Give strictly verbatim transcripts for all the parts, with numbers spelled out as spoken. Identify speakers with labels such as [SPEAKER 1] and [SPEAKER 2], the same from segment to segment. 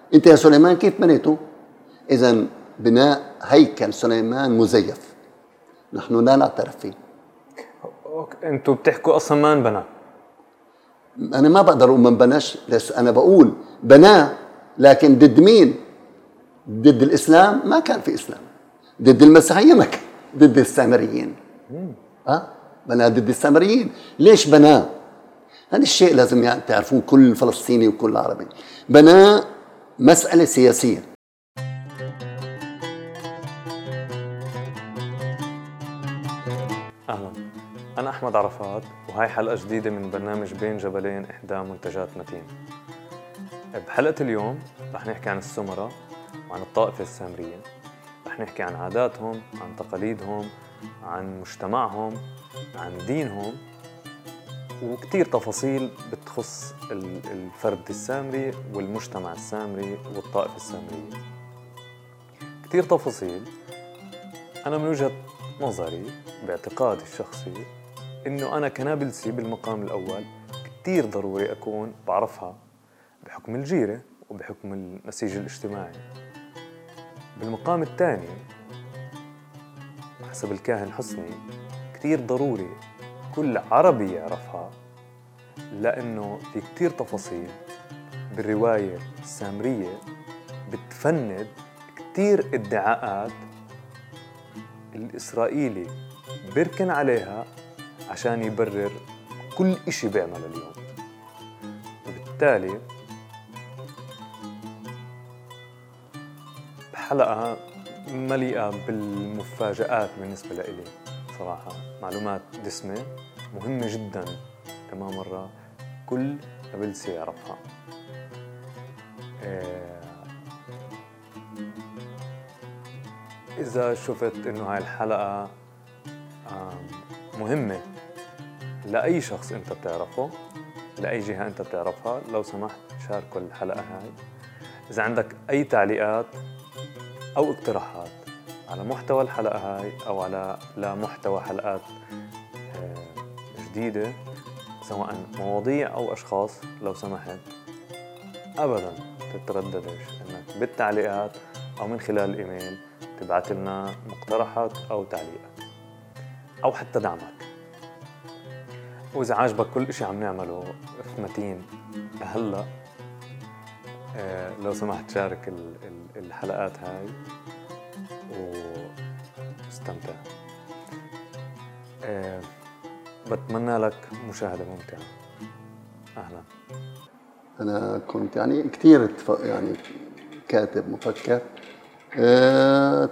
[SPEAKER 1] انت يا سليمان كيف بنيته؟ اذا بناء هيكل سليمان مزيف، نحن لا نعترف فيه.
[SPEAKER 2] انتوا بتحكوا اصلا ما انبنى.
[SPEAKER 1] انا ما بقدر اقول ما بناش، بس انا بقول بناه، لكن ضد مين؟ ضد الاسلام ما كان في اسلام، ضد المسيحيه ما كان، ضد السامريين. اه بناه ضد السامريين. ليش بناه؟ هذا الشيء لازم يعني تعرفوه كل فلسطيني وكل عربي. بناه مساله سياسيه.
[SPEAKER 2] اهلا، انا احمد عرفات، وهاي حلقه جديده من برنامج بين جبلين احدى منتجات متين. بحلقه اليوم رح نحكي عن السمرة وعن الطائفه السامريه. رح نحكي عن عاداتهم، عن تقاليدهم، عن مجتمعهم، عن دينهم، وكتير تفاصيل بتخص الفرد السامري والمجتمع السامري والطائفه السامريه. كتير تفاصيل. انا من وجهه نظري باعتقادي الشخصي انه انا كنابلسي بالمقام الاول كتير ضروري اكون بعرفها بحكم الجيرة وبحكم النسيج الاجتماعي. بالمقام الثاني حسب الكاهن حسني كتير ضروري كل عربي يعرفها، لانه في كتير تفاصيل بالرواية السامرية بتفند كتير ادعاءات الإسرائيلي بركن عليها عشان يبرر كل إشي بيعمله اليوم. وبالتالي حلقة مليئة بالمفاجآت بالنسبة لإلي صراحة، معلومات دسمة مهمة جدا كما مرة كل نابلسي يعرفها. إذا شفت إنه هاي الحلقة مهمة لأي شخص أنت بتعرفه، لأي جهة أنت بتعرفها، لو سمحت شاركوا الحلقة هاي. إذا عندك أي تعليقات أو اقتراحات على محتوى الحلقة هاي أو على لا محتوى حلقات جديدة، سواء مواضيع أو أشخاص، لو سمحت أبداً تترددش إنك بالتعليقات أو من خلال الإيميل تبعت لنا مقترحك أو تعليقك أو حتى دعمك. وإذا عاجبك كل إشي عم نعمله في متين هلأ، آه لو سمحت شارك الحلقات هاي واستمتع. آه بتمنى لك مشاهدة ممتعة. أهلا.
[SPEAKER 1] أنا كنت يعني كتير يعني كاتب مفكر، أه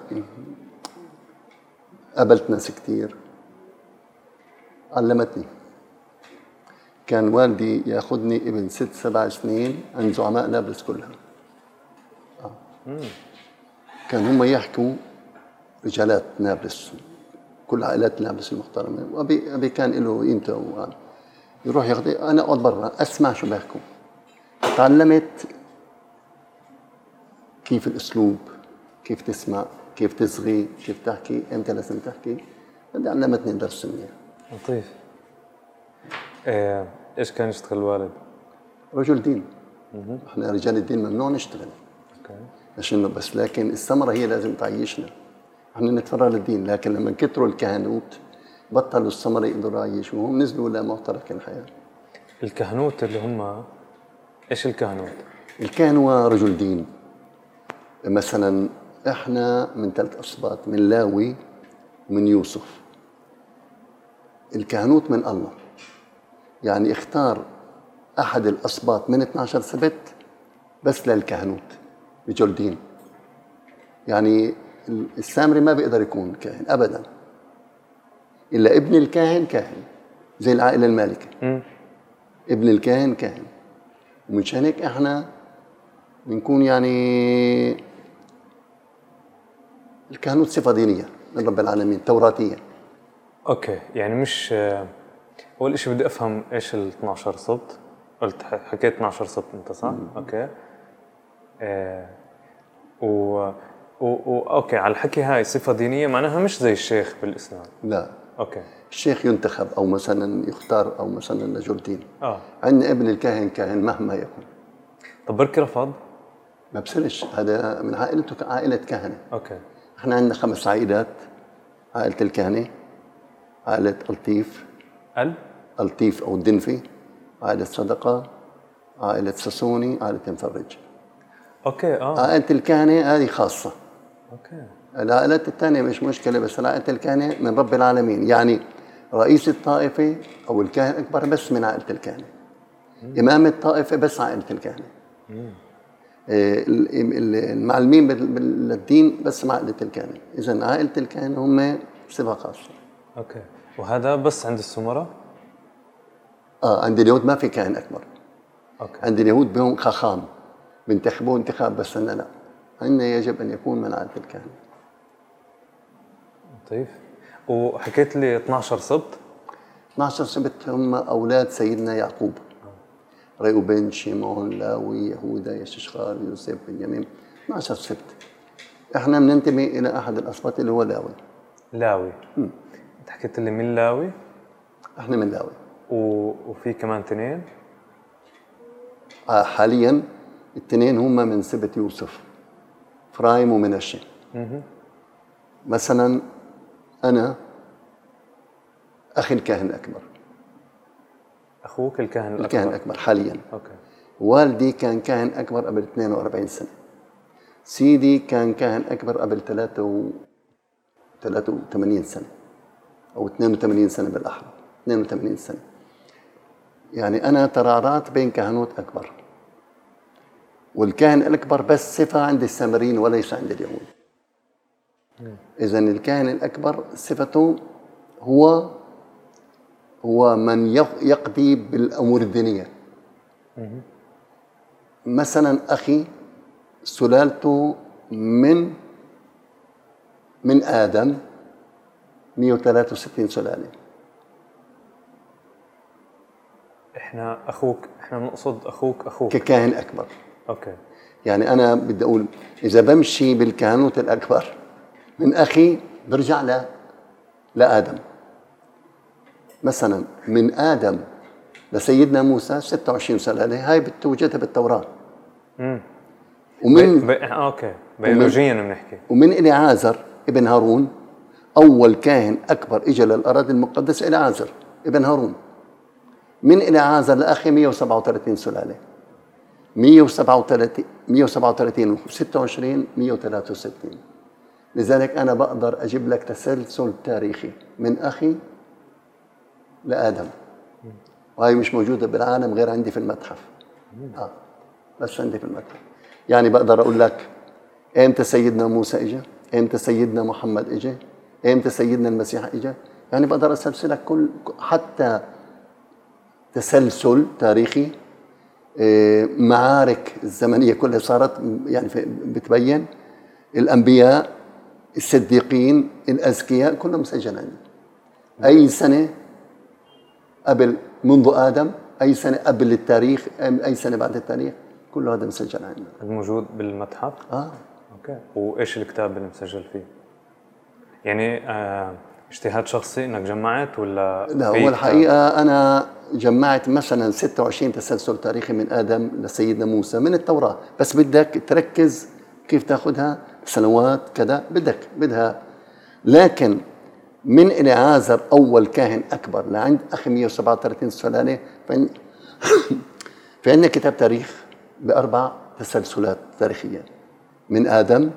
[SPEAKER 1] قابلت ناس كتير علمتني. كان والدي ياخذني ابن ست سبع سنين عند زعماء نابلس كلها. آه. كان هم يحكوا رجالات نابلس، كل عائلات نابلس المحترمة، وأبي أبي كان له قيمته، يروح ياخذني أنا أقعد برا أسمع شو بيحكوا. تعلمت كيف الأسلوب، كيف تسمع، كيف تصغي، كيف تحكي، إمتى لازم تحكي. هذا علمتني درس منيح.
[SPEAKER 2] لطيف. إيه، إيش كان يشتغل الوالد؟
[SPEAKER 1] رجل دين. إحنا رجال الدين ممنوع نشتغل. أوكي. عشان بس لكن الثمرة هي لازم تعيشنا. إحنا نتفرغ للدين، لكن لما كتروا الكهنوت بطلوا الثمرة يقدروا يعيشوا، وهم نزلوا لمعترك الحياة.
[SPEAKER 2] الكهنوت اللي هم إيش الكهنوت؟
[SPEAKER 1] الكاهن هو رجل دين. مثلا إحنا من ثلاث أسباط، من لاوي ومن يوسف. الكهنوت من الله، يعني اختار أحد الأسباط من اثنا عشر سبت بس للكهنوت، رجل دين. يعني السامري ما بيقدر يكون كاهن أبدا إلا ابن الكاهن كاهن، زي العائلة المالكة. م. ابن الكاهن كاهن. ومشان هيك إحنا بنكون يعني الكهنوت صفة دينية من رب العالمين، توراتية.
[SPEAKER 2] أوكي، يعني مش أول إشي بدي أفهم إيش ال اثنا عشر سبت. قلت حكيت اثنا عشر سبت أنت صح؟ م. أوكي. آه و... و... و... أوكي، على الحكي هاي صفة دينية معناها مش زي الشيخ بالإسلام.
[SPEAKER 1] لا.
[SPEAKER 2] أوكي.
[SPEAKER 1] الشيخ ينتخب أو مثلا يختار أو مثلا رجل دين.
[SPEAKER 2] آه.
[SPEAKER 1] عندنا ابن الكاهن كاهن مهما يكن.
[SPEAKER 2] طب بركي رفض؟
[SPEAKER 1] ما بصيرش، هذا من عائلته عائله كهنه.
[SPEAKER 2] اوكي.
[SPEAKER 1] احنا عندنا خمس عائلات: عائله الكهنه، عائله الطيف
[SPEAKER 2] ال
[SPEAKER 1] الطيف او الدنفي، عائله صدقه، عائله ساسوني، عائله مفرج.
[SPEAKER 2] اوكي. اه
[SPEAKER 1] عائله الكهنه هذه خاصه.
[SPEAKER 2] اوكي.
[SPEAKER 1] العائلات الثانيه مش مشكله، بس عائله الكهنه من رب العالمين، يعني رئيس الطائفه او الكاهن الاكبر بس من عائله الكهنه. مم. امام الطائفه بس عائله الكهنه. مم. المعلمين بالدين بس مع عائلة الكهنة. إذا عائلة الكهنة هم صفة خاصة.
[SPEAKER 2] أوكي. وهذا بس عند السمرة؟
[SPEAKER 1] آه عند اليهود ما في كاهن أكبر.
[SPEAKER 2] أوكي.
[SPEAKER 1] عند اليهود بهم خاخام بينتخبوه انتخاب، بس أننا لا، عندنا يجب أن يكون من عائلة الكهنة.
[SPEAKER 2] طيب. وحكيت لي اثناشر سبط؟
[SPEAKER 1] اثناشر سبط هم أولاد سيدنا يعقوب. ريوبين، شيمون، لاوي، يهوذا، يششخار، يوسف، بنيامين. اثناشر سبط. احنا بننتمي الى احد الاسباط اللي هو لاوي.
[SPEAKER 2] لاوي. امم انت حكيت لي من لاوي؟
[SPEAKER 1] احنا من لاوي.
[SPEAKER 2] و... وفي كمان اثنين؟
[SPEAKER 1] آه حاليا الاثنين هم من سبط يوسف، فرايم ومنشي. اها. مثلا انا اخي الكاهن الاكبر.
[SPEAKER 2] اخوك الكاهن الاكبر؟
[SPEAKER 1] الكاهن الاكبر حاليا.
[SPEAKER 2] اوكي.
[SPEAKER 1] والدي كان كاهن اكبر قبل اثنين وأربعين سنه. سيدي كان كاهن اكبر قبل ثلاثة وثمانين سنه او اثنين وثمانين سنه بالاحرى، اثنين وثمانين سنه. يعني انا ترعرعت بين كهنوت اكبر، والكاهن الاكبر بس صفه عند السامريين وليس عند اليهود. اذا الكاهن الاكبر صفته هو هو من يقضي بالامور الدينيه. مثلا اخي سلالته من من ادم مئة وثلاثة وستين سلاله.
[SPEAKER 2] احنا اخوك، احنا بنقصد اخوك اخوك
[SPEAKER 1] ككاهن اكبر.
[SPEAKER 2] اوكي.
[SPEAKER 1] يعني انا بدي اقول اذا بمشي بالكهنوت الاكبر من اخي برجع ل لادم. مثلا من ادم لسيدنا موسى ستة وعشرين سلاله، هاي بتوجدها بالتوراه. امم ومن
[SPEAKER 2] بي... بي... اوكي بيولوجيا بنحكي.
[SPEAKER 1] ومن اليعازر ابن هارون، اول كاهن اكبر اجى للاراضي المقدسه اليعازر ابن هارون. من اليعازر لاخي مئة وسبعة وثلاثين سلاله، مئة وسبعة وثلاثين مئة وسبعة وثلاثين وستة وعشرين مئة وثلاثة وستين. لذلك انا بقدر اجيب لك تسلسل تاريخي من اخي لادم، وهي مش موجوده بالعالم غير عندي في المتحف. اه بس عندي في المتحف. يعني بقدر اقول لك امتى سيدنا موسى اجى، امتى سيدنا محمد اجى، امتى سيدنا المسيح اجى. يعني بقدر اسلسلك كل حتى تسلسل تاريخي، معارك الزمنيه كلها صارت يعني بتبين. الانبياء، الصديقين، الاذكياء كلهم مسجل عندي. اي سنه قبل منذ ادم، اي سنه قبل التاريخ، اي سنه بعد التاريخ، كل هذا مسجل عندنا.
[SPEAKER 2] الموجود بالمتحف؟
[SPEAKER 1] اه
[SPEAKER 2] اوكي. وايش الكتاب اللي مسجل فيه؟ يعني آه اجتهاد شخصي انك جمعت ولا؟
[SPEAKER 1] لا هو الحقيقه انا جمعت مثلا ستة وعشرين تسلسل تاريخي من ادم لسيدنا موسى من التوراه، بس بدك تركز كيف تاخذها سنوات كذا، بدك بدها. لكن من اليعازر اول كاهن اكبر لعند اخي مئة وسبعة وثلاثين سلاله، في عندنا كتاب تاريخ باربع تسلسلات تاريخيه: من ادم،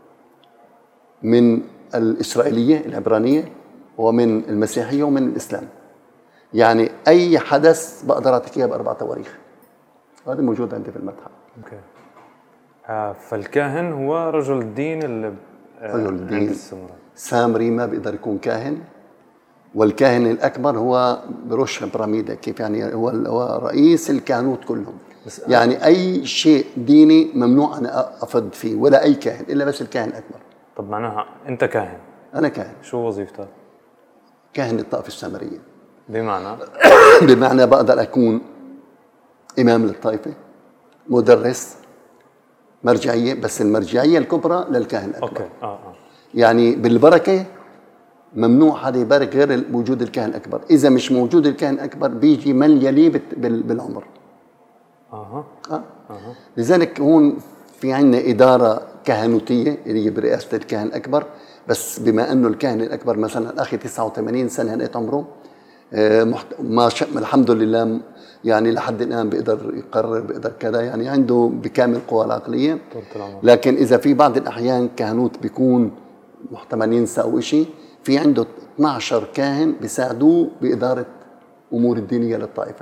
[SPEAKER 1] من الاسرائيليه العبرانيه، ومن المسيحيه، ومن الاسلام. يعني اي حدث بقدر اعطيك اياه باربع تواريخ. هذا موجود عندي في المتحف.
[SPEAKER 2] اوكي. آه فالكاهن هو رجل الدين اللي آه
[SPEAKER 1] رجل الدين
[SPEAKER 2] عند السمرة.
[SPEAKER 1] سامري ما بيقدر يكون كاهن، والكاهن الاكبر هو برش براميدا، كيف يعني هو هو رئيس الكهنوت كلهم. يعني اي شيء ديني ممنوع انا افض فيه، ولا اي كاهن الا بس الكاهن الاكبر.
[SPEAKER 2] طب معناها انت كاهن؟
[SPEAKER 1] انا كاهن.
[SPEAKER 2] شو وظيفتك؟
[SPEAKER 1] كاهن الطائفه السامريه.
[SPEAKER 2] بمعنى؟
[SPEAKER 1] بمعنى بقدر اكون امام للطائفه، مدرس، مرجعيه، بس المرجعيه الكبرى للكاهن الاكبر.
[SPEAKER 2] اوكي. اه اه
[SPEAKER 1] يعني بالبركه ممنوع حدا يبارك غير وجود الكاهن الاكبر. اذا مش موجود الكاهن الاكبر بيجي من يليه بالعمر.
[SPEAKER 2] اها
[SPEAKER 1] اه, آه. لذلك هون في عندنا إدارة كهنوتية اللي هي برئاسة الكاهن الأكبر، بس بما أنه الكاهن الأكبر مثلا أخي تسعة وثمانين سنة هنقت عمره، ما شاء الحمد لله يعني لحد الآن بيقدر يقرر، بيقدر كذا، يعني عنده بكامل قوى العقلية. لكن إذا في بعض الأحيان كهنوت بيكون محتمل ينسى أو شيء، في عنده اثني عشر كاهن بيساعدوه بإدارة أمور الدينية للطائفة.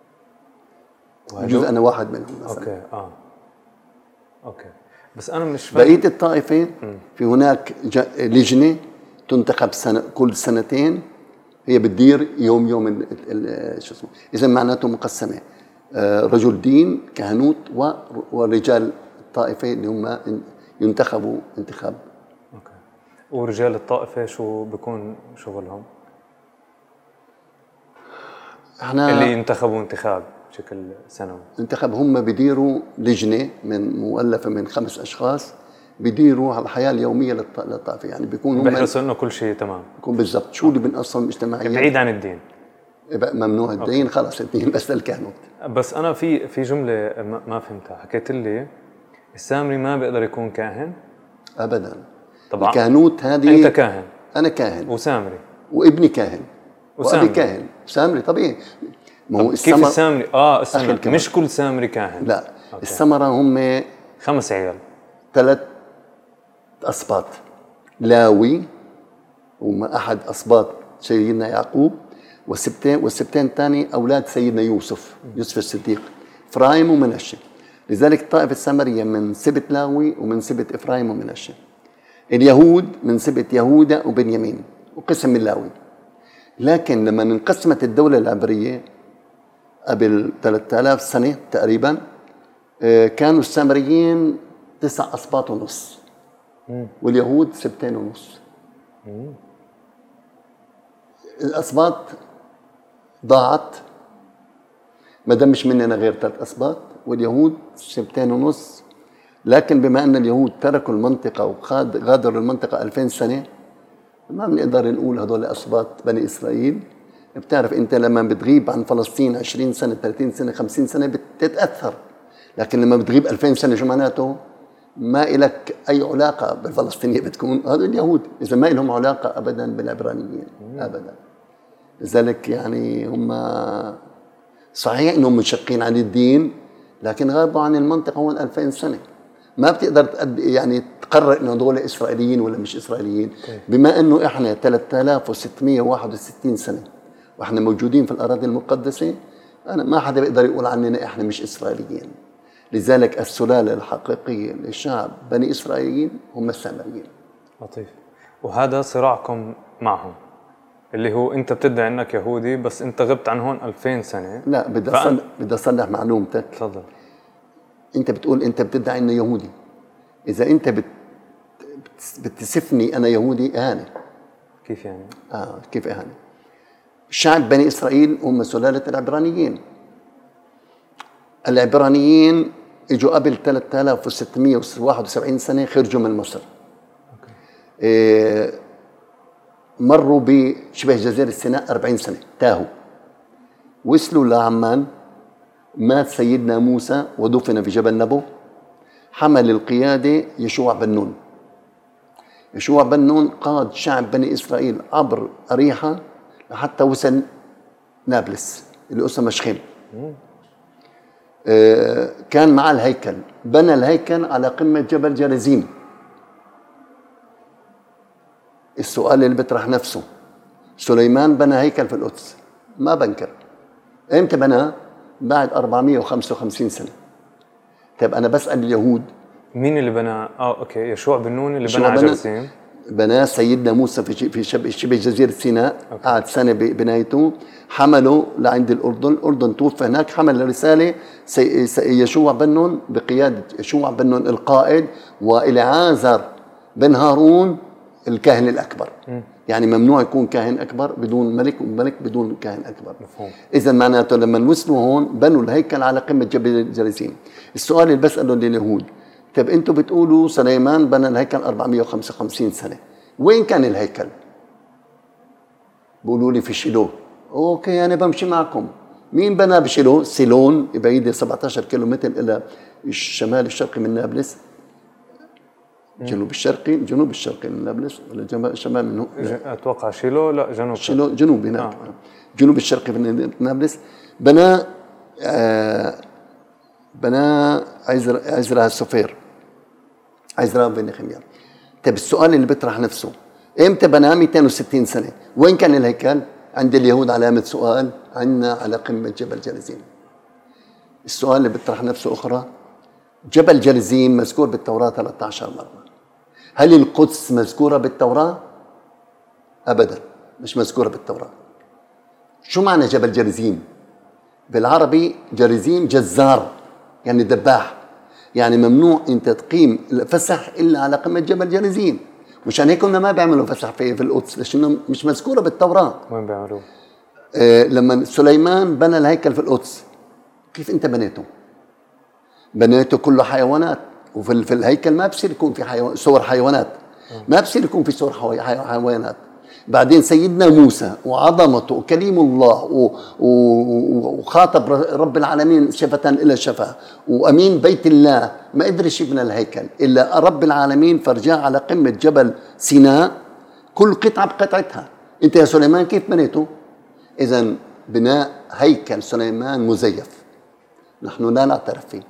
[SPEAKER 1] بجوز أنا واحد منهم مثلا.
[SPEAKER 2] أوكي آه أوكي بس أنا مش
[SPEAKER 1] فاهم. بقية الطائفة في هناك لجنة تنتخب سنة كل سنتين، هي بتدير يوم يوم شو اسمه، إذا معناته مقسمة رجل دين كهنوت ورجال الطائفة اللي هم ينتخبوا انتخاب.
[SPEAKER 2] أوكي. ورجال الطائفة شو بيكون شغلهم؟ احنا اللي ينتخبوا انتخاب بشكل سنوي.
[SPEAKER 1] انتخب هم بيديروا لجنة من مؤلفة من خمس أشخاص بيديروا على الحياة اليومية للطائفة، يعني بيكونوا
[SPEAKER 2] بيحرصوا إنه كل شيء تمام.
[SPEAKER 1] بيكون بالضبط شو اللي بنقصهم اجتماعيا
[SPEAKER 2] بعيد عن الدين.
[SPEAKER 1] ممنوع الدين. أوكي. خلاص الدين بس للكهنوت.
[SPEAKER 2] بس أنا في في جملة ما فهمتها، حكيت لي السامري ما بيقدر يكون كاهن
[SPEAKER 1] أبدا.
[SPEAKER 2] طبعا
[SPEAKER 1] الكهنوت هذه
[SPEAKER 2] أنت كاهن.
[SPEAKER 1] أنا كاهن
[SPEAKER 2] وسامري
[SPEAKER 1] وابني كاهن
[SPEAKER 2] وسامري.
[SPEAKER 1] وأبي كاهن سامري طبيعي.
[SPEAKER 2] ما هو كيف السامري؟ آه السامري مش كل سامري كاهن.
[SPEAKER 1] لا. أوكي. السمرة هم
[SPEAKER 2] خمس عيال،
[SPEAKER 1] ثلاث أسباط، لاوي وما أحد أسباط سيدنا يعقوب، والسبتين والسبتين الثاني أولاد سيدنا يوسف يوسف الصديق، إفرايم ومنشة. لذلك الطائفة السامرية من سبت لاوي ومن سبت إفرايم ومنشة. اليهود من سبت يهوذا وبنيامين وقسم من لاوي. لكن لما انقسمت الدولة العبرية قبل ثلاثة آلاف سنة تقريبا، كانوا السامريين تسع أسباط ونص واليهود سبتين ونص. الأسباط ضاعت، ما دام مش مننا غير ثلاث أسباط، واليهود سبتين ونص. لكن بما أن اليهود تركوا المنطقة وغادروا المنطقة ألفين سنة، ما بنقدر نقول هذول أسباط بني إسرائيل. بتعرف أنت لما بتغيب عن فلسطين عشرين سنة ثلاثين سنة خمسين سنة بتتأثر، لكن لما بتغيب ألفين سنة شو معناته؟ ما إلك أي علاقة بالفلسطينية، بتكون هذول اليهود، إذا ما لهم علاقة أبدا بالعبرانيين أبدا. لذلك يعني هم صحيح إنهم منشقين عن الدين، لكن غابوا عن المنطقة هون ألفين سنة. ما بتقدر تقدر يعني تقرر إنه دول إسرائيليين ولا مش إسرائيليين، بما إنه إحنا ثلاثة آلاف وستمئة وواحد وستين سنة وإحنا موجودين في الأراضي المقدسة. أنا ما حدا بيقدر يقول عننا إحنا مش إسرائيليين. لذلك السلالة الحقيقية لشعب بني إسرائيل هم السامريين.
[SPEAKER 2] لطيف. وهذا صراعكم معهم اللي هو أنت بتدعي أنك يهودي بس أنت غبت عن هون ألفين سنة.
[SPEAKER 1] لا بدي أصلح بدي أصلح معلومتك.
[SPEAKER 2] تفضل.
[SPEAKER 1] أنت بتقول أنت بتدعي أنه يهودي، إذا أنت بت بتصفني أنا يهودي إهانة.
[SPEAKER 2] كيف يعني؟
[SPEAKER 1] آه كيف إهانة؟ شعب بني إسرائيل هم سلالة العبرانيين. العبرانيين اجوا قبل ثلاثة آلاف وستمئة وواحد وسبعين سنة، خرجوا من مصر. أوكي. إيه مروا بشبه جزيرة سيناء أربعين سنة، تاهوا، وصلوا لعمان، مات سيدنا موسى ودفن في جبل نبو. حمل القيادة يشوع بن نون. يشوع بن نون قاد شعب بني إسرائيل عبر أريحة لحتى وصل نابلس اللي اسمها شخيم. آه كان مع الهيكل، بنى الهيكل على قمة جبل جرزيم. السؤال اللي بيطرح نفسه، سليمان بنى هيكل في القدس، ما بنكر. امتى بناه؟ بعد أربعمئة وخمسة وخمسين سنة. طيب أنا بسأل اليهود
[SPEAKER 2] مين اللي بنى؟ اه اوكي يشوع بن نون اللي بنى على جرزيم.
[SPEAKER 1] بناه سيدنا موسى في في شبه جزيرة سيناء. قعد سنة ببنايته، حمله لعند الأردن، الأردن توفى هناك، حمل رسالة يشوع بن نون بقيادة يشوع بن نون القائد، والعازر بن هارون الكاهن الأكبر. م. يعني ممنوع يكون كاهن أكبر بدون ملك، وملك بدون كاهن أكبر. مفهوم. إذا معناته لما وصلوا هون بنوا الهيكل على قمة جبل جرزيم. السؤال اللي بسأله لليهود، طيب أنتوا بتقولوا سليمان بنى الهيكل أربعمئة وخمسة وخمسين سنة، وين كان الهيكل؟ بقولوا لي في شيلو. أوكي أنا بمشي معكم. مين بنى بشيلو؟ سيلون بعيدة سبعة عشر كيلومتر إلى الشمال الشرقي من نابلس، جنوب الشرقي الجنوب الشرقي من نابلس، ولا جنوب الشمال من
[SPEAKER 2] اتوقع شيلو، لا جنوب
[SPEAKER 1] شيلو جنوب هناك آه. جنوب الشرقي من نابلس. بنى آه بنى عزرا عزرا السفير، عزرا بن نخميار. طيب السؤال اللي بيطرح نفسه، امتى بنى؟ مئتين وستين سنه. وين كان الهيكل؟ عند اليهود علامه سؤال، عندنا على قمه جبل جرزيم. السؤال اللي بيطرح نفسه اخرى، جبل جرزيم مذكور بالتوراه ثلاثة عشر مره. هل القدس مذكوره بالتوراه؟ ابدا مش مذكوره بالتوراه. شو معنى جبل جرزيم؟ بالعربي جرزيم جزار، يعني دباح، يعني ممنوع انت تقيم فسح الا على قمه جبل جرزيم. مشان هيك ما بيعملوا فسح في في القدس، لانه مش مذكوره بالتوراه.
[SPEAKER 2] وين بيعملوه؟
[SPEAKER 1] آه لما سليمان بنى الهيكل في القدس، كيف انت بنيته؟ بنيته كله حيوانات، وفي في الهيكل ما بصير يكون في حيوان صور حيوانات، ما بصير يكون في صور حيوانات. بعدين سيدنا موسى وعظمته وكليم الله وخاطب رب العالمين شفة إلى شفة، وأمين بيت الله ما قدرش يبنى الهيكل إلا رب العالمين، فرجع على قمة جبل سيناء كل قطعة بقطعتها. أنت يا سليمان كيف بنيته؟ إذن بناء هيكل سليمان مزيف، نحن لا نعترف فيه.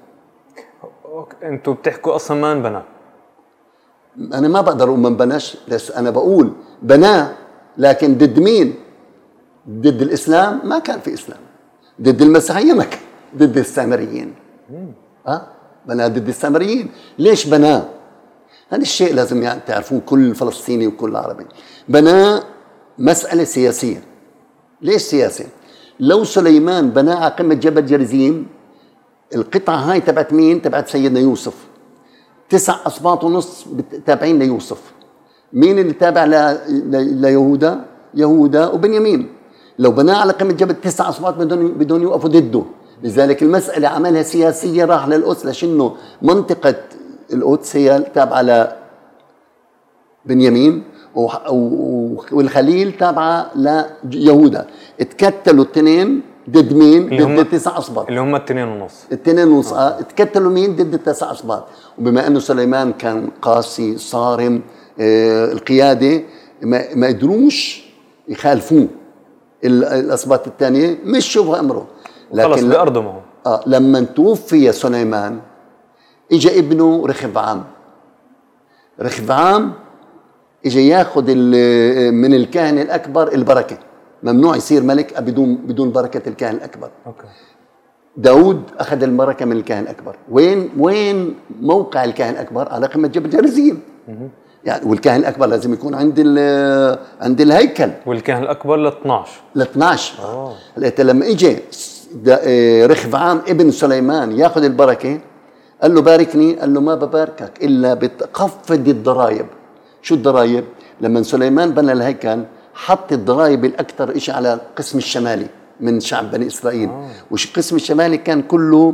[SPEAKER 2] أنتوا بتحكوا أصلا ما انبنى.
[SPEAKER 1] أنا ما بقدر أقول ما انبناش، بس أنا بقول بناه، لكن ضد مين؟ ضد الإسلام؟ ما كان في إسلام. ضد المسيحية؟ ما كان. ضد السامريين. أه؟ بناه ضد السامريين. ليش بناه؟ هذا الشيء لازم يعني تعرفون كل فلسطيني وكل عربي. بناه مسألة سياسية. ليش سياسية؟ لو سليمان بناه على قمة جبل جرزيم، القطعة هاي تبعت مين؟ تبعت سيدنا يوسف. تسع أسباط ونص تابعين ليوسف. مين اللي تابع ليهودا؟ يهودا وبنيامين. لو بناه على قمة جبل تسع أسباط بدون بدون يوقفوا ضده. لذلك المسألة عملها سياسية، راح للقدس، لأنه منطقة القدس هي تابعة لبنيامين والخليل تابعة ليهودا. اتكتلوا الاثنين ضد مين؟ ضد التسع أسباط
[SPEAKER 2] اللي هم التنين ونص.
[SPEAKER 1] التنين ونص اه اتكتلوا مين؟ ضد التسع أسباط. وبما انه سليمان كان قاسي صارم آه القياده، ما, ما قدروش يخالفوه الأسباط الثانيه، مشوا امره.
[SPEAKER 2] لكن بأرضه معه.
[SPEAKER 1] اه لما توفي سليمان اجى ابنه رخبعام. رخبعام اجى ياخذ من الكاهن الاكبر البركه. ممنوع يصير ملك بدون بدون بركه الكاهن الاكبر.
[SPEAKER 2] اوكي.
[SPEAKER 1] داود اخذ البركه من الكاهن الاكبر. وين وين موقع الكاهن الاكبر؟ على قمه جبل جرزيم. يعني والكاهن الاكبر لازم يكون عند عند الهيكل.
[SPEAKER 2] والكاهن الاكبر ل اثنعش
[SPEAKER 1] ل اثنعش اه لقيت لما اجى رخبعام ابن سليمان ياخذ البركه، قال له باركني، قال له ما بباركك الا بتخفض الضرائب. شو الضرائب؟ لما سليمان بنى الهيكل حط الضرائب الاكثر شيء على القسم الشمالي من شعب بني اسرائيل. آه. والقسم الشمالي كان كله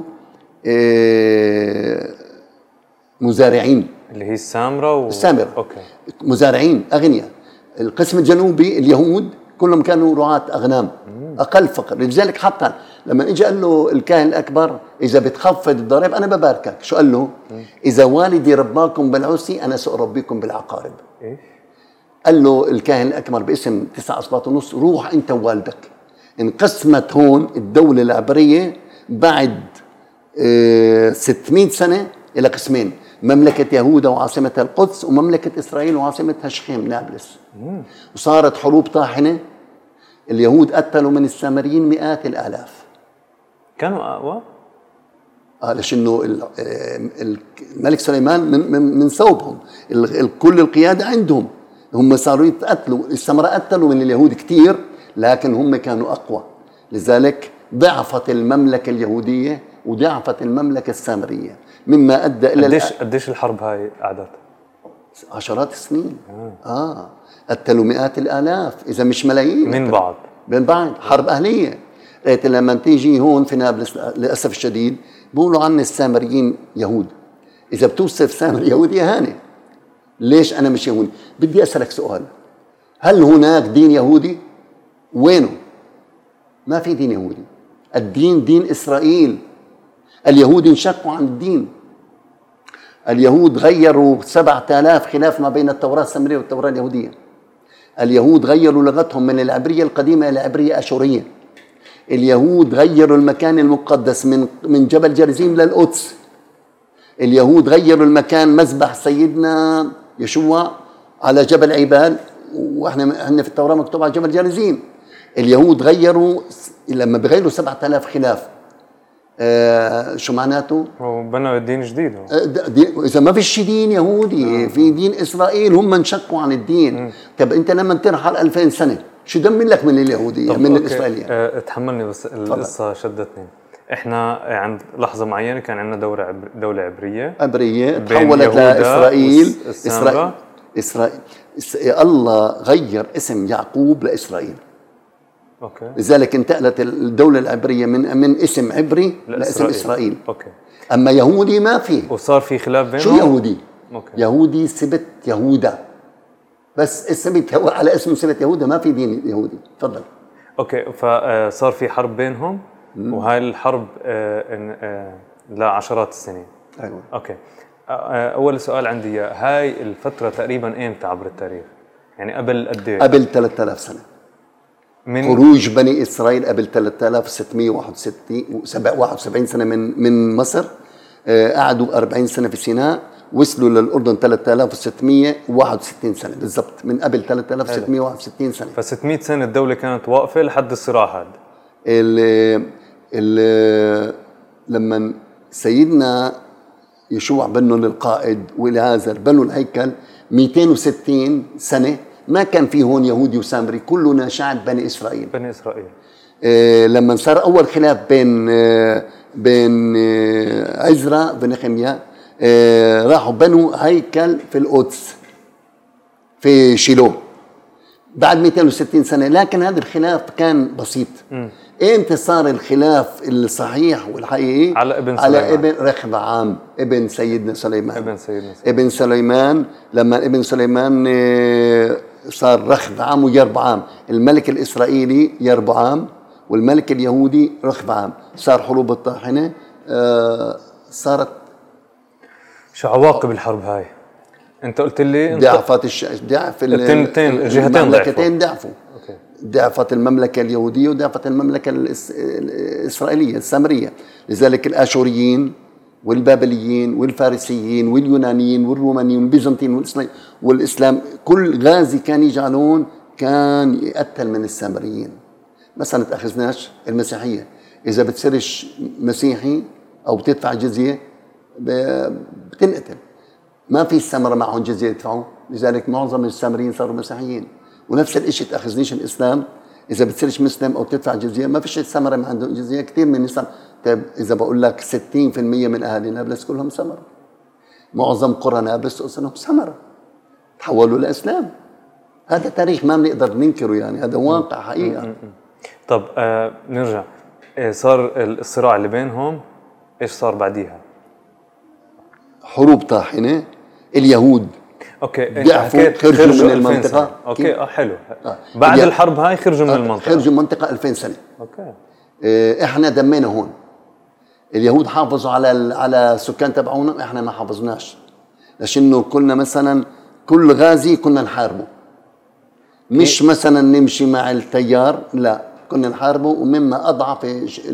[SPEAKER 1] آه مزارعين،
[SPEAKER 2] اللي هي السامره و...
[SPEAKER 1] السامره.
[SPEAKER 2] اوكي.
[SPEAKER 1] مزارعين اغنياء. القسم الجنوبي اليهود كلهم كانوا رعاة اغنام. مم. اقل فقر. لذلك حتى لما اجى قال له الكاهن الاكبر اذا بتخفض الضرائب انا بباركك. شو قال له؟ مم. اذا والدي رباكم بالعسي انا ساربيكم بالعقارب. ايش؟ قال له الكاهن الاكبر باسم تسع اسباط ونص، روح انت ووالدك. انقسمت هون الدوله العبريه بعد اه ستمئة سنه الى قسمين، مملكه يهوذا وعاصمتها القدس، ومملكه اسرائيل وعاصمتها شخيم نابلس. مم. وصارت حروب طاحنه. اليهود قتلوا من السامريين مئات الالاف.
[SPEAKER 2] كانوا اقوى؟
[SPEAKER 1] اه لانه الملك سليمان من من, من ثوبهم، كل القياده عندهم. هم صاروا يتقتلوا، السمراء قتلوا من اليهود كثير، لكن هم كانوا اقوى. لذلك ضعفت المملكه اليهوديه وضعفت المملكه السامريه، مما ادى الى
[SPEAKER 2] قديش قديش الحرب هاي قعدت؟
[SPEAKER 1] عشرات السنين. اه, آه. قتلوا مئات الالاف اذا مش ملايين
[SPEAKER 2] من بعض
[SPEAKER 1] من بعض. حرب اهليه. لقيت لما تيجي هون في نابلس للاسف الشديد بيقولوا عن السامريين يهود. اذا بتوصف سامري يهودي اهانه. ليش انا مش يهودي؟ بدي اسالك سؤال، هل هناك دين يهودي؟ وينه؟ ما في دين يهودي. الدين دين اسرائيل. اليهود انشقوا عن الدين. اليهود غيروا سبعة آلاف خلاف ما بين التوراة السامرية والتوراة اليهودية. اليهود غيروا لغتهم من العبرية القديمة إلى عبرية أشورية. اليهود غيروا المكان المقدس من من جبل جرزيم للقدس. اليهود غيروا المكان مذبح سيدنا يشوع على جبل عبال، واحنا احنا في التوراة مكتوب على جبل جرزيم. اليهود غيروا، لما بغيروا سبعة آلاف خلاف آه شو معناته؟
[SPEAKER 2] وبنوا دين جديد.
[SPEAKER 1] اذا ما فيش دين يهودي، في دين اسرائيل، هم انشقوا عن الدين. طب انت لما ترحل ألفين سنه شو دمن لك من اليهوديه من الاسرائيليه؟
[SPEAKER 2] أه تحملني بس القصه شدتني. احنا عند لحظه معينه كان عندنا دوله عبر دوله عبريه
[SPEAKER 1] عبريه تحولت لاسرائيل. اسرائيل اسرائيل الله غير اسم يعقوب لاسرائيل.
[SPEAKER 2] اوكي.
[SPEAKER 1] لذلك انتقلت الدوله العبريه من من اسم عبري لاسم اسرائيل.
[SPEAKER 2] اوكي.
[SPEAKER 1] اما يهودي ما في،
[SPEAKER 2] وصار في خلاف بينهم.
[SPEAKER 1] شو يهودي؟
[SPEAKER 2] أوكي.
[SPEAKER 1] يهودي سبت يهودا، بس السبت على اسم سبت يهودا، ما في دين يهودي. تفضل.
[SPEAKER 2] اوكي. فصار في حرب بينهم، وهاي الحرب لعشرات السنين.
[SPEAKER 1] ايوه.
[SPEAKER 2] اوكي. اول سؤال عندي، هاي الفتره تقريبا امتى عبر التاريخ؟ يعني قبل قد ايه؟
[SPEAKER 1] قبل ثلاثة آلاف سنه. من خروج بني اسرائيل قبل ثلاثة آلاف وستمئة وواحد وسبعين سنه من من مصر. قعدوا أربعين سنه في سيناء، وصلوا للاردن ثلاثة آلاف وستمئة وواحد وستين سنه بالضبط، من قبل ثلاثة آلاف وستمئة وواحد وستين سنه.
[SPEAKER 2] ف ستمئة سنه الدوله كانت واقفه لحد الصراع هذا.
[SPEAKER 1] ال ال لما سيدنا يشوع بنوا للقائد والهازر بنوا الهيكل مئتين وستين سنه، ما كان في هون يهودي وسامري، كلنا شعب بني اسرائيل.
[SPEAKER 2] بني اسرائيل.
[SPEAKER 1] إيه لما صار اول خلاف بين إيه بين إيه عزرا ونحميا، إيه راحوا بنوا هيكل في القدس في شيلو بعد مئتين وستين سنه، لكن هذا الخلاف كان بسيط. م. امتى صار الخلاف الصحيح والحقيقي؟
[SPEAKER 2] على ابن
[SPEAKER 1] على
[SPEAKER 2] سليمان.
[SPEAKER 1] ابن رخبعام ابن سيدنا سليمان.
[SPEAKER 2] ابن سيدنا سليمان.
[SPEAKER 1] ابن سليمان لما ابن سليمان صار رخبعام ويربعام، الملك الاسرائيلي يربعام والملك اليهودي رخبعام، صار حروب الطاحنه. صارت
[SPEAKER 2] شو عواقب الحرب هاي؟ انت قلت لي
[SPEAKER 1] ضعفت الش... ضعف
[SPEAKER 2] التنتين الجهتين
[SPEAKER 1] المملكتين ضعفوا. ضعفت المملكة اليهودية وضعفت المملكة الإس... الإسرائيلية السامرية. لذلك الآشوريين والبابليين والفارسيين واليونانيين والرومانيين والبيزنطيين والإسلام والإسلام كل غازي كان يجعلون كان يقتل من السامريين. مثلا تأخذناش المسيحية، إذا بتصيرش مسيحي أو بتدفع جزية بتنقتل، ما في السامرة معهم جزية يدفعوا، لذلك معظم السامريين صاروا مسيحيين. ونفس الشيء تأخذنيش الإسلام، إذا بتصيرش مسلم أو تدفع جزية ما فيش السمرة ما عندهم جزية. كثير من الناس، طيب إذا بقول لك ستين بالمئة من أهالي نابلس كلهم سمرة، معظم قرى نابلس أصلهم سمرة تحولوا لإسلام. هذا تاريخ ما بنقدر ننكره، يعني هذا واقع حقيقة.
[SPEAKER 2] طب آه نرجع، صار الصراع اللي بينهم، إيش صار بعديها؟
[SPEAKER 1] حروب طاحنة. اليهود
[SPEAKER 2] اوكي
[SPEAKER 1] انت حكيت خرجوا من المنطقه.
[SPEAKER 2] اوكي اه حلو. آه. بعد الحرب هاي خرجوا من المنطقه،
[SPEAKER 1] خرجوا من المنطقه ألفين سنه.
[SPEAKER 2] اوكي.
[SPEAKER 1] اه احنا دمينا هون. اليهود حافظوا على على السكان تبعونا، احنا ما حافظناش، لانه كنا مثلا كل غازي كنا نحاربه، مش إيه؟ مثلا نمشي مع التيار، لا كنا نحاربه. ومما اضعف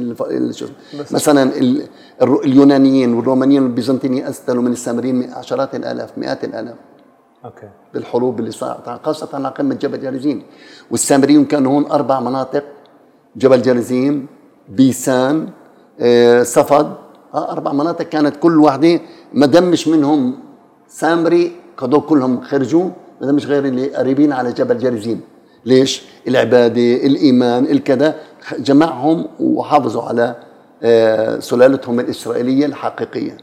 [SPEAKER 1] مثلا اليونانيين والرومانيين والبيزنطيين اسدلوا من السامريين عشرات الالاف مئات الالاف.
[SPEAKER 2] اوكي.
[SPEAKER 1] بالحروب اللي صارت خاصه على قمه جبل جرزيم. والسامريين كانوا هون اربع مناطق: جبل جرزيم، بيسان، آه، صفد. ها اربع مناطق كانت، كل واحده ما دمش منهم سامري كدول كلهم خرجوا، ما دمش غير اللي قريبين على جبل جرزيم. ليش؟ العباده، الايمان، الكذا، جمعهم وحافظوا على آه، سلالتهم الاسرائيليه الحقيقيه.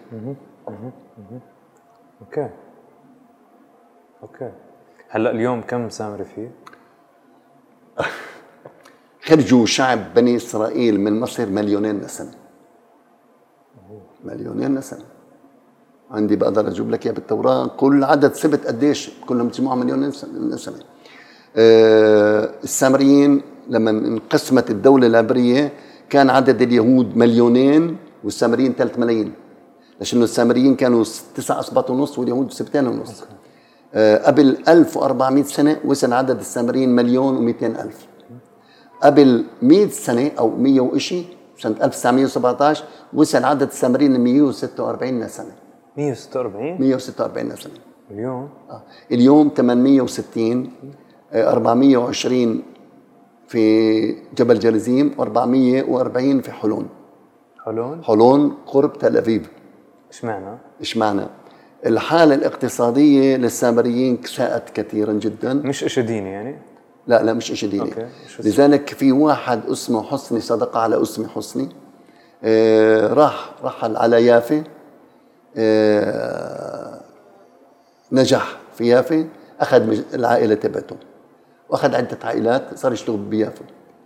[SPEAKER 2] اوكي. اوكي. هلا اليوم كم سامري فيه؟
[SPEAKER 1] خرجوا شعب بني اسرائيل من مصر مليونين نسمه. مليونين نسمه. عندي بقدر اجيب لك اياه بالتوراه كل عدد سبت قديش، كلهم اجتمعوا مليونين نسمه. أه السامريين لما انقسمت الدوله العبريه كان عدد اليهود مليونين والسامريين ثلاثة ملايين، لأنه السامريين كانوا تسع أسباط ونص واليهود سبتين ونص. آه قبل ألف وأربعمائة سنة وصل عدد السامريين مليون ومئتين ألف. قبل مئة سنة أو مئة وإشي سنة ألف وتسعمائة وسبعة عشر وصل عدد السامريين مئة وستة وأربعين سنة.
[SPEAKER 2] مئة وستة وأربعين
[SPEAKER 1] مئة وستة وأربعين سنة.
[SPEAKER 2] اليوم
[SPEAKER 1] آه. اليوم ثمانمئة وستين، آه أربعمئة وعشرين في جبل جرزيم وأربعمئة وأربعين في حلون.
[SPEAKER 2] حلون
[SPEAKER 1] حلون قرب تل أبيب.
[SPEAKER 2] اشمعنى؟
[SPEAKER 1] اشمعنى؟ الحالة الاقتصادية للسامريين ساءت كثيرا جدا.
[SPEAKER 2] مش إشي ديني يعني؟
[SPEAKER 1] لا لا مش إشي ديني. لذلك في واحد اسمه حسني صدقة على اسم حسني، آه راح رحل على يافا، آه نجح في يافا، أخذ العائلة تبعته وأخذ عدة عائلات، صار يشتغل بيافا.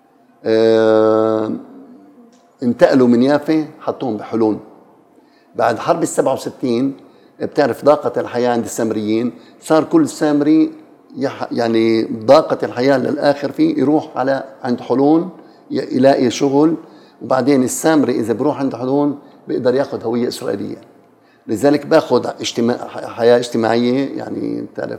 [SPEAKER 1] آه انتقلوا من يافا حطوهم بحلون. بعد حرب السبعة وستين بتعرف ضاقت الحياة عند السامريين، صار كل سامري يعني ضاقت الحياة للآخر فيه يروح على عند حلون يلاقي شغل، وبعدين السامري إذا بروح عند حلون بيقدر ياخذ هوية إسرائيلية. لذلك باخذ اجتماع حياة اجتماعية، يعني بتعرف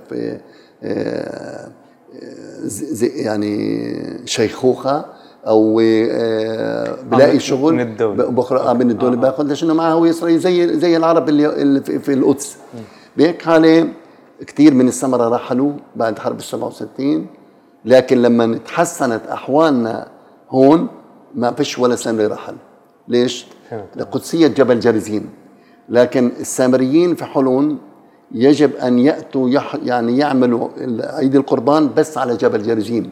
[SPEAKER 1] يعني شيخوخة أو بلاقي شغل
[SPEAKER 2] من الدولة
[SPEAKER 1] بخرج من الدولة، باخذ لأنه معه هوية إسرائيلية زي زي العرب اللي في القدس. بهيك حالة كثير من السمرة رحلوا بعد حرب السبعة وستين، لكن لما تحسنت أحوالنا هون ما فيش ولا سامري رحل. ليش؟ لقدسية جبل جرزيم. لكن السامريين في حلون يجب أن يأتوا يح يعني يعملوا عيد القربان بس على جبل جرزيم.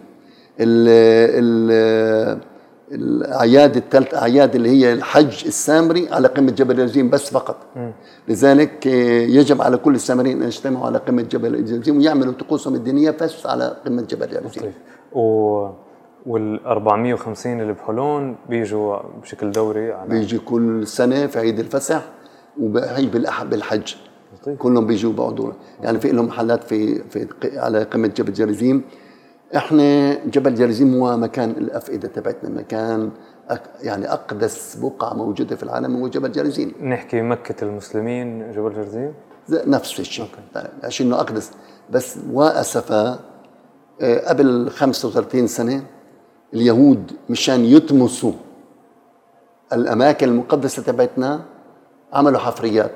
[SPEAKER 1] الأعياد الثلاث أعياد اللي هي الحج السامري على قمة جبل جرزيم بس فقط. م. لذلك يجب على كل السامريين أن يجتمعوا على قمة جبل جرزيم ويعملوا طقوسهم الدينية بس على قمة جبل جرزيم.
[SPEAKER 2] و والأربعمئة وخمسين اللي بحلون بيجوا بشكل دوري على
[SPEAKER 1] بيجي كل سنة في عيد الفسح وبهي بالحج. لطيف. كلهم بيجوا بيقعدوا، يعني في لهم محلات في في على قمة جبل جرزيم. احنا جبل جرزيم هو مكان الافئده تبعتنا، مكان يعني اقدس بقعه موجوده في العالم هو جبل جرزيم.
[SPEAKER 2] نحكي مكه المسلمين جبل جرزيم
[SPEAKER 1] نفس الشيء، عشان انه اقدس. بس واسفا قبل خمسة وثلاثين سنه اليهود مشان يطمسوا الاماكن المقدسه تبعتنا عملوا حفريات.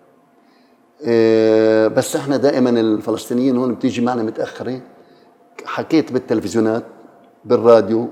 [SPEAKER 1] بس احنا دائما الفلسطينيين هون بتيجي معنا متاخره. حكيت بالتلفزيونات بالراديو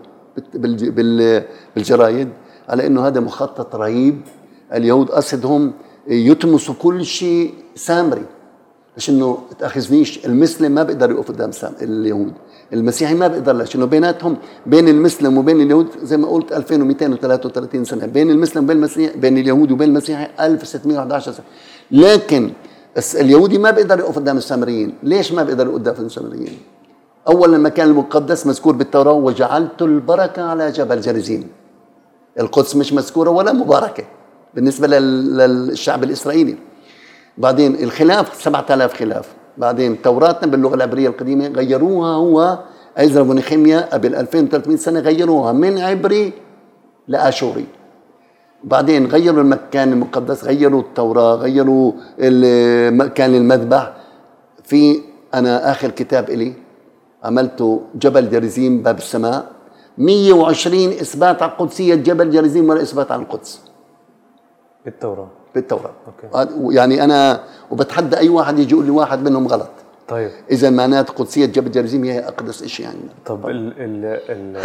[SPEAKER 1] بالجرايد على انه هذا مخطط رهيب، اليهود قصدهم يطمسوا كل شيء سامري، مش انه تاخذنيش المسلم ما بيقدر يقف قدام اليهود، المسيحي ما بيقدر، لانه بيناتهم بين المسلم وبين اليهود زي ما قلت ألفين ومئتين وثلاثة وثلاثين سنه، بين المسلم وبين المسيحي بين اليهود وبين المسيحي ألف وستمئة وأحد عشر سنه. لكن اليهودي ما بيقدر يقف قدام السامريين. ليش ما بيقدر يقف قدام السامريين؟ أولا المكان المقدس مذكور بالتوراة وجعلت البركة على جبل جرزيم. القدس مش مذكورة ولا مباركة بالنسبة للشعب الإسرائيلي. بعدين الخلاف سبعة آلاف خلاف. بعدين توراتنا باللغة العبرية القديمة غيروها، هو عزرا ونخميا قبل ألفين وثلاثمئة سنة غيروها من عبري لآشوري. بعدين غيروا المكان المقدس، غيروا التوراة، غيروا مكان المذبح. في أنا آخر كتاب إلي عملته جبل جرزيم باب السماء، مئة وعشرين إثبات على قدسية جبل جرزيم ولا إثبات على القدس
[SPEAKER 2] بالتوراة.
[SPEAKER 1] بالتوراة. يعني أنا وبتحدى أي واحد يجي يقول لي واحد منهم غلط.
[SPEAKER 2] طيب
[SPEAKER 1] إذا معنات قدسية جبل جرزيم هي أقدس شيء عندنا.
[SPEAKER 2] طب ال ال ال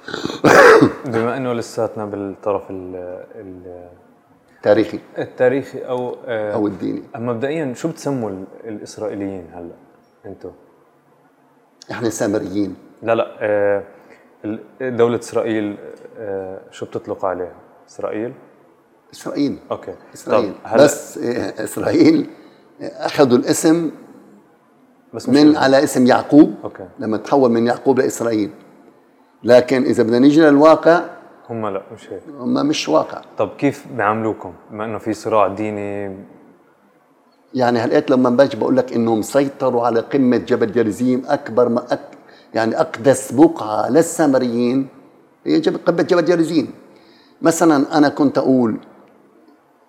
[SPEAKER 2] بما إنه لساتنا بالطرف ال
[SPEAKER 1] التاريخي
[SPEAKER 2] التاريخي أو
[SPEAKER 1] أو الديني.
[SPEAKER 2] مبدئيا شو بتسموا الإسرائيليين هلا أنتو؟
[SPEAKER 1] احنا سامريين.
[SPEAKER 2] لا لا آه دولة إسرائيل آه شو بتطلق عليها؟ إسرائيل؟
[SPEAKER 1] إسرائيل.
[SPEAKER 2] أوكي.
[SPEAKER 1] إسرائيل. بس إيه إسرائيل أخذوا الاسم بس من على اسم يعقوب.
[SPEAKER 2] أوكي.
[SPEAKER 1] لما تحول من يعقوب لإسرائيل. لكن إذا بدنا نيجي للواقع
[SPEAKER 2] هم لا مش هيك.
[SPEAKER 1] هم مش واقع.
[SPEAKER 2] طب كيف بيعاملوكم؟ بما إنه في صراع ديني.
[SPEAKER 1] يعني هلقيت لما باجي بقول لك انهم سيطروا على قمه جبل جرزيم، اكبر ما أك يعني اقدس بقعه للسامريين هي جبل قمه جبل جرزيم. مثلا انا كنت اقول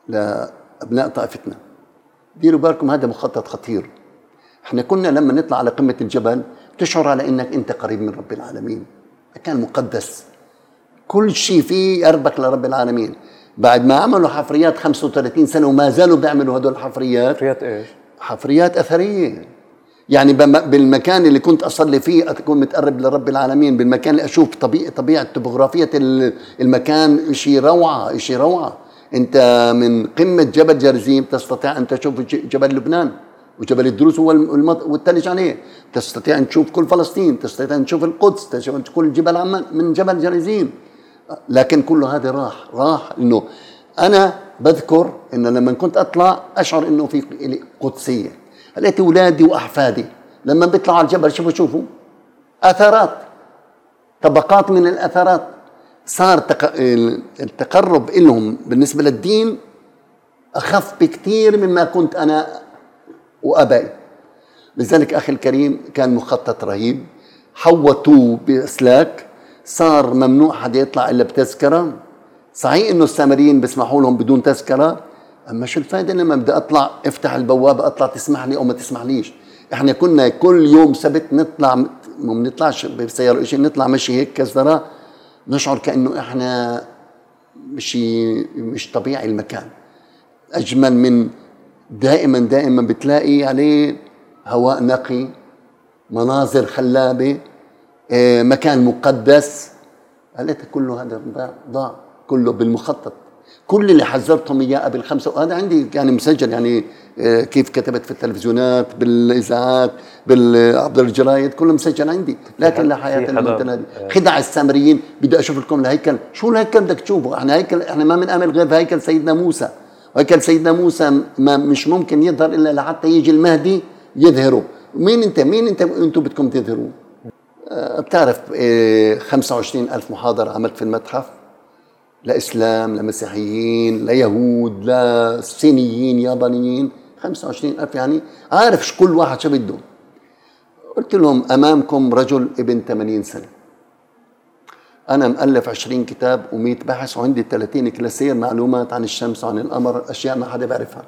[SPEAKER 1] لأبناء طائفتنا. ديروا بالكم هذا مخطط خطير. احنا كنا لما نطلع على قمة الجبل تشعر على انك انت قريب من رب العالمين، مكان مقدس كل شيء فيه يربك لرب العالمين. بعد ما عملوا حفريات خمسة وثلاثين سنة وما زالوا بيعملوا هدول الحفريات.
[SPEAKER 2] حفريات ايش؟
[SPEAKER 1] حفريات أثرية. يعني بالمكان اللي كنت أصلي فيه أكون متقرب لرب العالمين، بالمكان اللي أشوف طبيعة طبيعة توبوغرافية المكان، شيء روعة شيء روعة. أنت من قمة جبل جرزيم تستطيع أن تشوف جبل لبنان وجبل الدروز والثلج عليه، تستطيع أن تشوف كل فلسطين، تستطيع أن تشوف القدس، تشوف كل جبل عمان من جبل جرزيم. لكن كل هذا راح راح إنه أنا بذكر إنه لما كنت أطلع أشعر إنه في قدسية. لقيت أولادي وأحفادي لما بيطلعوا على الجبل شوفوا شوفوا أثرات، طبقات من الأثرات. صار التقرب لهم بالنسبة للدين أخف بكثير مما كنت أنا وأبائي. لذلك أخي الكريم كان مخطط رهيب، حوطوه بأسلاك، صار ممنوع حدا يطلع إلا بتذكرة. صحيح إنه السامريين بيسمحوا لهم بدون تذكرة، أما شو الفائدة لما بدي أطلع افتح البوابة أطلع تسمح لي أو ما تسمح ليش. إحنا كنا كل يوم سبت نطلع، ما بنطلعش بسيارة شيء، نطلع مشي هيك كزرة، نشعر كأنه إحنا مش مش طبيعي المكان. أجمل من دائما دائما بتلاقي عليه هواء نقي، مناظر خلابة، مكان مقدس. قالت كله هذا ضاع كله بالمخطط. كل اللي حذرتهم اياه قبل خمسه، وهذا عندي يعني مسجل، يعني كيف كتبت في التلفزيونات بالاذاعات عبر الجرايد، كله مسجل عندي. لكن لا حياه لمن خدع السامريين. بدي اشوف لكم الهيكل. شو الهيكل بدك تشوفه؟ احنا هيكل، احنا ما بنآمن غير بهيكل سيدنا موسى. وهيكل سيدنا موسى ما مش ممكن يظهر الا لحتى يجي المهدي يظهره. مين انت؟ مين انت انتم بدكم تظهروه؟ أه بتعرف اه خمسة وعشرين ألف محاضرة عملت في المتحف، لإسلام، لمسيحيين، ليهود، لصينيين، يابانيين، خمسة وعشرين ألف. يعني عارف كل واحد شو بده. قلت لهم أمامكم رجل ابن ثمانين سنة، أنا مؤلف عشرين كتاب ومئة بحث، وعندي ثلاثين كلاسير معلومات عن الشمس وعن القمر، أشياء ما حدا بيعرفها.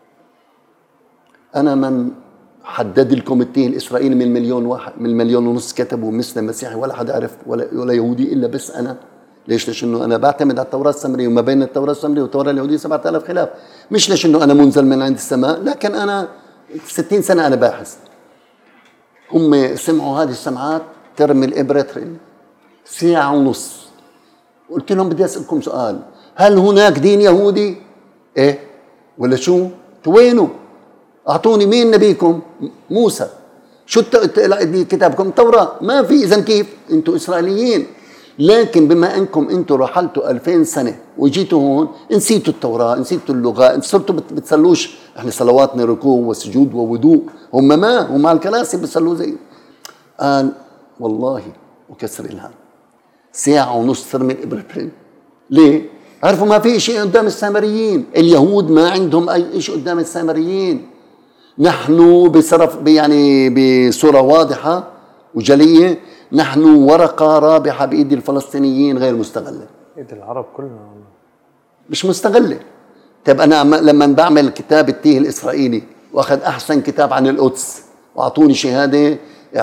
[SPEAKER 1] أنا من حدد لكم التيه الإسرائيلي من مليون واحد، من مليون ونص كتبوا مسلم مسيحي ولا حدا عرف ولا, ولا يهودي إلا بس أنا. ليش؟ ليش انه انا بعتمد على التوراة السامرية، وما بين التوراة السامرية والتوراة اليهودية سبعة آلاف خلاف. مش ليش انه انا منزل من عند السماء، لكن انا ستين سنة انا باحث. هم سمعوا هذه السمعات ترمي الابرة ترمي ساعة ونص. قلت لهم بدي اسألكم سؤال، هل هناك دين يهودي؟ ايه ولا شو؟ وينه؟ اعطوني مين نبيكم؟ موسى. شو كتابكم؟ التوراة. ما في. اذا كيف؟ انتم اسرائيليين. لكن بما انكم انتم رحلتوا ألفين سنة وجيتوا هون، نسيتوا التوراة، نسيتوا اللغة، صرتوا بتصلوش. احنا صلواتنا ركوع وسجود ووضوء، هم ما هم على الكراسي بيصلوا زي. قال والله وكسر الهم ساعة ونص ترمي الإبرة. ليه؟ عرفوا ما في شيء قدام السامريين. اليهود ما عندهم أي شيء قدام السامريين. نحن بصرف يعني بصورة واضحة وجلية، نحن ورقة رابحة بإيد الفلسطينيين غير مستغلة.
[SPEAKER 2] إيد العرب كلنا
[SPEAKER 1] مش مستغلة. طيب أنا لما بعمل كتاب التيه الإسرائيلي وأخذ أحسن كتاب عن القدس وأعطوني شهادة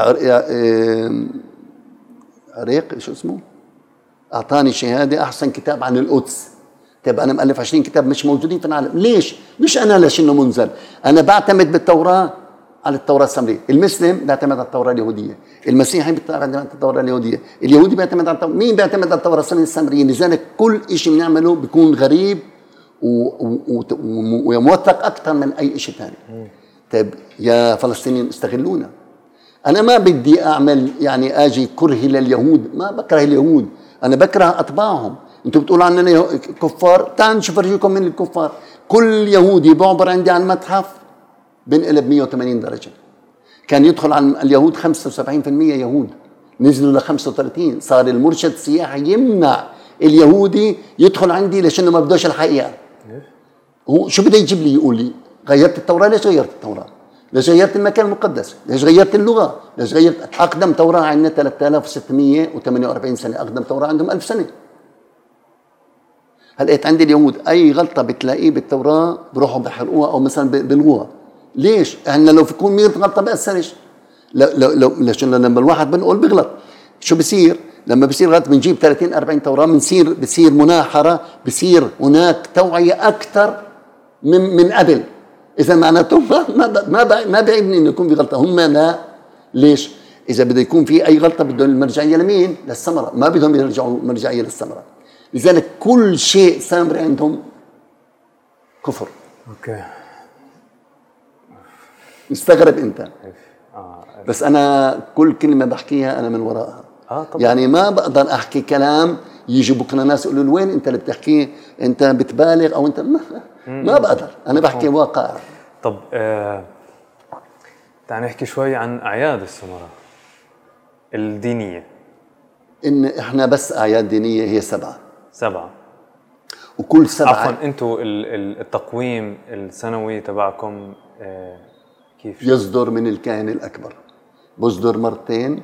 [SPEAKER 1] عريق شو اسمه؟ أعطاني شهادة أحسن كتاب عن القدس. طيب أنا مؤلف عشرين كتاب مش موجودين في العالم. ليش؟ مش أنا ليش إنه منزل. أنا بعتمد بالتوراة على التوراة السامرية، المسلم بيعتمد على التوراة اليهودية، المسيحي بيعتمد على التوراة اليهودية، اليهودي بيعتمد على التوراة. مين بيعتمد على التوراة السامرية؟ لذلك كل شيء بنعمله بيكون غريب وموثق أكثر من أي شيء ثاني. طيب يا فلسطينيين استغلونا. أنا ما بدي أعمل يعني آجي كرهي لليهود، ما بكره اليهود، أنا بكره أطباعهم. أنتوا بتقولوا عننا كفار، تعالوا نشوف فرجيكم من الكفار. كل يهودي بعبر عندي عن المتحف بنقلب مئة وثمانين درجة. كان يدخل على اليهود خمسة وسبعين بالمئة يهود، نزلوا ل خمسة وثلاثين. صار المرشد السياحي يمنع اليهودي يدخل عندي ليش انه ما بدوش الحقيقة. هو شو بده يجيب لي يقول لي غيرت التوراة؟ ليش غيرت التوراة؟ ليش غيرت المكان المقدس؟ ليش غيرت اللغة؟ ليش غيرت أقدم توراة عندنا ثلاثة آلاف وستمئة وثمانية وأربعين سنة، أقدم توراة عندهم ألف سنة. هلقيت عند اليهود اي غلطه بتلاقيه بالتوراه بروحوا بحرقوها او مثلا بلغوها. ليش؟ احنا لو فيكون مية غلطه بأثرش. لو لو لو ليش لما الواحد بنقول بغلط شو بصير؟ لما بصير غلط بنجيب ثلاثين أربعين توراه، بنصير بصير مناحره، بصير هناك توعيه اكثر من من قبل. اذا معناته ما ما ما بعيبني انه يكون في غلطه، هم لا. ليش؟ اذا بده يكون في اي غلطه بدهم المرجعيه لمين؟ للثمره، ما بدهم يرجعوا مرجعيه للثمره. لذلك كل شيء سامري عندهم كفر.
[SPEAKER 2] اوكي.
[SPEAKER 1] مستغرب انت؟
[SPEAKER 2] آه.
[SPEAKER 1] بس انا كل كلمه بحكيها انا من وراءها.
[SPEAKER 2] آه طبعا.
[SPEAKER 1] يعني ما بقدر احكي كلام يجي بكره ناس يقولوا لي وين انت اللي بتحكيه، انت بتبالغ او انت ما, ما بقدر، انا بحكي واقع.
[SPEAKER 2] طب آه تعال نحكي شوي عن اعياد السمره الدينيه.
[SPEAKER 1] ان احنا بس اعياد دينيه هي سبعه
[SPEAKER 2] سبعه
[SPEAKER 1] وكل سبعه
[SPEAKER 2] عفوا. انتم التقويم السنوي تبعكم آه كيف؟
[SPEAKER 1] يصدر من الكاهن الاكبر، بصدر مرتين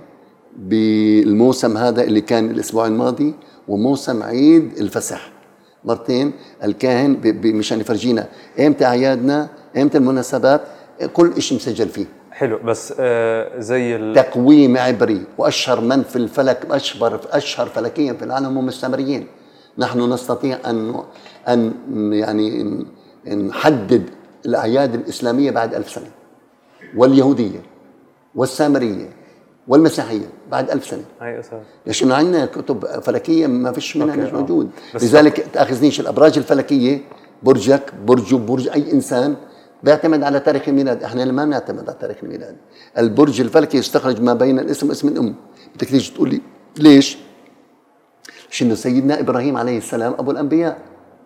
[SPEAKER 1] بالموسم هذا اللي كان الاسبوع الماضي وموسم عيد الفسح، مرتين الكاهن مشان يفرجينا امتى اعيادنا امتى المناسبات، كل شيء مسجل فيه.
[SPEAKER 2] حلو. بس آه زي ال...
[SPEAKER 1] تقويم عبري، واشهر من في الفلك اشهر اشهر فلكيا في العالم هم السامريين. نحن نستطيع ان ان يعني نحدد الاعياد الاسلاميه بعد ألف سنه، واليهوديه والسامريه والمسيحيه بعد ألف سنه.
[SPEAKER 2] هاي اساس.
[SPEAKER 1] ليش انه عندنا كتب فلكيه ما فيش منها مش موجود. لذلك تاخذنيش الابراج الفلكيه، برجك برجه برج اي انسان بيعتمد على تاريخ الميلاد. احنا ما بنعتمد على تاريخ الميلاد. البرج الفلكي يستخرج ما بين الاسم واسم الام. بدك تيجي تقول لي ليش؟ لانه سيدنا ابراهيم عليه السلام ابو الانبياء،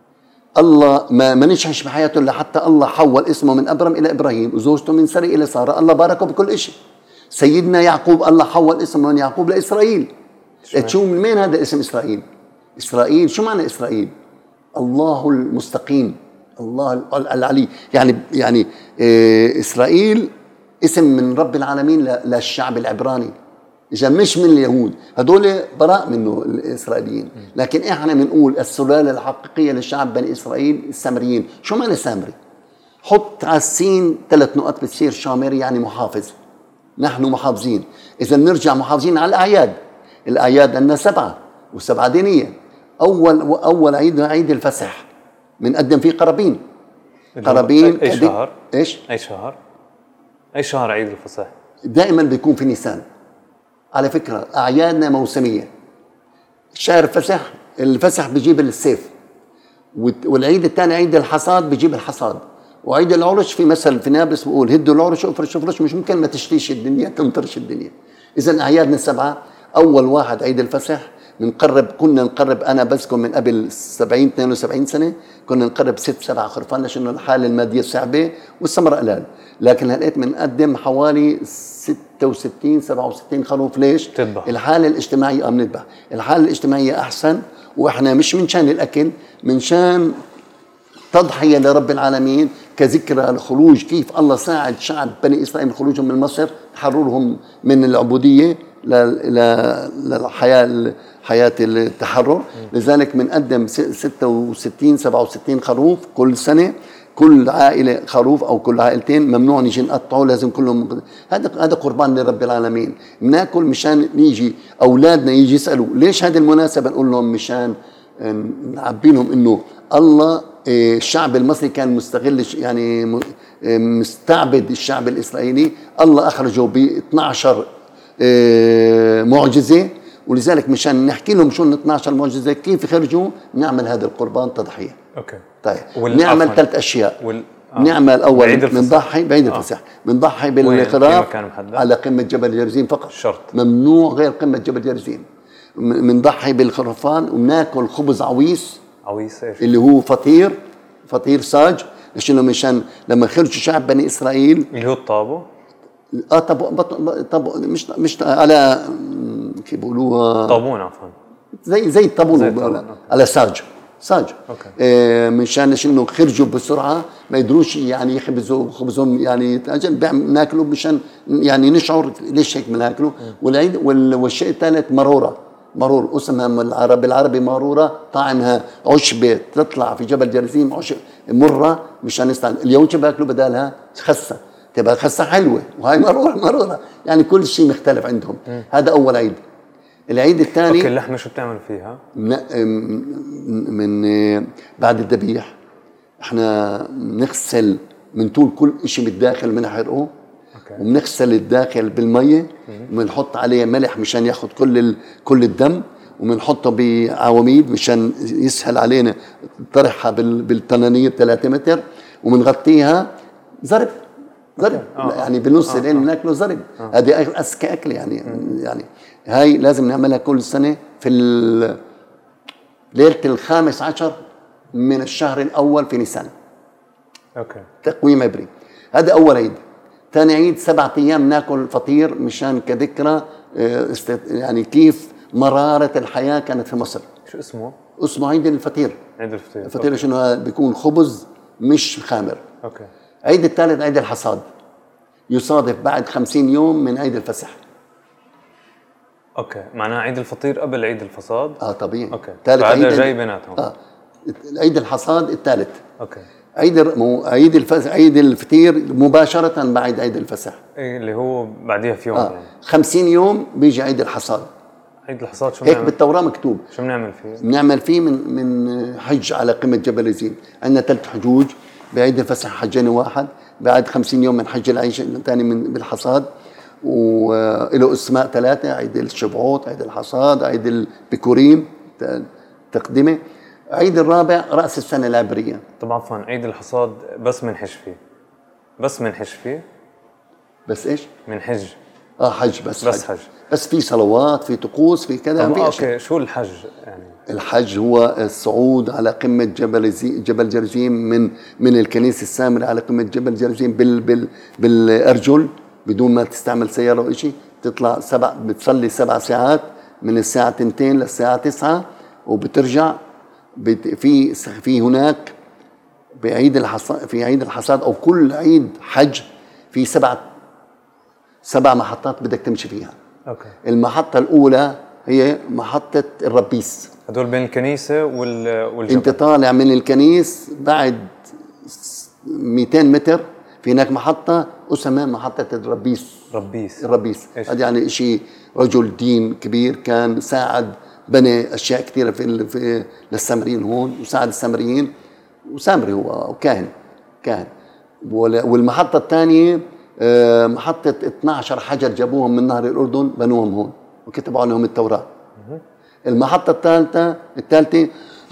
[SPEAKER 1] الله ما ما نجحش بحياته الا حتى الله حول اسمه من ابرم الى ابراهيم وزوجته من سارة الى ساره، الله باركه بكل شيء. سيدنا يعقوب الله حول اسمه من يعقوب لاسرائيل. شو من وين هذا اسم اسرائيل؟ اسرائيل شو معنى اسرائيل؟ الله المستقيم، الله العلي. يعني يعني إيه اسرائيل اسم من رب العالمين للشعب العبراني، اجا مش من اليهود، هدول براء منه الاسرائيليين. لكن احنا بنقول السلاله الحقيقيه للشعب بني اسرائيل السامريين. شو معنى سامري؟ حط على السين ثلاث نقط بتصير شامري، يعني محافظ. نحن محافظين. اذا نرجع محافظين على الاعياد. الاعياد عندنا سبعه وسبعه دينيه. اول اول عيد عيد الفسح بنقدم فيه قرابين. قرابين
[SPEAKER 2] اي شهر؟
[SPEAKER 1] ايش؟
[SPEAKER 2] اي شهر؟ اي شهر عيد الفسح؟
[SPEAKER 1] دائما بيكون في نيسان. على فكره اعيادنا موسميه. شهر الفسح، الفسح بيجيب الصيف، والعيد الثاني عيد الحصاد بيجيب الحصاد، وعيد العرش في مثل في نابلس بقول هدوا العرش وافرش افرش، مش ممكن ما تشتيش الدنيا تمطرش الدنيا. اذا اعيادنا السبعه. اول واحد عيد الفسح بنقرب، كنا نقرب انا بذكر من قبل سبعين اثنين وسبعين سنه كنا نقرب ست سبع خرفان لانه الحاله الماديه صعبه والثمره قلال. لكن هلقيت بنقدم حوالي ستة وستين سبعة وستين خروف. ليش؟
[SPEAKER 2] تذبح.
[SPEAKER 1] الحاله الاجتماعيه اه بنذبح. الحاله الاجتماعيه احسن، واحنا مش من شان الاكل، من شان تضحيه لرب العالمين كذكرى الخروج، كيف الله ساعد شعب بني اسرائيل خروجهم من مصر، تحررهم من العبوديه للحياه حياه التحرر. لذلك بنقدم ستة وستين سبعة وستين خروف كل سنه، كل عائله خروف او كل عائلتين، ممنوع نيجي نقطعه، لازم كلهم. هذا هذا قربان لرب العالمين. بناكل مشان نيجي اولادنا يجي يسالوا ليش هذه المناسبه، نقول لهم مشان نعبي لهم انه الله الشعب المصري كان مستغل، يعني مستعبد الشعب الاسرائيلي، الله اخرجه ب اثني عشر معجزه، ولذلك مشان نحكي لهم شو ال اثني عشر معجزه كيف يخرجوا نعمل هذا القربان تضحيه.
[SPEAKER 2] اوكي.
[SPEAKER 1] طيب نعمل ثلاث اشياء.
[SPEAKER 2] وال... آه.
[SPEAKER 1] نعمل اول بنضحي بعيد الفسح، بنضحي بالخراف على قمه جبل جرزيم فقط،
[SPEAKER 2] شرط
[SPEAKER 1] ممنوع غير قمه جبل جرزيم. بنضحي بالخرفان وبناكل خبز عويس.
[SPEAKER 2] عويس ايش؟
[SPEAKER 1] اللي هو فطير، فطير صاج، لانه مشان لما خرجوا شعب بني اسرائيل
[SPEAKER 2] اللي هو الطابو.
[SPEAKER 1] اه طب طب مش مش على كيف بيقولوها
[SPEAKER 2] طابون عفوا،
[SPEAKER 1] زي زي الطابون على ساج ساج. آه مشان انه خرجوا بسرعه ما يقدروش يعني يخبزوا خبزهم، يعني ناكلوا مشان يعني نشعر ليش هيك بناكله. والعيد والشيء الثالث مرورة. مرور اسمها العربي بالعربي مرورة، طعمها عشبة تطلع في جبل جرزيم، عشب مرة مشان نستعمل. اليوم شو باكلوا بدالها؟ خسة، تبقى خسة حلوة، وهي مرورة مرورة، يعني كل شيء مختلف عندهم. م. هذا أول عيد. العيد الثاني
[SPEAKER 2] اوكي، اللحمة شو بتعمل فيها؟
[SPEAKER 1] من, من بعد الذبيح احنا نغسل من طول كل شيء بالداخل بنحرقه، وبنغسل الداخل بالمية، وبنحط عليه ملح مشان ياخذ كل كل الدم، وبنحطه بعواميد مشان يسهل علينا طرحها بالتنانير ثلاثة متر، وبنغطيها زرب زرب آه. يعني بنص الليل آه. بناكله زرب. هذه آه. أذكى أكل يعني. مم. يعني هاي لازم نعملها كل سنة في ليلة الخامس عشر من الشهر الأول في نيسان.
[SPEAKER 2] أوكي.
[SPEAKER 1] تقويم عبري. هذا أول عيد. ثاني عيد سبعة أيام ناكل فطير مشان كذكرى يعني كيف مرارة الحياة كانت في مصر.
[SPEAKER 2] شو اسمه؟
[SPEAKER 1] اسمه عيد الفطير.
[SPEAKER 2] عيد الفطير.
[SPEAKER 1] الفطير شنو؟ بيكون خبز مش خامر.
[SPEAKER 2] أوكي.
[SPEAKER 1] عيد الثالث عيد الحصاد، يصادف بعد خمسين يوم من عيد الفسح.
[SPEAKER 2] اوكي، معناه عيد الفطير قبل عيد الفصاد.
[SPEAKER 1] اه طبيعي.
[SPEAKER 2] اوكي، هذا جاي بيناتهم.
[SPEAKER 1] اه عيد الحصاد الثالث.
[SPEAKER 2] اوكي.
[SPEAKER 1] عيد مو عيد الفسح، عيد الفطير مباشرة بعد عيد الفسح.
[SPEAKER 2] ايه اللي هو بعديها في يوم.
[SPEAKER 1] آه. يعني خمسين يوم بيجي عيد الحصاد.
[SPEAKER 2] عيد الحصاد شو
[SPEAKER 1] هيك بنعمل؟ بالتوراة مكتوب.
[SPEAKER 2] شو بنعمل فيه؟
[SPEAKER 1] بنعمل فيه من من حج على قمة جبل الزين. عندنا ثلاث حجوج. بعيد الفسح حجين واحد، بعد خمسين يوم من حج العيش الثاني من بالحصاد، وله اسماء ثلاثة: عيد الشبعوت، عيد الحصاد، عيد البكوريم تقدمه. عيد الرابع رأس السنة العبرية.
[SPEAKER 2] طبعا عفوا، عيد الحصاد بس منحج فيه، بس منحج فيه
[SPEAKER 1] بس ايش؟
[SPEAKER 2] منحج.
[SPEAKER 1] اه حج بس
[SPEAKER 2] بس حج, حج.
[SPEAKER 1] بس في صلوات، في طقوس، في كذا، في
[SPEAKER 2] اوكي. شو الحج يعني؟
[SPEAKER 1] الحج هو الصعود على قمة جبل جبل جرزيم من من الكنيسة السامرة على قمة جبل جرزيم بال بال بالأرجل بدون ما تستعمل سيارة أو شيء. تطلع سبع، بتصلي سبع ساعات من الساعة اثنتين للساعة تسعة، وبترجع في في هناك بعيد الحصاد، في عيد الحصاد أو كل عيد حج في سبع سبع محطات بدك تمشي فيها.
[SPEAKER 2] أوكي.
[SPEAKER 1] المحطة الأولى هي محطة الربيس،
[SPEAKER 2] هدول بين الكنيسة والجبل.
[SPEAKER 1] انت طالع من الكنيس بعد مئتين متر في هناك محطة اسمها محطة الربيس.
[SPEAKER 2] ربيس.
[SPEAKER 1] الربيس هذا يعني شيء رجل دين كبير كان ساعد، بنى أشياء كثيرة في, في للسامريين هون، وساعد السامريين، وسامري هو كاهن كاهن. والمحطة الثانية محطة اثني عشر حجر جابوهم من نهر الأردن بنوهم هون وكتبوا عنهم التوراة. المحطة الثالثة الثالثة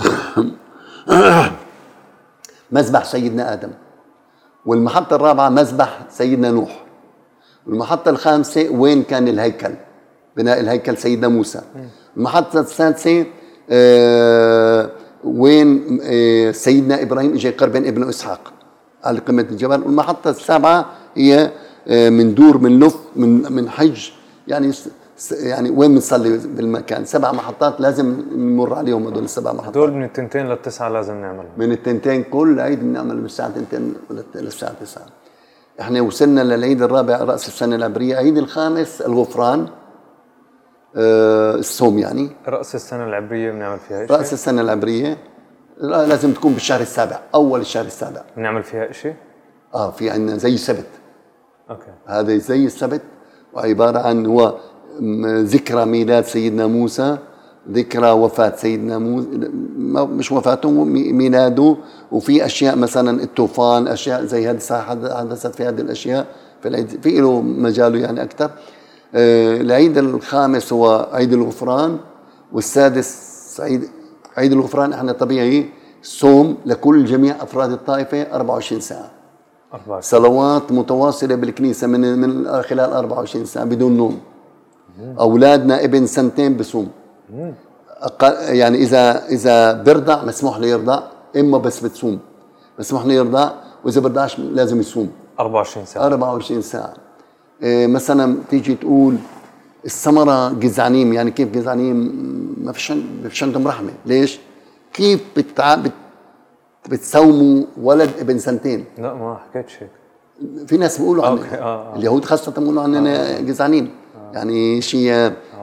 [SPEAKER 1] مذبح سيدنا آدم. والمحطة الرابعة مذبح سيدنا نوح. والمحطة الخامسة وين كان الهيكل، بناء الهيكل سيدنا موسى. المحطة السادسة آه وين آه سيدنا إبراهيم إجا يقربن ابنه إسحاق على قمة الجبل. والمحطة السابعة هي آه من دور من لف من من حج، يعني يعني وين بنصلي بالمكان. سبع محطات لازم نمر عليهم، هذول السبع محطات.
[SPEAKER 2] هذول من التنتين للتسعة لازم نعملهم.
[SPEAKER 1] من التنتين كل عيد بنعمل من الساعة تنتين للساعة تسعة. احنا وصلنا للعيد الرابع رأس السنة العبرية. عيد الخامس الغفران، آه الصوم يعني.
[SPEAKER 2] رأس السنة العبرية بنعمل فيها إيش؟
[SPEAKER 1] رأس السنة العبرية لازم تكون بالشهر السابع، أول الشهر السابع.
[SPEAKER 2] بنعمل فيها شيء؟
[SPEAKER 1] اه في عندنا زي السبت.
[SPEAKER 2] اوكي.
[SPEAKER 1] هذا زي السبت، وعبارة عن هو ذكرى ميلاد سيدنا موسى، ذكرى وفاة سيدنا موسى، مش وفاته ميلاده. وفي أشياء مثلا الطوفان، أشياء زي هذه حدثت في هذه الأشياء في العيد، في له مجاله يعني أكثر. آه العيد الخامس هو عيد الغفران، والسادس عيد عيد الغفران. احنا طبيعي صوم لكل جميع أفراد الطائفة أربعة وعشرين ساعة،
[SPEAKER 2] أربعة.
[SPEAKER 1] صلوات متواصلة بالكنيسة من من خلال أربعة وعشرين ساعة بدون نوم. أولادنا ابن سنتين بصوم، يعني إذا إذا برضع مسموح له يرضع، إما بس بتصوم مسموح له يرضع، وإذا برضعش لازم يصوم
[SPEAKER 2] أربعة وعشرين ساعة.
[SPEAKER 1] أربعة وعشرين ساعة. إيه مثلا تيجي تقول السمرة جزعنين، يعني كيف جزعنين؟ ما فيش ما فيش عندهم رحمة. ليش؟ كيف بتع... بت... بتصوموا ولد ابن سنتين؟
[SPEAKER 2] لا ما حكيتش هيك.
[SPEAKER 1] في ناس بيقولوا عننا
[SPEAKER 2] آه آه.
[SPEAKER 1] اليهود خاصة بيقولوا عننا آه. جزعنين. يعني شيء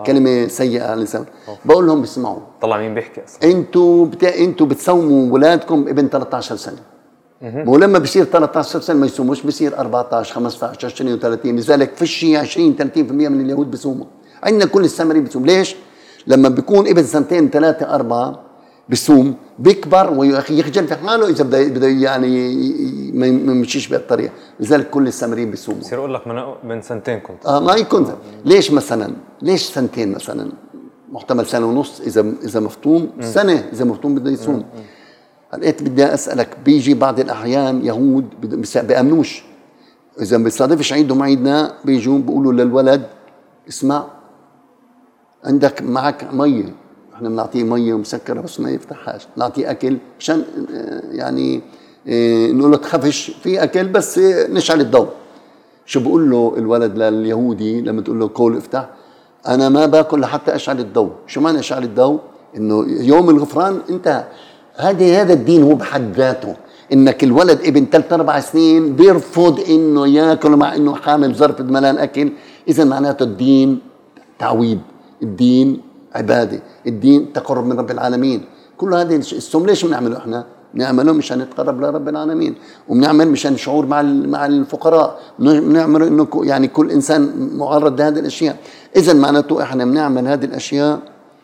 [SPEAKER 1] كلمه سيئه على اللسان. بقول لهم بيسمعوا.
[SPEAKER 2] طلع مين بيحكي اصلا؟
[SPEAKER 1] انتوا بتا... انتوا بتصوموا اولادكم ابن ثلاثة عشر سنه. مو لما بصير ثلاثة عشر سنه ما يصوموش، بصير أربعة عشر خمسة عشر عشرين وثلاثين، لذلك فيش عشرين ثلاثين بالمئة من اليهود بيصوموا. عندنا كل السامريين بيصوم. ليش؟ لما بيكون ابن سنتين ثلاثه اربعه بيصوم بيكبر ويخجل في حاله اذا بده بده يعني ما يمشيش بهالطريقه، لذلك كل السامريين بيصوموا.
[SPEAKER 2] بصير اقول لك من من سنتين كنت
[SPEAKER 1] اه ما يكون آه. ليش مثلا؟ ليش سنتين مثلا؟ محتمل سنه ونص اذا اذا مفطوم، سنه اذا مفطوم بده يصوم. لقيت بدي اسالك، بيجي بعض الاحيان يهود بيامنوش، اذا ما بيصادفش عيدهم عيدنا بيجوا بيقولوا للولد اسمع عندك معك ميه، احنا بنعطيه ميه مسكره بس ما يفتحهاش، نعطيه اكل مشان يعني نقول له تخافش في اكل بس نشعل الضوء. شو بقول له الولد لليهودي لما تقول له كول افتح؟ انا ما باكل لحتى اشعل الضوء. شو معنى اشعل الضوء؟ انه يوم الغفران انتهى. هذا هذا الدين هو بحد ذاته، انك الولد ابن ثلاث اربع سنين بيرفض انه ياكل مع انه حامل ظرف ملان اكل، اذا معناته الدين تعويض، الدين عباده، الدين تقرب من رب العالمين. كل هذه الصوم ليش بنعمله احنا؟ بنعمله مشان نتقرب لرب العالمين، وبنعمل مشان شعور مع مع الفقراء، بنعمله انه يعني كل انسان معرض لهذه الاشياء. اذا معناته احنا بنعمل هذه الاشياء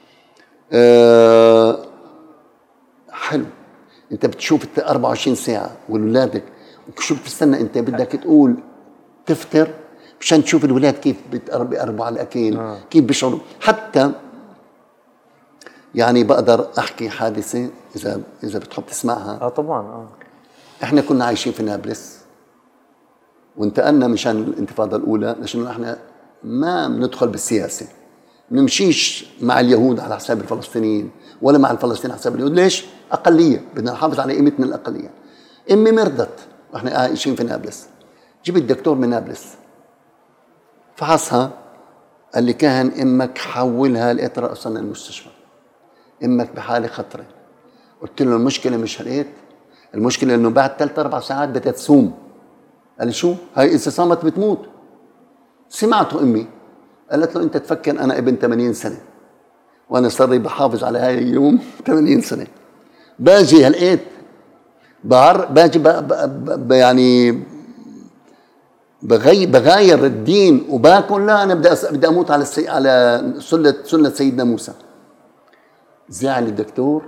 [SPEAKER 1] أه حلو. انت بتشوف أربعة وعشرين ساعه واولادك، شو بتستنى انت؟ بدك تقول تفطر مشان تشوف الولاد كيف بيقربوا على الاكل، آه. كيف بيشعروا. حتى يعني بقدر احكي حادثه اذا اذا بتحب تسمعها.
[SPEAKER 2] اه طبعا. اه
[SPEAKER 1] احنا كنا عايشين في نابلس وانتقلنا مشان الانتفاضه الاولى، لانه احنا ما بندخل بالسياسه، بنمشيش مع اليهود على حساب الفلسطينيين ولا مع الفلسطينيين على حساب اليهود. ليش؟ اقليه، بدنا نحافظ على قيمتنا الاقليه. امي مرضت واحنا عايشين في نابلس، جبت دكتور من نابلس فحصها، قال لي كاهن امك حولها لقيت راسا المستشفى، امك بحاله خطره. قلت له المشكله مش هلقيت، المشكله انه بعد ثلاث اربع ساعات بدها تصوم. قال لي شو؟ هاي اذا صامت بتموت. سمعته امي قالت له انت تفكر انا ابن ثمانين سنه وانا صار لي بحافظ على هاي اليوم ثمانين سنه، باجي هلقيت بعر باجي ب... ب... ب... يعني بغي... بغاير الدين وباكل. لا انا بدي أس... بدي اموت على السي... على سنه سنه سيدنا موسى. زعل الدكتور،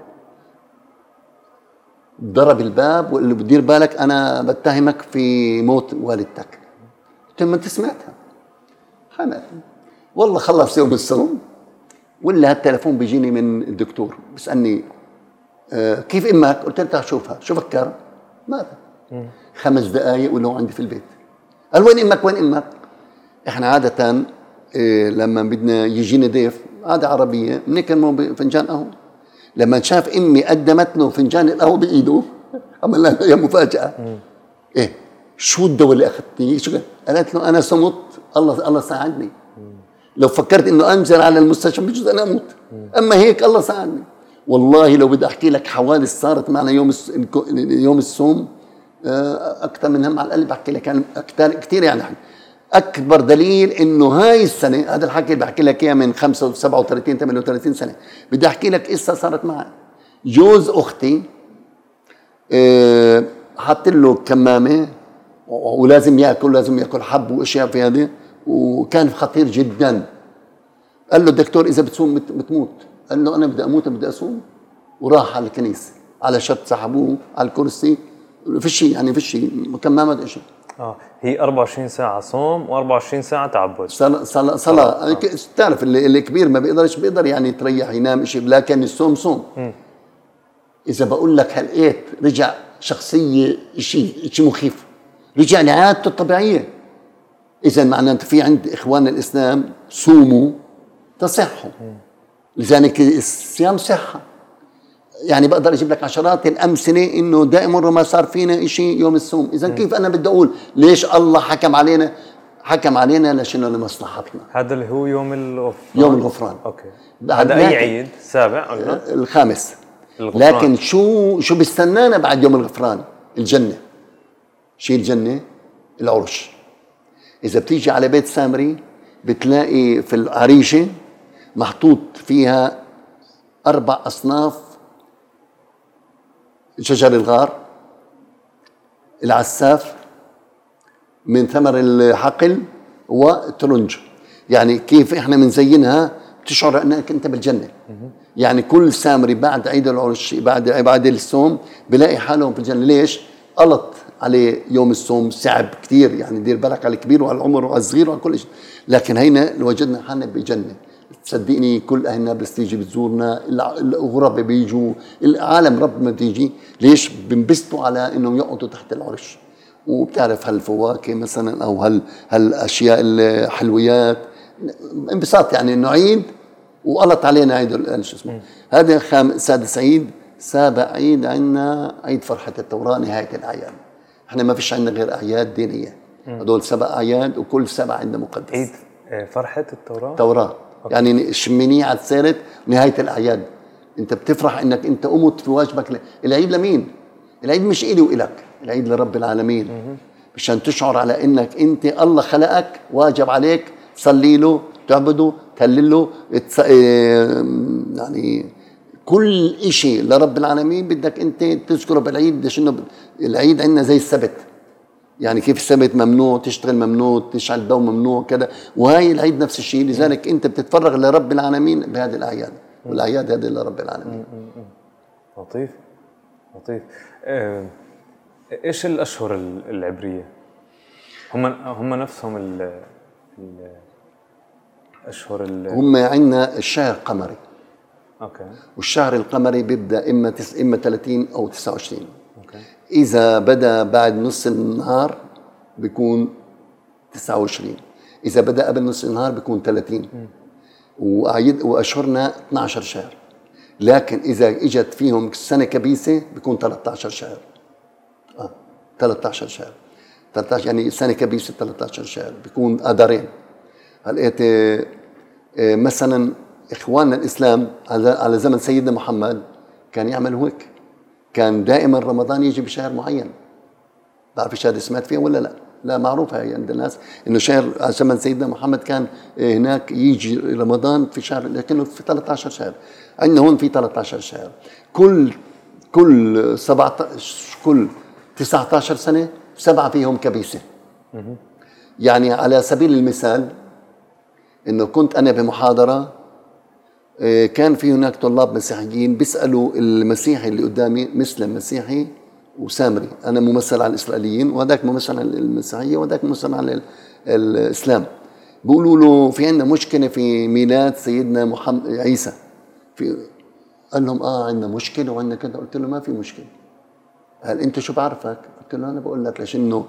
[SPEAKER 1] ضرب الباب وقال له بدير بالك انا بتهمك في موت والدتك. قلت له ما انت سمعتها. حمد والله خلص يوم الصوم ولا هالتليفون بيجيني من الدكتور بيسالني آه كيف امك؟ قلت له تعال شوفها. شو فكر؟ ماذا؟ خمس دقائق ولو عندي في البيت. قال وين امك؟ وين امك؟ احنا عاده إيه لما بدنا يجينا ضيف عاده عربيه بنكرمه بفنجان قهوه. لما شاف امي قدمت له فنجان القهوه بايده عمل لها يا مفاجاه. ايه شو الدواء اللي اخذتيه؟ شو قالت له انا صمت، الله الله ساعدني. لو فكرت انه انزل على المستشفى بجوز انا اموت، اما هيك الله ساعدني. والله لو بدي احكي لك حوادث صارت معنا يوم يوم الصوم اكثر من هم على القلب بحكي لك يعني كثير. يعني اكبر دليل انه هاي السنه، هذا الحكي اللي بحكي لك اياه من خمسة وسبعة وثلاثين ثمانية وثلاثين سنه، بدي احكي لك قصه صارت معي. جوز اختي أه حط له كمامه ولازم ياكل، لازم ياكل حب واشياء في هذه، وكان خطير جدا. قال له الدكتور اذا بتصوم بتموت. قال له انا بدي اموت بدي اصوم. وراح على الكنيسه على شط سحبوه على الكرسي، في شيء يعني في شيء كمامه شيء.
[SPEAKER 2] اه هي أربعة وعشرين ساعه صوم و24 ساعه تعبد
[SPEAKER 1] صلاه صلاه صلاه. آه. تعرف اللي الكبير ما بيقدرش بيقدر يعني تريح ينام شيء، لكن الصوم صوم. م. اذا بقول لك هلقيت رجع شخصيه شيء شيء مخيف، رجع لعادته الطبيعيه. اذا معناته في عند اخوان الاسلام صوموا تصحوا، لذلك الصيام صحه. يعني بقدر اجيب لك عشرات الامثله انه دائما ما صار فينا شيء يوم الصوم. اذا كيف انا بدي اقول ليش الله حكم علينا؟ حكم علينا لشنو؟ لمصلحتنا.
[SPEAKER 2] هذا اللي هو يوم الغفران.
[SPEAKER 1] يوم الغفران.
[SPEAKER 2] اوكي. هذا اي عيد؟ سابع قلنا؟
[SPEAKER 1] الخامس.
[SPEAKER 2] الغفران.
[SPEAKER 1] لكن شو شو بيستنانا بعد يوم الغفران؟ الجنه. شيء الجنه؟ العرش. اذا بتيجي على بيت سامري بتلاقي في العريشه محطوط فيها أربع أصناف: شجر الغار، العساف، من ثمر الحقل، وترنج. يعني كيف احنا بنزينها بتشعر انك انت بالجنه. يعني كل سامري بعد عيد العرش، بعد بعد الصوم، بلاقي حاله في الجنه. ليش؟ قلط عليه يوم الصوم صعب كثير، يعني دير بالك على الكبير وعلى العمر وعلى الصغير وعلى كل شيء، لكن هينا وجدنا حالنا بجنه. تصدقني كل اهل نابلس تيجي بتزورنا، الغرباء بيجوا، العالم رب ما بتيجي. ليش؟ بنبسطوا على انهم يقعدوا تحت العرش، وبتعرف هالفواكه مثلا او هال هالاشياء الحلويات، انبساط. يعني انه عيد وقلط علينا عيد شو اسمه. هذا خام سادس عيد. سابع عيد عندنا عيد فرحة التوراة، نهاية الأعياد. احنا ما فيش عندنا غير أعياد دينية، هدول سبع أعياد وكل سبع عندنا مقدس.
[SPEAKER 2] عيد فرحة التوراة؟
[SPEAKER 1] توراة يعني شمينية على السيرت نهاية الأعياد. أنت بتفرح إنك أنت قمت في واجبك. ل... العيد لمين؟ العيد مش إلي وإلك، العيد لرب العالمين، مشان تشعر على إنك أنت الله خلقك، واجب عليك تصلي له، تعبده، تهلل له، تس... يعني كل إشي لرب العالمين بدك أنت تذكره بالعيد. ليش؟ إنه العيد عندنا زي السبت. يعني كيف السبت ممنوع تشتغل، ممنوع تشعل الضوء، ممنوع كذا، وهي العيد نفس الشيء. لذلك أنت بتتفرغ لرب العالمين بهذه الأعياد، والأعياد هذه لرب العالمين.
[SPEAKER 2] لطيف لطيف. اه إيش الأشهر العبرية؟ هم هم نفسهم ال الأشهر ال
[SPEAKER 1] هم عندنا الشهر قمري.
[SPEAKER 2] أوكي.
[SPEAKER 1] والشهر القمري بيبدأ إما تس... إما ثلاثين أو تسعة وعشرين. أوكي. إذا بدأ بعد نص النهار بيكون تسعة وعشرين، إذا بدأ قبل نص النهار بيكون ثلاثين. وأعيد وأشهرنا اثنا عشر شهر، لكن إذا إجت فيهم سنة كبيسة بيكون ثلاثة عشر شهر. آه ثلاثة عشر شهر، ثلاثة عشر يعني سنة كبيسة ثلاثة عشر شهر بيكون أدارين. هلقيت مثلا إخواننا الإسلام على زمن سيدنا محمد كان يعملوا هيك، كان دائما رمضان يجي بشهر معين. بعرف الشهر سمعت فيها ولا لا؟ لا معروفة هي عند الناس إنه شهر على زمن سيدنا محمد كان هناك يجي رمضان في شهر، لكنه في ثلاثة عشر شهر. عندنا هون في ثلاثة عشر شهر. كل كل سبعة عشر كل تسعة عشر سنة سبعة فيهم كبيسة. يعني على سبيل المثال إنه كنت أنا بمحاضرة، كان في هناك طلاب مسيحيين بيسألوا المسيحي اللي قدامي، مسلم مسيحي وسامري، أنا ممثل على الإسرائيليين وهذاك ممثل على المسيحية وهذاك ممثل على الإسلام. بيقولوا له في عندنا مشكلة في ميلاد سيدنا محمد عيسى. في قال لهم آه عندنا مشكلة وعندنا كذا. قلت له ما في مشكلة. قال أنت شو بعرفك؟ قلت له أنا بقول لك ليش إنه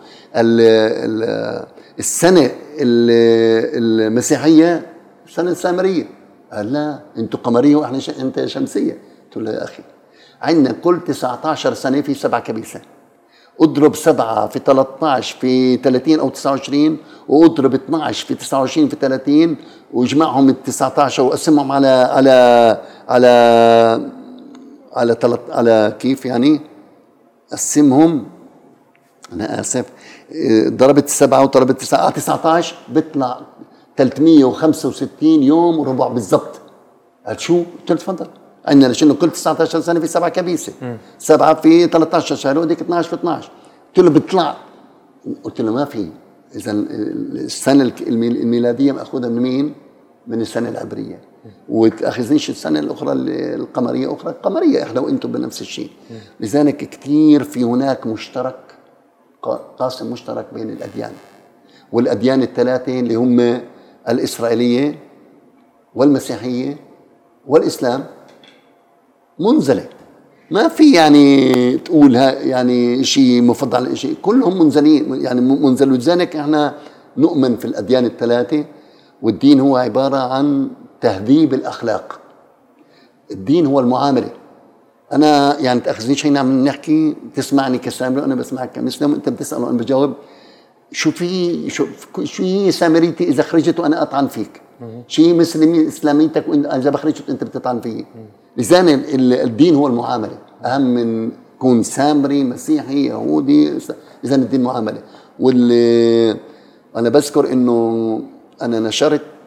[SPEAKER 1] السنة المسيحية السنة السامرية. قال لا أنتوا قمرية وإحنا ش... أنت شمسية. قلت له يا أخي عندنا كل تسعة عشر سنة في سبعة كبيسة، اضرب سبعة في ثلاثة عشر في ثلاثين أو تسعة وعشرين، واضرب اثنا عشر في تسعة وعشرين في ثلاثين، واجمعهم ال تسعة عشر وقسمهم على على على على على, على كيف يعني قسمهم، أنا آسف، ضربت السبعة وضربت تسعة تسعة عشر بيطلع ثلاثمية وخمسة وستين يوم وربع بالضبط. قال شو؟ قلت له تفضل. عندنا لأنه كل تسعة عشر سنة في سبعة كبيسة، م. سبعة في ثلاثة عشر شهر وديك اثنا عشر في اثنا عشر. قلت له بيطلع. قلت له ما في. إذا السنة الميلادية مأخوذة من مين؟ من السنة العبرية، وتأخذنيش السنة الأخرى القمرية أخرى قمرية، إحنا وإنتم بنفس الشيء. م. لذلك كثير في هناك مشترك، قاسم مشترك بين الأديان، والأديان الثلاثة اللي هم الإسرائيلية والمسيحية والإسلام منزلة. ما في يعني تقول يعني شيء مفضل على شيء، كلهم منزلين يعني منزلوا. لذلك احنا نؤمن في الأديان الثلاثة، والدين هو عبارة عن تهذيب الأخلاق. الدين هو المعاملة. أنا يعني تأخذني شيء نعم نحكي، تسمعني كسامري وأنا بسمعك كمسلم، وأنت بتسأل وأنا بجاوب. شو في شو شو هي سامريتي إذا خرجت وأنا أطعن فيك؟ شيء مسلمي إسلاميتك وإذا بخرجت أنت بتطعن فيه. لذلك الدين هو المعاملة أهم من كون سامري مسيحي يهودي. إذا الدين معاملة. واللي أنا بذكر إنه أنا نشرت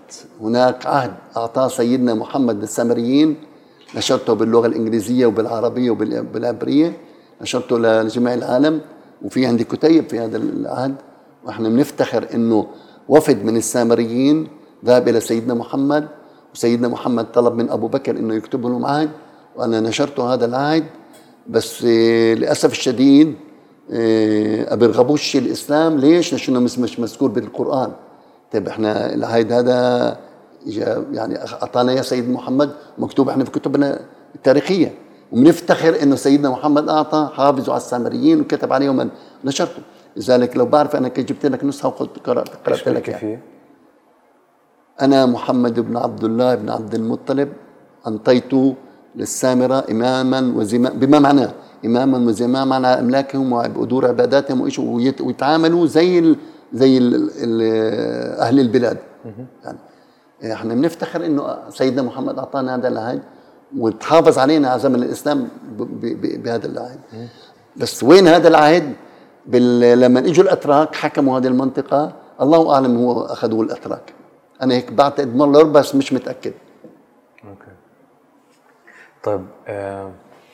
[SPEAKER 1] هناك عهد أعطاه سيدنا محمد للسامريين، نشرته باللغة الإنجليزية وبالعربية وبالعبرية، نشرته لجميع العالم، وفي عندي كتيب في هذا العهد. وإحنا بنفتخر إنه وفد من السامريين ذهب إلى سيدنا محمد، وسيدنا محمد طلب من أبو بكر إنه يكتب لهم عهد، وأنا نشرت هذا العهد. بس للأسف الشديد ما بيرغبوش الإسلام. ليش؟ لأنه مش مذكور بالقرآن. طيب إحنا العهد هذا يعني أعطانا يا سيد محمد، مكتوب إحنا في كتبنا التاريخية، وبنفتخر إنه سيدنا محمد أعطى حافظوا على السامريين وكتب عليهم من نشرته. لذلك لو بعرف أنا كنت جبت لك نسخة وقلت قرأت قرأت لك يعني. أنا محمد بن عبد الله بن عبد المطلب أنطيت للسامرة إماما وزماما، بما معناه إماما وزماما على أملاكهم وأدور عباداتهم وإيش، ويتعاملوا زي ال زي ال ال أهل البلاد. يعني إحنا بنفتخر إنه سيدنا محمد أعطانا هذا العهد وتحافظ علينا على زمن الإسلام بهذا العهد. بس وين هذا العهد؟ لما اجوا الأتراك حكموا هذه المنطقة، الله أعلم هو أخذوا الأتراك. أنا هيك بعتقد مرة بس مش متأكد.
[SPEAKER 2] أوكي. طيب آه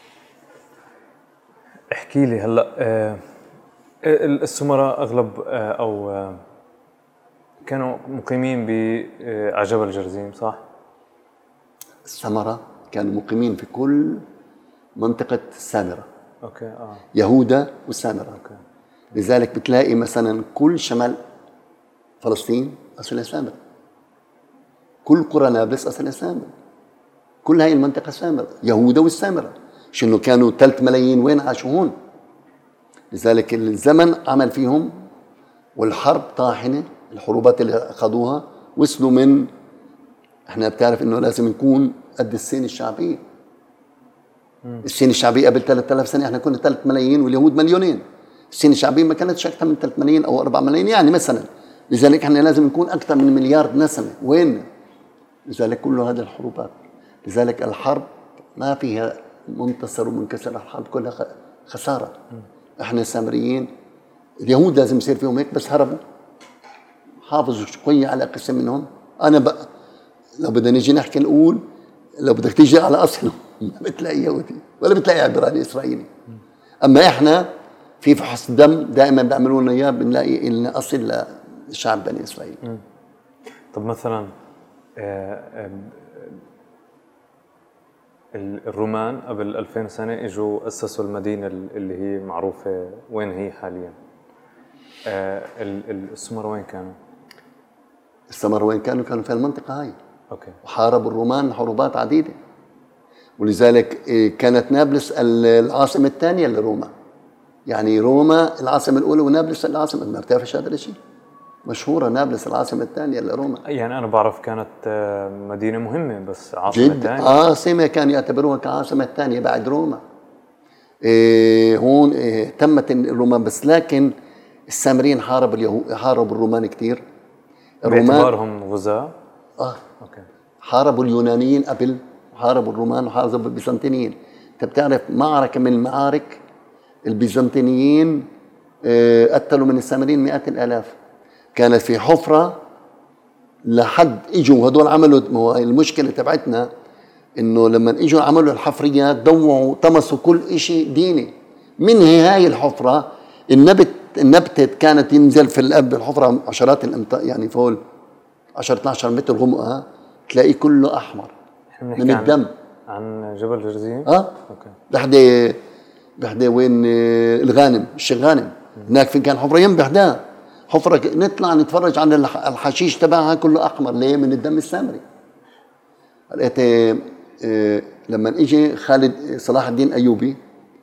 [SPEAKER 2] احكي لي هلا آه السمراء أغلب آه أو آه كانوا مقيمين على جبل جرزيم صح؟
[SPEAKER 1] السمراء كانوا مقيمين في كل منطقة السامرة.
[SPEAKER 2] أوكي. آه.
[SPEAKER 1] يهودا والسامرة.
[SPEAKER 2] أوكي.
[SPEAKER 1] لذلك بتلاقي مثلا كل شمال فلسطين أصلها سامرة، كل قرى نابلس أصلها سامرة، كل هاي المنطقة سامرة، يهودا والسامرة. شنو كانوا ثلاث ملايين وين عاشوا هون. لذلك الزمن عمل فيهم، والحرب طاحنة، الحروبات اللي أخذوها وصلوا من، احنا بتعرف انه لازم نكون قد السين الشعبية. السين الشعبية قبل ثلاثة آلاف سنة احنا كنا ثلاث ملايين واليهود مليونين. السين الشعبية ما كانتش أكثر من ثلاث ملايين أو أربعة ملايين يعني مثلا. لذلك احنا لازم نكون أكثر من مليار نسمة. وين؟ لذلك كل هذه الحروبات. لذلك الحرب ما فيها منتصر ومنكسر، الحرب كلها خسارة. احنا السامريين اليهود لازم يصير فيهم هيك، بس هربوا، حافظوا شوية على قسم منهم. أنا بقى لو بدنا نيجي نحكي نقول لو بدك تيجي على أصله ما بتلاقي يهودي ولا بتلاقي عبراني إسرائيلي. أما إحنا في فحص دم دائما بيعملوا لنا إياه، بنلاقي لنا أصل لشعب بني إسرائيل.
[SPEAKER 2] طب مثلا الرومان قبل ألفين سنة إجوا أسسوا المدينة اللي هي معروفة وين هي حاليا. السمر وين كانوا؟
[SPEAKER 1] السمر وين كانوا؟ كانوا في المنطقة هاي.
[SPEAKER 2] أوكي.
[SPEAKER 1] وحاربوا الرومان حروبات عديدة، ولذلك كانت نابلس العاصمة الثانية لروما. يعني روما العاصمة الأولى ونابلس العاصمة، ما بتعرفش هذا الشيء؟ مشهورة نابلس العاصمة الثانية لروما.
[SPEAKER 2] يعني أنا بعرف كانت مدينة مهمة بس عاصمة ثانية.
[SPEAKER 1] عاصمة كانوا يعتبروها كعاصمة ثانية بعد روما. إيه هون إيه تمت الرومان، بس لكن السامريين حاربوا اليهود، حاربوا الرومان كثير.
[SPEAKER 2] الرومان باعتبارهم غزاة.
[SPEAKER 1] اه اوكي. حاربوا اليونانيين قبل، حاربوا الرومان وحاربوا البيزنطيين. انت بتعرف معركة من المعارك البيزنطيين إيه قتلوا من السامريين مئات الالاف. كانت في حفرة لحد اجوا هدول عملوا، المشكلة تبعتنا انه لما اجوا عملوا الحفريات ضوعوا طمسوا كل اشي ديني. من هي هاي الحفرة النبت النبتة كانت تنزل في الأب الحفرة عشرات الامتار، يعني فوق عشرة اثنا عشر متر غمقها، تلاقيه كله أحمر من الدم.
[SPEAKER 2] عن جبل جرزيم؟
[SPEAKER 1] اه اوكي. بحدة بحدة وين الغانم، الشيخ غانم هناك في كان حفرة يم بحدها حفرة، نطلع نتفرج عن الحشيش تبعها كله أحمر. ليه؟ من الدم السامري. لقيت آه لما اجى خالد صلاح الدين أيوبي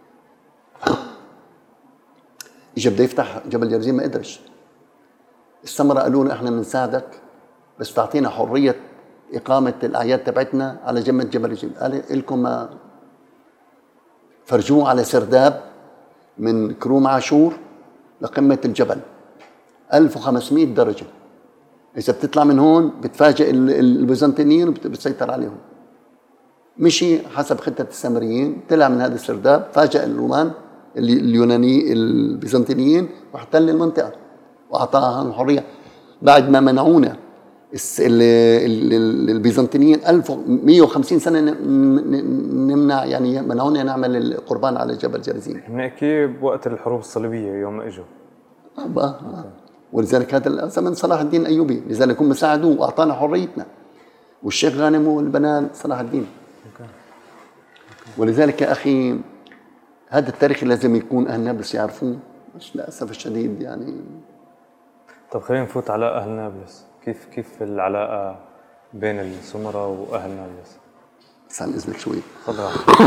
[SPEAKER 1] اجى بده يفتح جبل جرزيم ما قدرش. السمرة قالوا له احنا بنساعدك بس تعطينا حرية إقامة الأعياد تبعتنا على جمة جبل جرزيم. قال لكم ما فرجوه على سرداب من كروم عاشور لقمة الجبل ألف وخمسمئة درجة. إذا بتطلع من هون بتفاجئ البيزنطيين وبتسيطر عليهم. مشي حسب خطة السامريين، طلع من هذا السرداب، فاجأ الرومان اليوناني البيزنطيين واحتل المنطقة وأعطاها الحرية بعد ما منعونا الس- ال- ال- ال- البيزنطيين ألف ومئة وخمسين سنه ن- ن- نمنع، يعني منعونا نعمل القربان على جبل جرزيم.
[SPEAKER 2] بنحكي بوقت الحروب الصليبيه يوم ما اجوا.
[SPEAKER 1] آه آه. ولذلك هذا زمن صلاح الدين الايوبي، لذلك هم ساعدوه واعطانا حريتنا، والشيخ غانم والبنان صلاح الدين. ولذلك يا اخي هذا التاريخ لازم يكون اهل نابلس يعرفوه، بس للاسف الشديد يعني.
[SPEAKER 2] طب خلينا نفوت على اهل نابلس، كيف كيف العلاقه بين السمره واهل نابلس؟
[SPEAKER 1] بس عن اذنك شوي.
[SPEAKER 2] تفضل.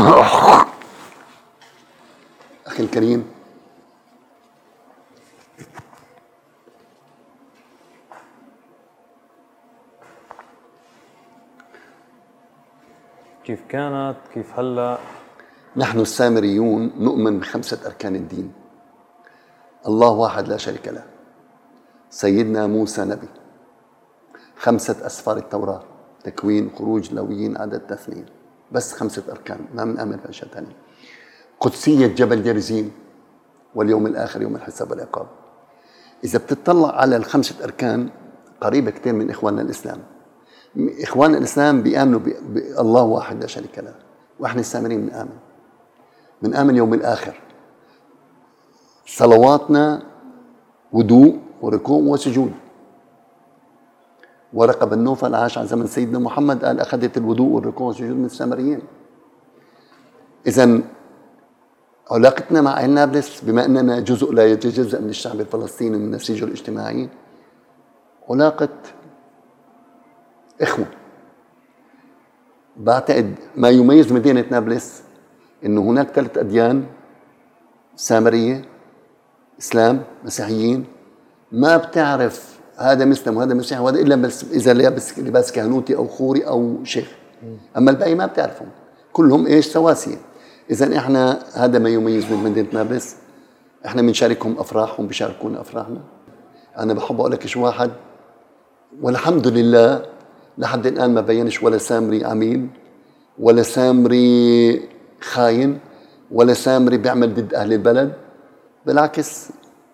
[SPEAKER 1] اخي الكريم،
[SPEAKER 2] كيف كانت كيف هلا؟
[SPEAKER 1] نحن السامريون نؤمن بخمسة أركان الدين. الله واحد لا شريك له، سيدنا موسى نبي، خمسة أسفار التوراة، تكوين، خروج، لويين، عدد، تثنية، بس خمسة أركان، ما بنآمن بأشياء ثانية. قدسية جبل جرزيم، واليوم الآخر، يوم الحساب والعقاب. إذا بتطلع على الخمسة أركان قريبة كتير من إخواننا الإسلام. إخواننا الإسلام بيآمنوا بالله واحد لا شريك له، وإحنا السامريين بنآمن بنآمن يوم الآخر. صلواتنا وضوء وركوع وسجود. ورقة بن نوفل عاش على زمن سيدنا محمد، قال أخذت الوضوء والركوع والسجود من السامريين. إذن علاقتنا مع أهل نابلس، بما أننا جزء لا يتجزأ من الشعب الفلسطيني من نسيجه الاجتماعي، علاقة إخوة. بعتقد ما يميز مدينة نابلس إنه هناك ثلاث أديان، سامرية، إسلام، مسيحيين. ما بتعرف هذا مسلم وهذا مسيحي وهذا إلا بس إذا لابس لباس كهنوتي أو خوري أو شيخ، أما الباقي ما بتعرفهم، كلهم إيش سواسية. إذن إحنا هذا ما يميز من مدينة نابلس، إحنا بنشاركهم أفراحهم، بيشاركونا أفراحنا. أنا بحب أقول لك شو واحد، والحمد لله لحد الآن ما بينش ولا سامري عميل، ولا سامري خاين، ولا سامري بيعمل ضد أهل البلد. بالعكس،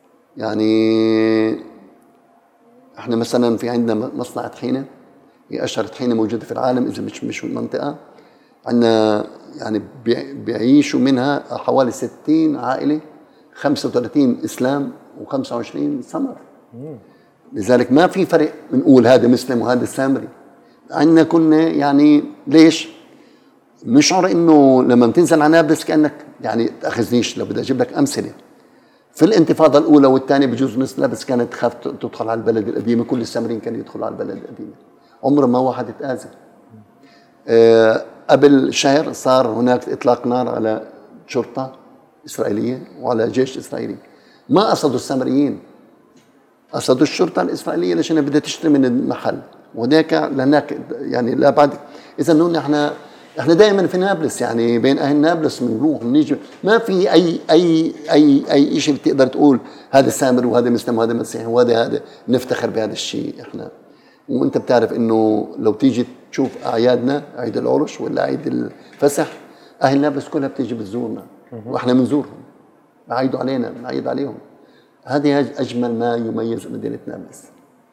[SPEAKER 1] يعني احنا مثلا في عندنا مصنع طحينة، هي أشهر طحينة موجودة في العالم إذا مش مش المنطقة. عندنا يعني بيعيشوا منها حوالي ستين عائلة، خمسة وثلاثين إسلام وخمسة وعشرين سمر. لذلك ما في فرق بنقول هذا مسلم وهذا سامري. عندنا كنا يعني ليش نشعر انه لما تنزل على نابلس كانك يعني تاخذنيش، لو بدي اجيب لك امثله. في الانتفاضه الاولى والثانيه بجوز ناس نابلس كانت تخاف تدخل على البلد القديمه، كل السامريين كانوا يدخلوا على البلد القديمه، عمر ما واحد اتاذى. أه قبل شهر صار هناك اطلاق نار على شرطه اسرائيليه وعلى جيش اسرائيلي. ما قصدوا السامريين، قصدوا الشرطه الاسرائيليه ليش بدها تشتري من المحل، وهناك لهناك يعني لا بعد. اذا نحن احنا احنا دائما في نابلس، يعني بين اهل نابلس بنروح بنيجي، ما في اي اي اي اي شيء بتقدر تقول هذا سامر وهذا مسلم وهذا مسيحي وهذا هذا، نفتخر بهذا الشيء احنا. وانت بتعرف انه لو تيجي تشوف اعيادنا، عيد العرش ولا عيد الفسح، اهل نابلس كلها بتيجي بتزورنا واحنا بنزورهم، بعيدوا علينا بنعيد عليهم. هذه أجمل ما يميز مدينة نابلس.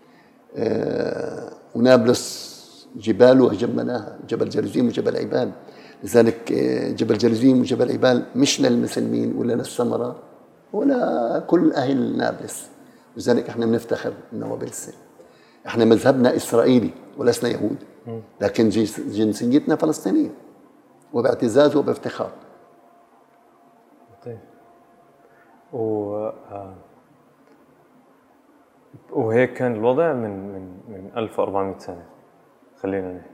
[SPEAKER 1] آه ونابلس جبال وجمناها، جبل جرزيم وجبل عبال. لذلك آه جبل جرزيم وجبل عبال مش للمسلمين ولا للسمرة ولا كل أهل نابلس. لذلك احنا بنفتخر بنابلس. احنا مذهبنا إسرائيلي ولسنا يهود، لكن جنسيتنا فلسطينية، وباعتزاز وبافتخار.
[SPEAKER 2] طيب. و آه. وهيك كان الوضع من من من ألف وأربعمئة سنة، خلينا نحكي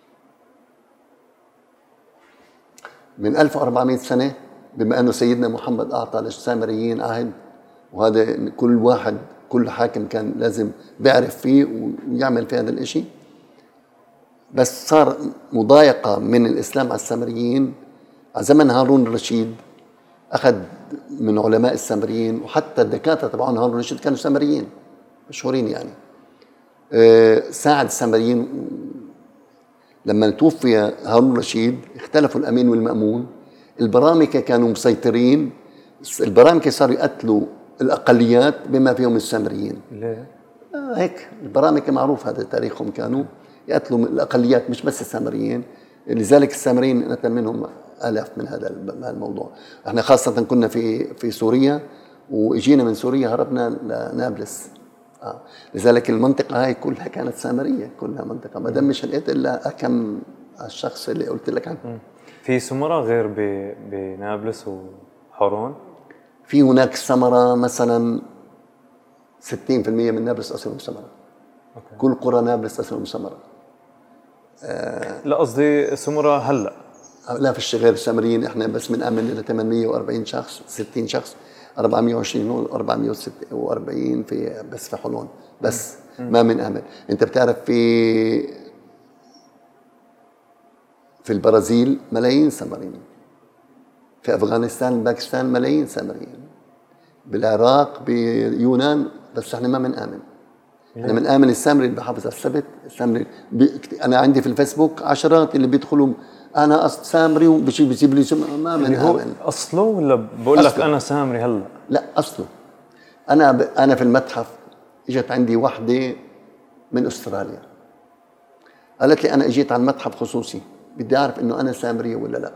[SPEAKER 1] من ألف وأربعمئة سنة، بما أنه سيدنا محمد أعطى للسامريين عهد، وهذا كل واحد كل حاكم كان لازم بيعرف فيه ويعمل في هذا الإشي. بس صار مضايقة من الإسلام على السامريين على زمن هارون الرشيد. أخذ من علماء السامريين، وحتى الدكاترة تبعون هارون الرشيد كانوا سامريين مشهورين يعني. أه ساعد السامريين. لما توفي هارون الرشيد اختلفوا الأمين والمأمون. البرامكة كانوا مسيطرين، البرامكة صاروا يقتلوا الأقليات بما فيهم السامريين.
[SPEAKER 2] ليه؟
[SPEAKER 1] آه هيك البرامكة معروف هذا تاريخهم، كانوا يقتلوا الأقليات مش بس السامريين، لذلك السامريين قتل منهم آلاف من هذا الموضوع. احنا خاصة كنا في في سوريا، واجينا من سوريا هربنا لنابلس. آه. لذلك المنطقة هاي كلها كانت سامرية، كلها منطقة ما دمش لقيت إلا كم الشخص اللي قلت لك عنه.
[SPEAKER 2] في سمرة غير بنابلس وحورون؟
[SPEAKER 1] في هناك سمرة مثلا ستين بالمئة من نابلس أصلهم سمرة. أوكي. كل قرى نابلس أصلهم سمرة.
[SPEAKER 2] آه لا قصدي سمرة هلا
[SPEAKER 1] لا فيش غير السامريين، احنا بس بنآمن إلى ثمانمئة وأربعين شخص، ستين شخص، أربعمئة وعشرين هون، أربعمئة وستة وأربعين في بس في حلون بس. م. ما بنآمن. انت بتعرف في في البرازيل ملايين سامريين، في افغانستان باكستان ملايين سامريين، بالعراق بيونان، بس احنا ما بنآمن. احنا بنآمن السامري اللي بحافظ على السبت. السامري بي... انا عندي في الفيسبوك عشرات اللي بيدخلوا انا اصل سامري وبشي بيجيب لي سم... ما بنآمن.
[SPEAKER 2] اصله ولا بقول لك انا سامري هلا؟
[SPEAKER 1] لا اصله. انا ب... انا في المتحف اجت عندي وحده من استراليا قالت لي انا اجيت على المتحف خصوصي، بدي اعرف انه انا سامريه ولا لا.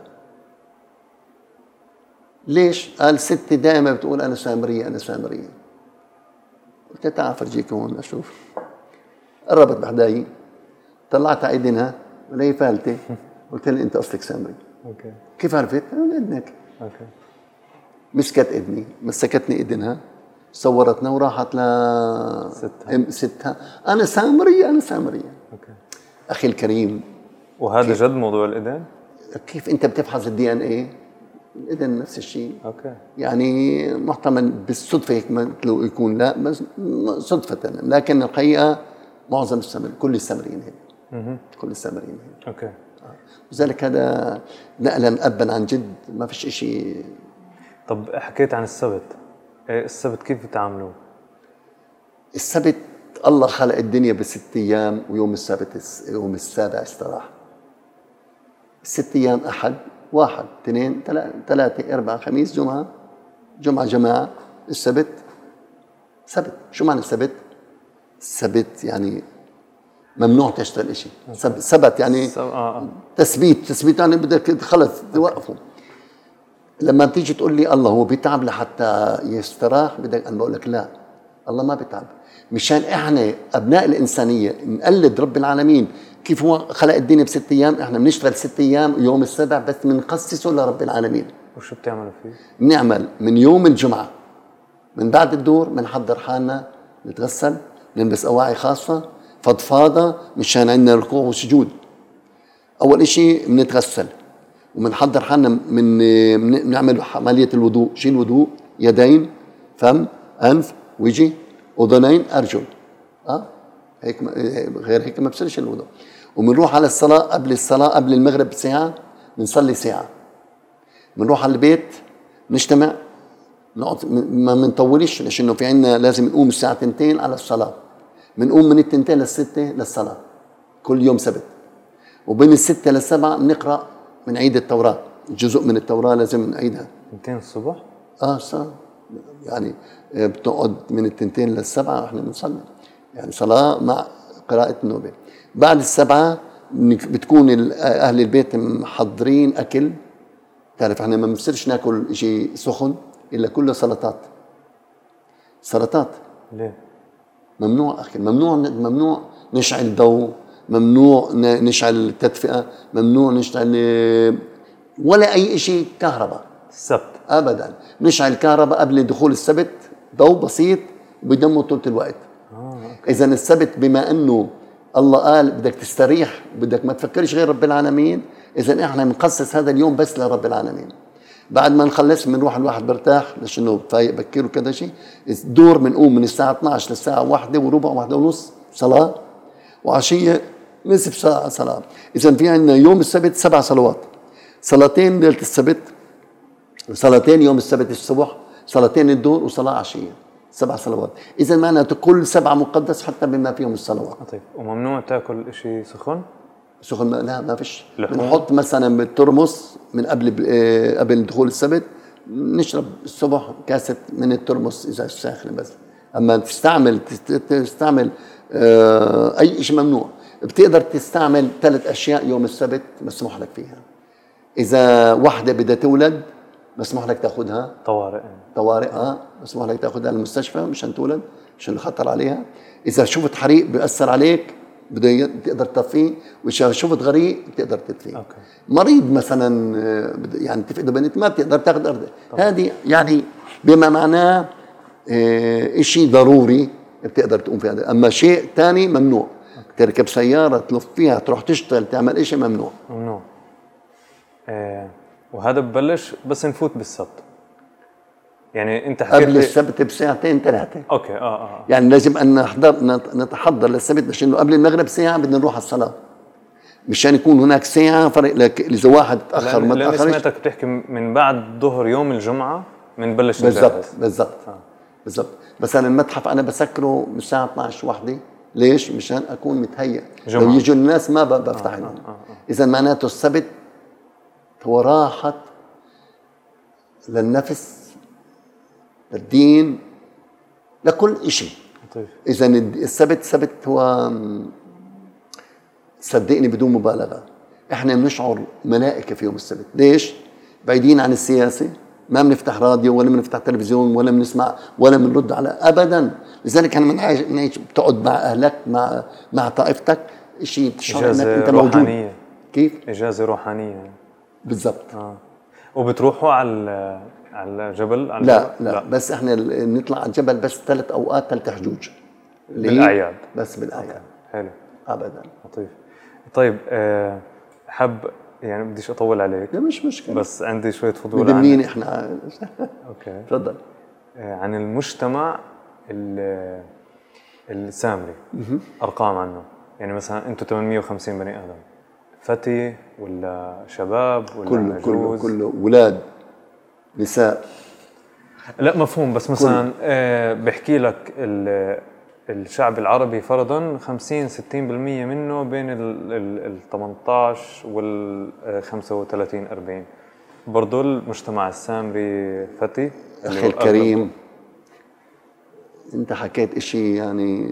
[SPEAKER 1] ليش؟ قال ستي دائما بتقول انا سامريه انا سامريه. قلت لها تعال فرجيك هون اشوف. قربت بحداي، طلعت على اذنها ولا فالته، قلت لها انت اصلك سامري.
[SPEAKER 2] اوكي.
[SPEAKER 1] كيف عرفت؟ انا اذنك.
[SPEAKER 2] اوكي.
[SPEAKER 1] مسكت اذني، مسكتني اذنها، صورتنا وراحت ل
[SPEAKER 2] ستها
[SPEAKER 1] ستها انا سامريه انا سامريه.
[SPEAKER 2] اوكي.
[SPEAKER 1] اخي الكريم،
[SPEAKER 2] وهذا جد موضوع الاذن؟
[SPEAKER 1] كيف انت بتفحص الدي ان ايه؟ الاذن نفس الشيء.
[SPEAKER 2] اوكي.
[SPEAKER 1] يعني محتمل بالصدفه هيك لو يكون لا، بس صدفه، لكن الحقيقه معظم السامريين، كل السامريين هيك. اها كل السامريين هيك.
[SPEAKER 2] اوكي.
[SPEAKER 1] لذلك هذا نقلا ابا عن جد، ما فيش شيء.
[SPEAKER 2] طب حكيت عن السبت، إيه السبت كيف بتعاملوه؟
[SPEAKER 1] السبت الله خلق الدنيا بست ايام، ويوم السبت يوم السابع استراحه. ست ايام احد واحد اثنين ثلاثة أربعة خميس جمعة، جمعة جماعة، السبت سبت. شو معنى السبت؟ السبت يعني ممنوع تشتغل شيء. سبت يعني تثبيت، تثبيت يعني بدك خلص توقفه. لما بتيجي تقول لي الله هو بيتعب لحتى يستراح، بدك أنا بقول لك لا، الله ما بيتعب. مشان احنا ابناء الانسانيه نقلد رب العالمين كيف هو خلق الدنيا بست ايام، احنا بنشتغل ست ايام ويوم السبع بس بنخصصه لرب العالمين.
[SPEAKER 2] وشو بتعملوا فيه؟
[SPEAKER 1] بنعمل من يوم الجمعه من بعد الدور بنحضر حالنا، نتغسل، نلبس اواعي خاصه، فضفاضه مشان عندنا ركوع وسجود. اول اشي بنتغسل وبنحضر حالنا، من بنعمل عمليه الوضوء. شيل الوضوء، يدين، فم، انف، وجه، اذنين، ارجل. اه هيك غير هيك ما بصيرش الوضوء. وبنروح على الصلاه، قبل الصلاه قبل المغرب ساعه بنصلي ساعه. بنروح على البيت نجتمع، نقعد ما بنطولش، لانه في عندنا لازم نقوم الساعه اثنتين على الصلاه. بنقوم من الثنتين للستة للصلاه كل يوم سبت. وبين الستة للسبعة بنقرا من عيد التوراه، جزء من التوراه لازم نعيدها.
[SPEAKER 2] اثنتين الصبح؟
[SPEAKER 1] اه صح، يعني بتقعد من التنتين للسبعة احنا بنصلي، يعني صلاة مع قراءة النوبة. بعد السبعة بتكون أهل البيت محضرين أكل. تعرف احنا ما بنصيرش ناكل شيء سخن إلا كله سلطات. سلطات.
[SPEAKER 2] ليه؟
[SPEAKER 1] ممنوع أكل، ممنوع ممنوع نشعل ضوء، ممنوع نشعل تدفئة، ممنوع نشعل ولا أي شيء كهرباء.
[SPEAKER 2] السبت
[SPEAKER 1] ابدا. نشعل الكهرباء قبل دخول السبت، ضوء بسيط وبيدمه طول الوقت.
[SPEAKER 2] آه،
[SPEAKER 1] اذا السبت بما انه الله قال بدك تستريح وبدك ما تفكرش غير رب العالمين، اذا احنا بنخصص هذا اليوم بس لرب العالمين. بعد ما نخلص بنروح الواحد برتاح لانه فايق بكير وكذا شيء. الدور بنقوم من الساعه اثنعش للساعه واحدة وربع، واحدة ونص صلاه، وعشيه نصف ساعه صلاه. اذا في عندنا يوم السبت سبع صلوات، صلاتين ليله السبت، صلاتين يوم السبت الصبح، صلاتين الظهر، وصلاة عشية. سبع صلوات. إذا معناته كل سبعة مقدس حتى بما فيهم الصلوات.
[SPEAKER 2] طيب وممنوع تاكل شيء سخن؟
[SPEAKER 1] سخن لا ما فيش. بنحط مثلا بالترمس من قبل قبل دخول السبت، نشرب الصبح كاسة من الترمس إذا ساخنة بس. اما تستعمل تستعمل آه اي شيء ممنوع. بتقدر تستعمل ثلاث اشياء يوم السبت مسموح لك فيها. اذا وحده بدها تولد مسموح لك تاخذها
[SPEAKER 2] طوارئ
[SPEAKER 1] طوارئ اه مسموح لك تاخذها للمستشفى مشان تولد، مشان الخطر عليها. اذا شفت حريق بيأثر عليك بده تقدر تطفيه، واذا شفت غريق بتقدر تطفيه. أوكي. مريض مثلا يعني تفقده بنت ما بتقدر تاخذ ارض، هذه يعني بما معناه آه شيء ضروري بتقدر تقوم فيه. اما شيء ثاني ممنوع. أوكي. تركب سياره تلف فيها تروح تشتغل تعمل شيء ممنوع
[SPEAKER 2] ممنوع. آه وهذا ببلش بس نفوت بالسبت، يعني انت حكيت
[SPEAKER 1] قبل السبت بساعتين ثلاثه.
[SPEAKER 2] اوكي اه اه
[SPEAKER 1] يعني لازم ان نحضر نتحضر للسبت، عشان قبل المغرب ساعه بدنا نروح على الصلاه، مشان يكون هناك ساعه فرق لك اذا واحد تاخر ما تاخرش.
[SPEAKER 2] لأن سمعتك بتحكي من بعد الظهر يوم الجمعه بنبلش
[SPEAKER 1] بالضبط بالضبط آه. بالضبط. مثلا المتحف انا بسكره من الساعه اثنعش وحده، ليش؟ مشان اكون متهيأ لو يجوا الناس ما بفتح لهم. آه آه آه. اذا معناته السبت هو راحه للنفس للدين لكل شيء. طيب. اذا السبت سبت هو صدقني بدون مبالغه احنا بنشعر ملائكه في يوم السبت. ليش؟ بعيدين عن السياسه، ما بنفتح راديو ولا بنفتح تلفزيون ولا بنسمع ولا بنرد على ابدا. لذلك احنا بنعيش بتقعد مع اهلك مع مع طائفتك شيء بتشعر انك انت موجود.
[SPEAKER 2] روحانية.
[SPEAKER 1] كيف؟
[SPEAKER 2] اجازه روحانيه
[SPEAKER 1] بالضبط.
[SPEAKER 2] اه وبتروحوا على على الجبل؟ على
[SPEAKER 1] لا,
[SPEAKER 2] الجبل؟
[SPEAKER 1] لا لا بس احنا نطلع على الجبل بس ثلاث اوقات ثلاث حجوج
[SPEAKER 2] بالاعياد.
[SPEAKER 1] بس بالاعياد.
[SPEAKER 2] حلو.
[SPEAKER 1] ابدا.
[SPEAKER 2] لطيف. طيب أه حب يعني بديش اطول عليك.
[SPEAKER 1] لا مش مشكله
[SPEAKER 2] بس عندي شويه فضول
[SPEAKER 1] عن مين احنا.
[SPEAKER 2] اوكي
[SPEAKER 1] تفضل.
[SPEAKER 2] أه عن المجتمع السامري. ارقام عنه، يعني مثلا انتم ثمانمئة وخمسين بني ادم، فتي ولا شباب ولا
[SPEAKER 1] كله
[SPEAKER 2] عجوز؟
[SPEAKER 1] كله كله اولاد نساء.
[SPEAKER 2] لا مفهوم، بس مثلا آه بحكي لك الشعب العربي فرضا خمسين ستين بالمئة منه بين ال ثمانية عشر وال خمسة وثلاثين أربعين. برضو المجتمع السامري فتي.
[SPEAKER 1] اخي الكريم انت حكيت اشي يعني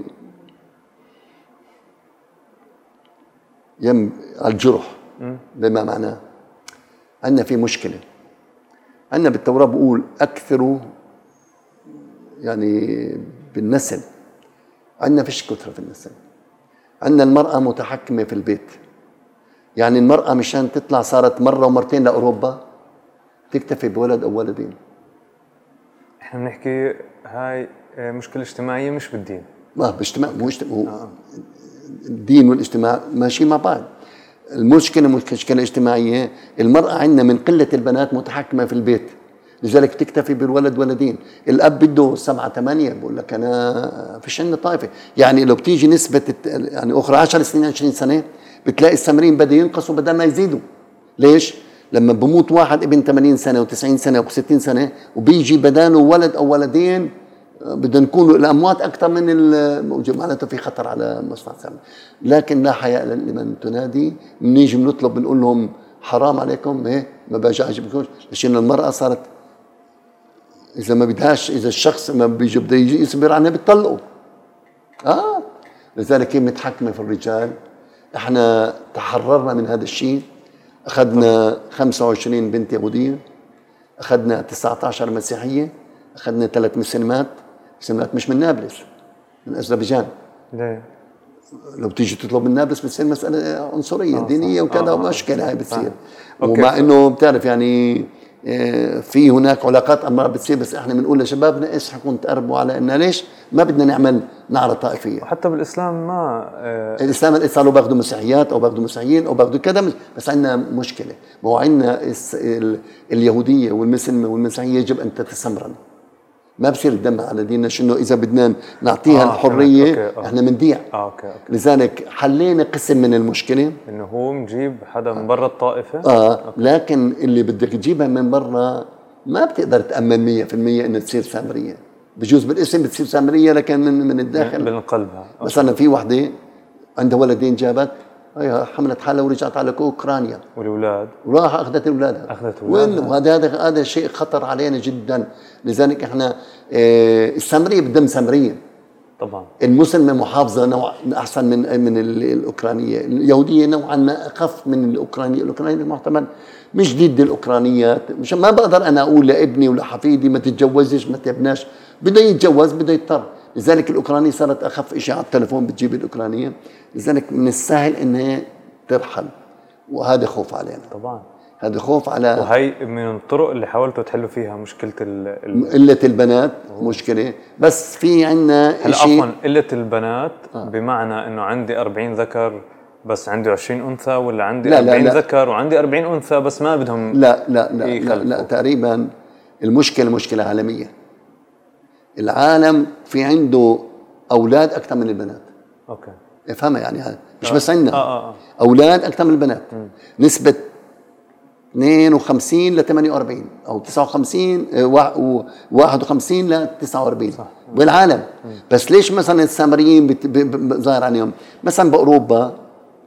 [SPEAKER 1] يم على الجرح بما معناه. عندنا في مشكله، عندنا بالتوراة بقول أكثروا يعني بالنسل، عندنا فيش كثرة في النسل. عندنا المرأة متحكمة في البيت، يعني المرأة مشان تطلع صارت مرة ومرتين لأوروبا تكتفي بولد أو ولدين.
[SPEAKER 2] احنا بنحكي هاي مشكلة اجتماعية مش بالدين.
[SPEAKER 1] ما باجتماع مو آه. الدين والاجتماع ماشي مع بعض. المشكلة مشكلة اجتماعية، المرأة عندنا من قلة البنات متحكمة في البيت، لذلك تكتفي بالولد ولدين. الأب بده سبعة ثمانية، بقول لك أنا فيش عندنا طائفة. يعني لو بتيجي نسبة يعني أخرى عشر سنين عشرين سنة بتلاقي السامريين بدأوا ينقصوا بدل ما يزيدوا. ليش؟ لما بموت واحد ابن ثمانين سنة وتسعين سنة وستين سنة وبيجي بدانه ولد أو ولدين، بدنا نكون الأموات أكثر من الموجود، معناته في خطر على مصنع السامري. لكن لا حياء لمن تنادي. بنيجي بنطلب بنقول لهم حرام عليكم، ايه ما باجي اعجبكم، لأن المرأة صارت إذا ما بدهاش، إذا الشخص ما بيجي بده يجي يصبر عنها بتطلقوا. آه لذلك هي متحكمة في الرجال. إحنا تحررنا من هذا الشيء. أخذنا خمسة وعشرين بنت يهودية، أخذنا تسعة عشر مسيحية، أخذنا ثلاث مسلمات، مسلمات مش من نابلس، من أذربيجان.
[SPEAKER 2] ليه؟
[SPEAKER 1] لو تيجي تطلب من نابلس بتصير مسألة عنصرية آه دينية وكذا آه ومشكلة هاي بتصير. آه. ومع إنه بتعرف يعني في هناك علاقات أمراء بتصير، بس احنا بنقول لشبابنا ايش حكون تقربوا على إن ليش ما بدنا نعمل نعرة طائفية.
[SPEAKER 2] وحتى بالإسلام ما
[SPEAKER 1] اه الإسلام صاروا باخذوا مسيحيات أو باخذوا مسيحيين أو باخذوا كذا، بس عندنا مشكلة. ما هو عندنا اليهودية والمسلمة والمسيحية يجب أن تتسمرن، ما بصير الدم على ديننا. شنو إذا بدنا نعطيها آه الحرية أوكي. آه. احنا بنضيع.
[SPEAKER 2] آه أوكي. أوكي.
[SPEAKER 1] لذلك حلينا قسم من المشكلة
[SPEAKER 2] إنه هو نجيب حدا من برا الطائفة.
[SPEAKER 1] آه أوكي. لكن اللي بدك تجيبها من برا ما بتقدر تأمن مية في المية إنه تصير سامرية. بجوز بالاسم بتصير سامرية لكن من من الداخل
[SPEAKER 2] من قلبها.
[SPEAKER 1] مثلا في وحدة عندها ولدين جابت هي حملت حالها ورجعت على اوكرانيا،
[SPEAKER 2] والاولاد
[SPEAKER 1] وراح اخذت اولادها.
[SPEAKER 2] اخذت اولادها
[SPEAKER 1] وين؟ وهذا هذا هذا شيء خطر علينا جدا. لذلك احنا اه السامريه بدهم سامريه
[SPEAKER 2] طبعا.
[SPEAKER 1] المسلمه محافظه نوع احسن من من الاوكرانيه، اليهوديه نوعا ما اخف من الاوكرانيه، الاوكرانيه معتمد مش ضد الاوكرانيات، مش ما بقدر انا اقول لابني ولا حفيدي ما تتجوزش ما تبناش، بده يتجوز بده يضطر. لذلك الاوكرانيه صارت اخف شيء على التليفون بتجيب الاوكرانيه، لذلك من السهل انها ترحل، وهذا خوف علينا
[SPEAKER 2] طبعا.
[SPEAKER 1] هذا خوف على.
[SPEAKER 2] وهي من الطرق اللي حاولتوا تحلوا فيها مشكله ال
[SPEAKER 1] قله البنات. أوه. مشكله، بس في عندنا
[SPEAKER 2] شيء عفوا قله البنات آه. بمعنى انه عندي أربعين ذكر بس عندي عشرين انثى، ولا عندي لا أربعين لا لا. ذكر وعندي أربعين انثى بس ما بدهم.
[SPEAKER 1] لا لا لا لا, لا تقريبا المشكله مشكله عالميه. العالم في عنده اولاد اكثر من البنات.
[SPEAKER 2] اوكي
[SPEAKER 1] افهمها يعني هذا مش بس عندنا
[SPEAKER 2] آه آه.
[SPEAKER 1] اولاد اكثر من البنات. م. نسبه اثنين وخمسين ل ثمانية وأربعين او تسعة وخمسين واحد وخمسين ل تسعة وأربعين صح. بالعالم. م. بس ليش مثلا السامريين ظاهر عليهم؟ مثلا باوروبا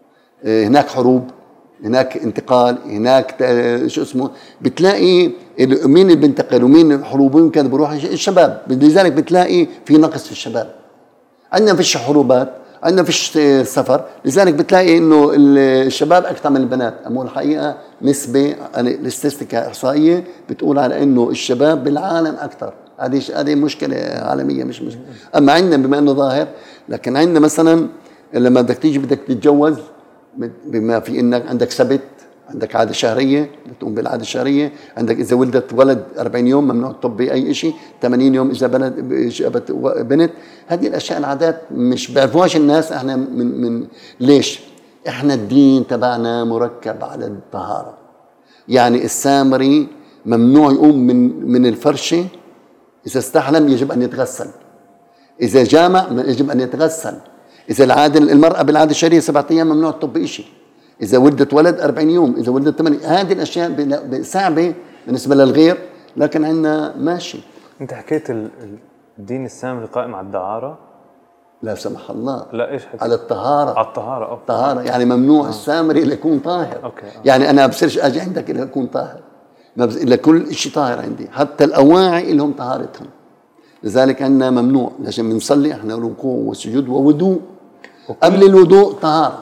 [SPEAKER 1] هناك حروب، هناك انتقال، هناك شو اسمه، بتلاقي مين اللي بينتقل ومين الحروب وين كذا بروح الشباب، لذلك بتلاقي في نقص في الشباب. عندنا فيش حروبات، عندنا فيش سفر، لذلك بتلاقي انه الشباب اكثر من البنات. اما الحقيقه نسبه الاستاتستيكا احصائيه بتقول على انه الشباب بالعالم اكثر. هذه هذه مشكله عالميه مش مشكله. اما عندنا بما انه ظاهر، لكن عندنا مثلا لما بدك تيجي بدك تتجوز بما في انك عندك سبت، عندك عاده شهريه بتقوم بالعاده الشهريه، عندك اذا ولدت ولد أربعين يوم ممنوع تطبي اي شيء، ثمانين يوم اذا بلد جابت بنت. هذه الاشياء العادات مش بيعرفوهاش الناس. احنا من من ليش؟ احنا الدين تبعنا مركب على الطهاره. يعني السامري ممنوع يقوم من من الفرشه، اذا استحلم يجب ان يتغسل، اذا جامع يجب ان يتغسل، إذا العادة المرأة بالعادة الشهرية سبعة أيام ممنوع تطبي شيء، إذا ولدت ولد أربعين يوم، إذا ولدت ثمانية. هذه الأشياء صعبة بالنسبة للغير، لكن عندنا ماشي.
[SPEAKER 2] أنت حكيت الدين السامري قائم على الدعارة؟
[SPEAKER 1] لا سمح الله.
[SPEAKER 2] لا إيش حكيت؟
[SPEAKER 1] على الطهارة.
[SPEAKER 2] على الطهارة. أوكي.
[SPEAKER 1] الطهارة يعني ممنوع آه. السامري يكون طاهر.
[SPEAKER 2] أوكي. آه.
[SPEAKER 1] يعني أنا بصيرش أجي عندك إلا يكون طاهر، إلا كل شيء طاهر عندي، حتى الأواعي لهم طهارتهم. لذلك عندنا ممنوع، عشان بنصلي إحنا ركوع وسجود ووضوء. قبل الوضوء طهارة.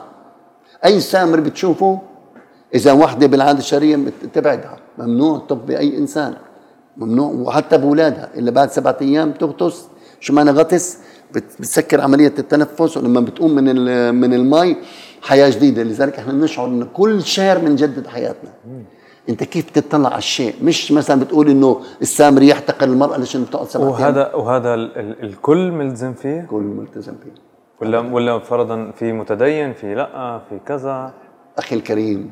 [SPEAKER 1] أي سامر بتشوفه إذا وحدة بالعادة الشهرية تبعدها، ممنوع تطبي أي إنسان، ممنوع، وحتى بأولادها إلا بعد سبعة أيام تغطس. شو معنى غطس؟ بتسكر عملية التنفس، ولما بتقوم من من المي حياة جديدة. لذلك احنا بنشعر إن كل شهر بنجدد حياتنا. أنت كيف تطلع على الشيء؟ مش مثلا بتقول إنه السامري يحتقر المرأة ليش بتقعد سبعة أيام.
[SPEAKER 2] وهذا وهذا الكل ملزم فيه؟
[SPEAKER 1] كل ملتزم فيه.
[SPEAKER 2] ولا ولا فرضا في متدين، في لا في كذا.
[SPEAKER 1] اخي الكريم،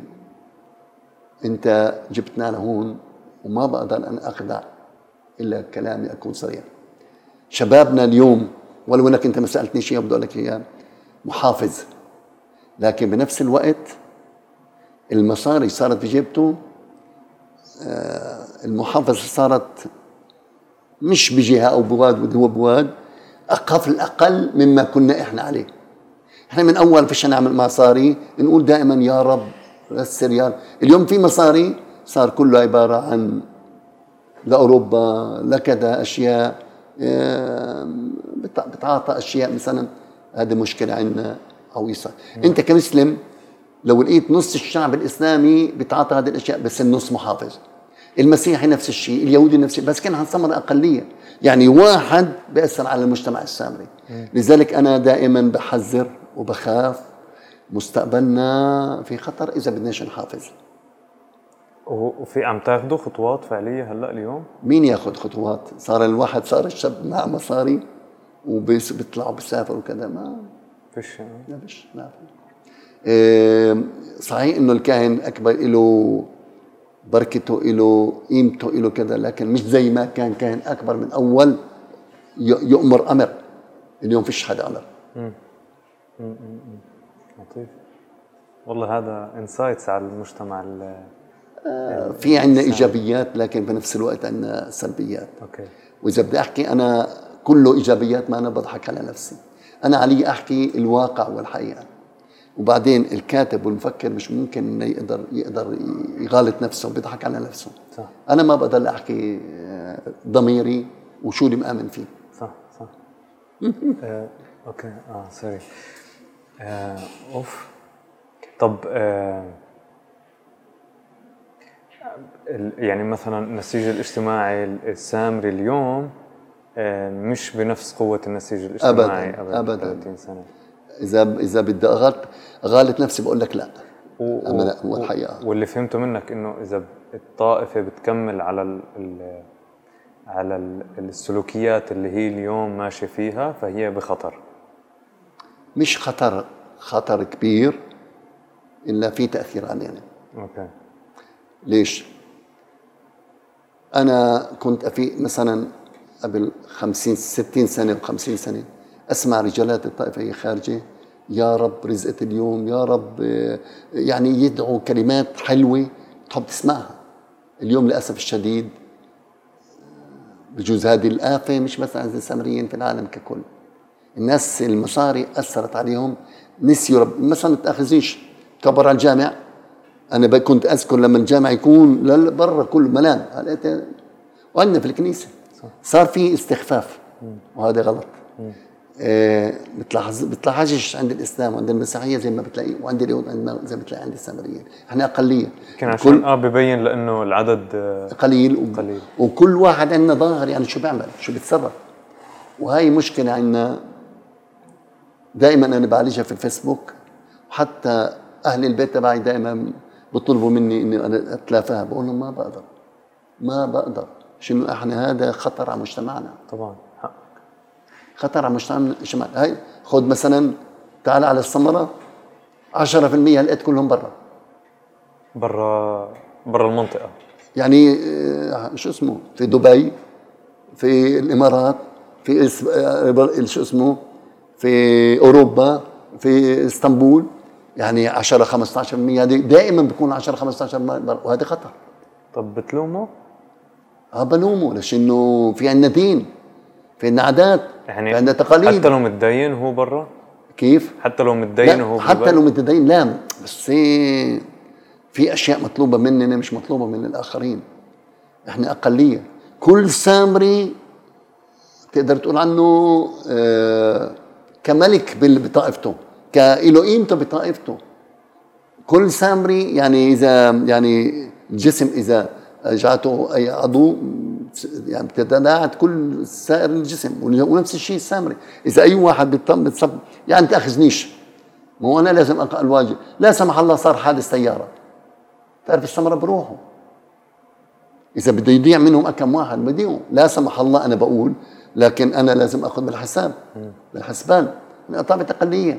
[SPEAKER 1] انت جبتنا لهون وما بقدر ان اخدع الا كلامي اكون صريح. شبابنا اليوم، ولو انك انت ما سالتني شيء بدي اقول لك اياه، محافظ، لكن بنفس الوقت المصاري صارت في جيبته. المحافظه صارت مش بجهه او بواد، هو بواد أقف الأقل مما كنا إحنا عليه. إحنا من أول فيش نعمل مصاري، نقول دائما يا رب يسر يا رب. اليوم في مصاري صار كله عبارة عن لأوروبا لكذا أشياء، بتعاطى أشياء مثلا. هذه مشكلة عندنا عويصة. أنت كمسلم لو لقيت نص الشعب الإسلامي بتعاطى هذه الأشياء بس النص محافظ، المسيحي نفس الشيء، اليهودي نفس الشيء، بس كان هنصمر أقلية. يعني واحد بيأثر على المجتمع السامري. لذلك أنا دائما بحذر وبخاف مستقبلنا في خطر إذا بدناش نحافظ.
[SPEAKER 2] وفي عم تاخذوا خطوات فعلية هلأ اليوم؟
[SPEAKER 1] مين ياخذ خطوات؟ صار الواحد صار الشاب مع مصاري وبيطلعوا بيسافروا وكذا، ما
[SPEAKER 2] فيش
[SPEAKER 1] لا فيش لا إيه. صحيح إنه الكاهن أكبر له بركته، له قيمته، له كذا، لكن مش زي ما كان كاهن أكبر من أول يؤمر أمر. اليوم فيش حدا أمر.
[SPEAKER 2] لطيف والله. هذا انسايتس على المجتمع.
[SPEAKER 1] آه في عندنا إيجابيات، لكن بنفس الوقت عندنا سلبيات.
[SPEAKER 2] أوكي.
[SPEAKER 1] وإذا بدي أحكي أنا كله إيجابيات، ما أنا بضحك على نفسي. أنا علي أحكي الواقع والحقيقة. وبعدين الكاتب والمفكر مش ممكن انه يقدر يقدر يغالط نفسه، بيضحك على نفسه.
[SPEAKER 2] صح.
[SPEAKER 1] انا ما بقدر احكي ضميري وشو اللي مآمن فيه.
[SPEAKER 2] صح صح. آه، اوكي اه سوري. آه، اوف. طب آه، يعني مثلا النسيج الاجتماعي السامري اليوم آه، مش بنفس قوة النسيج الاجتماعي
[SPEAKER 1] ابدا
[SPEAKER 2] قبل
[SPEAKER 1] ابدا
[SPEAKER 2] ثلاثين سنة.
[SPEAKER 1] اذا اذا بدي اغلط اغالط نفسي بقول لك لا.
[SPEAKER 2] و...
[SPEAKER 1] اما لا هو الحقيقه.
[SPEAKER 2] واللي فهمته منك انه اذا الطائفة بتكمل على ال... ال... على ال... السلوكيات اللي هي اليوم ماشية فيها فهي بخطر.
[SPEAKER 1] مش خطر خطر كبير الا في تاثير علينا.
[SPEAKER 2] اوكي.
[SPEAKER 1] ليش؟ انا كنت افيق مثلا قبل خمسين ستين سنه وخمسين سنه اسمع رجالات الطائفه خارجه يا رب رزقة اليوم، يا رب، يعني يدعوا كلمات حلوه تحب تسمعها. اليوم للاسف الشديد بجوز هذه الآفة مش بس عند السامريين، في العالم ككل. الناس المصاري أثرت عليهم، نسيوا رب. مثلا ما تأخذنيش كبر على الجامع، أنا كنت أذكر لما الجامع يكون برا كله ملان، وعندنا في الكنيسة صار في استخفاف، وهذا غلط. آه بتلاحظ بتلاحظش عند الإسلام وعند المسيحية زي ما بتلاقي، وعند اليهود زي ما بتلاقي عند السامريين. احنا أقلية.
[SPEAKER 2] كان عشان اه ببين لأنه العدد آه
[SPEAKER 1] قليل, و...
[SPEAKER 2] قليل
[SPEAKER 1] وكل واحد عندنا ظاهر، يعني شو بيعمل شو بيتصرف. وهي مشكلة عندنا دائما أنا بعالجها في الفيسبوك، وحتى أهل البيت تبعي دائما بيطلبوا مني إني أنا أتلافاها، بقول لهم ما بقدر ما بقدر شنو احنا هذا خطر على مجتمعنا.
[SPEAKER 2] طبعا حقك.
[SPEAKER 1] خطر على مجتمعنا. هاي خذ مثلا تعال على السمرة، عشرة في المية لقيت كلهم برا
[SPEAKER 2] برا برا المنطقة،
[SPEAKER 1] يعني شو اسمه في دبي، في الإمارات، في شو اسمه في أوروبا، في اسطنبول، يعني عشرة خمسة عشر بالمية. هذه دائما بيكون عشرة خمسة عشر بالمية، وهذا خطر.
[SPEAKER 2] طب بتلومه؟
[SPEAKER 1] اه بلومه، ليش؟ انه في عندنا دين، في عندنا عادات،
[SPEAKER 2] يعني
[SPEAKER 1] في عندنا تقاليد.
[SPEAKER 2] حتى لو متدين هو برا؟
[SPEAKER 1] كيف؟
[SPEAKER 2] حتى لو متدين وهو
[SPEAKER 1] حتى بالبلد. لو متدين لا، بس في اشياء مطلوبه مننا مش مطلوبه من الاخرين. احنا اقليه. كل سامري تقدر تقول عنه آه كملك بطائفته، كإله قيمته بطائفته. كل سامري يعني اذا يعني الجسم اذا جاته اي عضو يعني بتتناعد كل سائر الجسم، ونفس الشيء السامري. اذا اي واحد بيطم بتصب يعني تاخذنيش، ما هو انا لازم اقع الواجب. لا سمح الله صار حادث سياره، تعرف السمره بروحوا. اذا بده يضيع منهم كم واحد بديهم، لا سمح الله انا بقول، لكن انا لازم اخذ بالحساب بالحسبان. من طابع اقليه.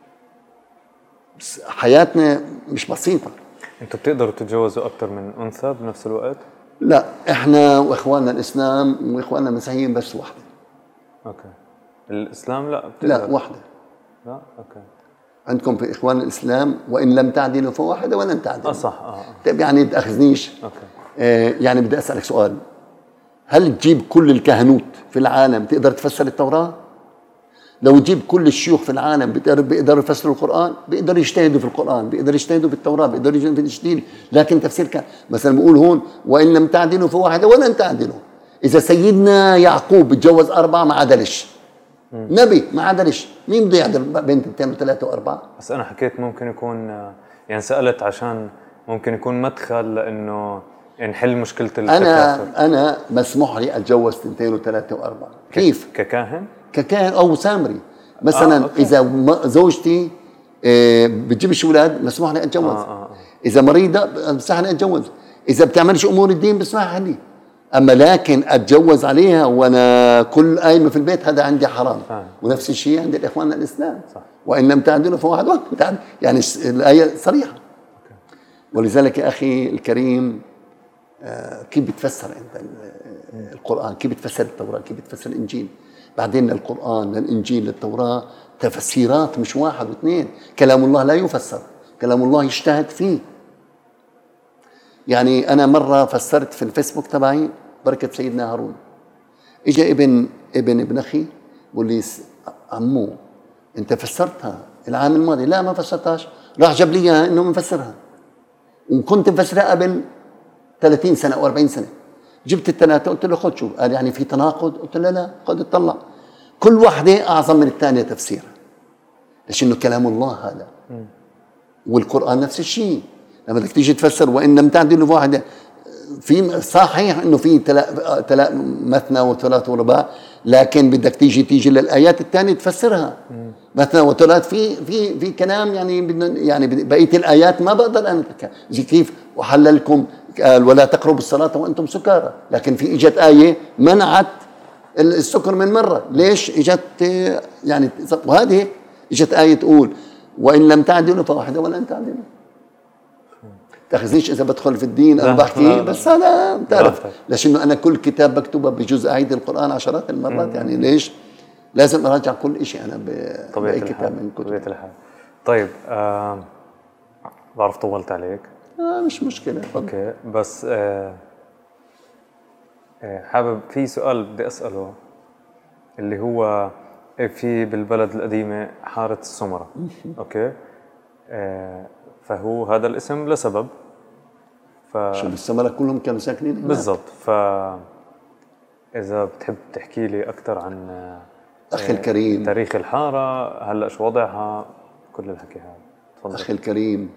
[SPEAKER 1] حياتنا مش بسيطه.
[SPEAKER 2] انتوا بتقدروا تتجوزوا اكثر من انثى بنفس الوقت؟
[SPEAKER 1] لا، احنا واخواننا الاسلام واخواننا المسيحيين بس وحده.
[SPEAKER 2] اوكي. الاسلام لا بتقدر.
[SPEAKER 1] لا وحده.
[SPEAKER 2] لا اوكي.
[SPEAKER 1] عندكم في اخوان الاسلام وان لم تعدلوا فواحده ولن تعدلوا.
[SPEAKER 2] اه صح. اه, آه.
[SPEAKER 1] طيب يعني تاخذنيش.
[SPEAKER 2] اوكي.
[SPEAKER 1] آه يعني بدي اسالك سؤال، هل تجيب كل الكهنوت في العالم تقدر تفسر التوراه؟ لو تجيب كل الشيوخ في العالم بيقدروا يفسروا القرآن؟ بيقدروا يجتهدوا في القرآن، بيقدروا يجتهدوا بالتوراة، بيقدروا يجتهدوا في الإنجيل، لكن تفسير كان مثلا بقول هون وإن لم تعدلوا فواحدة ولن تعدلوا. إذا سيدنا يعقوب تجوز أربعة ما عدلش، نبي ما عدلش، مين بده يعدل بين اثنين وثلاثة وأربعة؟
[SPEAKER 2] بس أنا حكيت ممكن يكون يعني سألت عشان ممكن يكون مدخل لأنه نحل مشكلة التكاثر.
[SPEAKER 1] أنا أنا مسموح لي أتجوز اثنين وثلاثة وأربعة. كيف؟
[SPEAKER 2] ككاهن؟
[SPEAKER 1] ككاهن أو سامري مثلا. آه، إذا زوجتي آه بتجيبش أولاد مسموح لي أتجوز. آه آه. إذا مريضة بسمح لي أتجوز. إذا بتعملش أمور الدين بسمح لي. أما لكن أتجوز عليها وأنا كل قايمة في البيت هذا عندي حرام. آه. ونفس الشيء عند الإخوان الإسلام. صح. وإن لم تعدلوا فواحد واحد، يعني الآية صريحة. أوكي. ولذلك يا أخي الكريم آه كيف بتفسر أنت القرآن؟ كيف بتفسر التوراة؟ كيف بتفسر الإنجيل؟ بعدين للقرآن للإنجيل للتوراة تفسيرات مش واحد واثنين. كلام الله لا يفسر، كلام الله يجتهد فيه. يعني أنا مرة فسرت في الفيسبوك تبعي بركة سيدنا هارون. إجا ابن ابن ابن أخي بقول لي عمو انت فسرتها العام الماضي. لا ما فسرتهاش، راح جاب لي اياها انه مفسرها، وكنت مفسرها قبل ثلاثين سنه او أربعين سنه. جبت الثلاثه قلت له خذ شوف، قال يعني في تناقض؟ قلت له لا، خذ اطلع، كل واحده اعظم من الثانيه تفسيرا، ليش انه كلام الله هذا. والقران نفس الشيء، لما بدك تيجي تفسر وان لم تعدلوا فواحده، في صحيح انه في تلا تلا مثنى وثلاث ورباع، لكن بدك تيجي تيجي للايات الثانيه تفسرها. مثنى وثلاث في في في كلام يعني يعني بقيه الايات ما بقدر انا زي كيف وحللكم قال ولا تقربوا الصلاه وانتم سكارى، لكن في اجت ايه منعت السكر من مره. ليش اجت يعني؟ وهذه اجت ايه تقول وان لم تعدلوا فواحده ولن تعدلوا. تاخذنيش اذا بدخل في الدين انا بحكي، بس هذا بتعرف ليش انه انا كل كتاب بكتبه بجزء اعيد القران عشرات المرات. يعني ليش لازم اراجع كل شيء انا باي كتاب من كتب.
[SPEAKER 2] طبيعة الحال. طيب آه بعرف طولت عليك.
[SPEAKER 1] آه مش مشكله.
[SPEAKER 2] اوكي بس آه حابب في سؤال بدي اساله، اللي هو في بالبلد القديمه حاره السمره. اوكي آه فهو هذا الاسم لسبب.
[SPEAKER 1] ف شو بالسمره كلهم كانوا ساكنين هناك
[SPEAKER 2] بالضبط. ف اذا بتحب تحكي لي اكثر عن
[SPEAKER 1] اخي الكريم
[SPEAKER 2] تاريخ الحاره، هلا شو وضعها، كل الحكي هذا.
[SPEAKER 1] تفضل. اخي الكريم،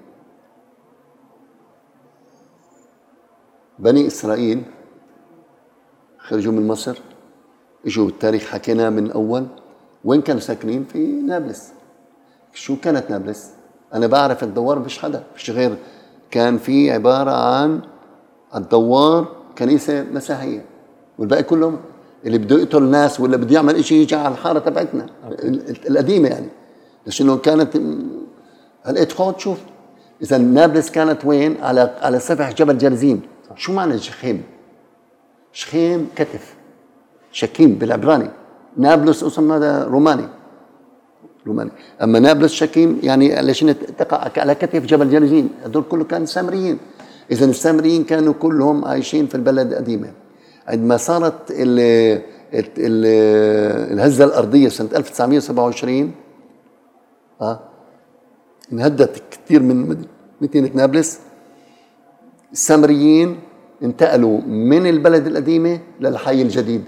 [SPEAKER 1] بني اسرائيل خرجوا من مصر، اجوا التاريخ حكيناه من اول. وين كانوا ساكنين؟ في نابلس. شو كانت نابلس؟ انا بعرف الدوار مش حدا، مش غير كان في عباره عن الدوار كنيسه مسيحيه، والباقي كلهم اللي بده يقتل الناس ولا بده يعمل شيء يجي على الحاره تبعتنا القديمه. يعني ليش انه كانت هلقيت خود شوف. اذا نابلس كانت وين؟ على على سفح جبل جرزيم. شو معنى شخيم؟ شخيم كتف، شكيم بالعبراني. نابلس اسم هذا روماني روماني اما نابلس شكيم يعني ليش تقع على كتف جبل جرزيم. هذول كله كانوا سامريين. اذا السامريين كانوا كلهم عايشين في البلد القديمه. عندما صارت ال ال الهزه الارضيه سنه ألف وتسعمئة وسبعة وعشرين اه انهدت كثير من مدينه نابلس. السامريين انتقلوا من البلد القديمه للحي الجديد.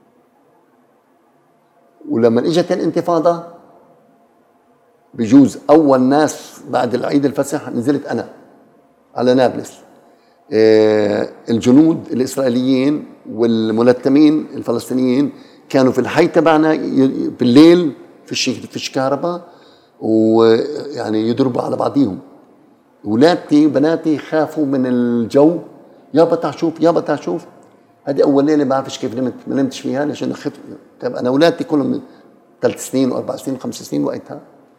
[SPEAKER 1] ولما اجت الانتفاضه بجوز اول ناس بعد العيد الفصح نزلت انا على نابلس. آه الجنود الاسرائيليين والملتمين الفلسطينيين كانوا في الحي تبعنا بالليل في فيش كهرباء، ويعني يضربوا على بعضيهم. اولادي بناتي خافوا من الجو، يابا تعال شوف يابا تعال شوف. هذه اول ليله ما بعرفش كيف نمت، ما نمتش فيها ليش انا خفت. طيب انا اولادي كلهم ثلاث سنين واربع سنين وخمس سنين وقتها.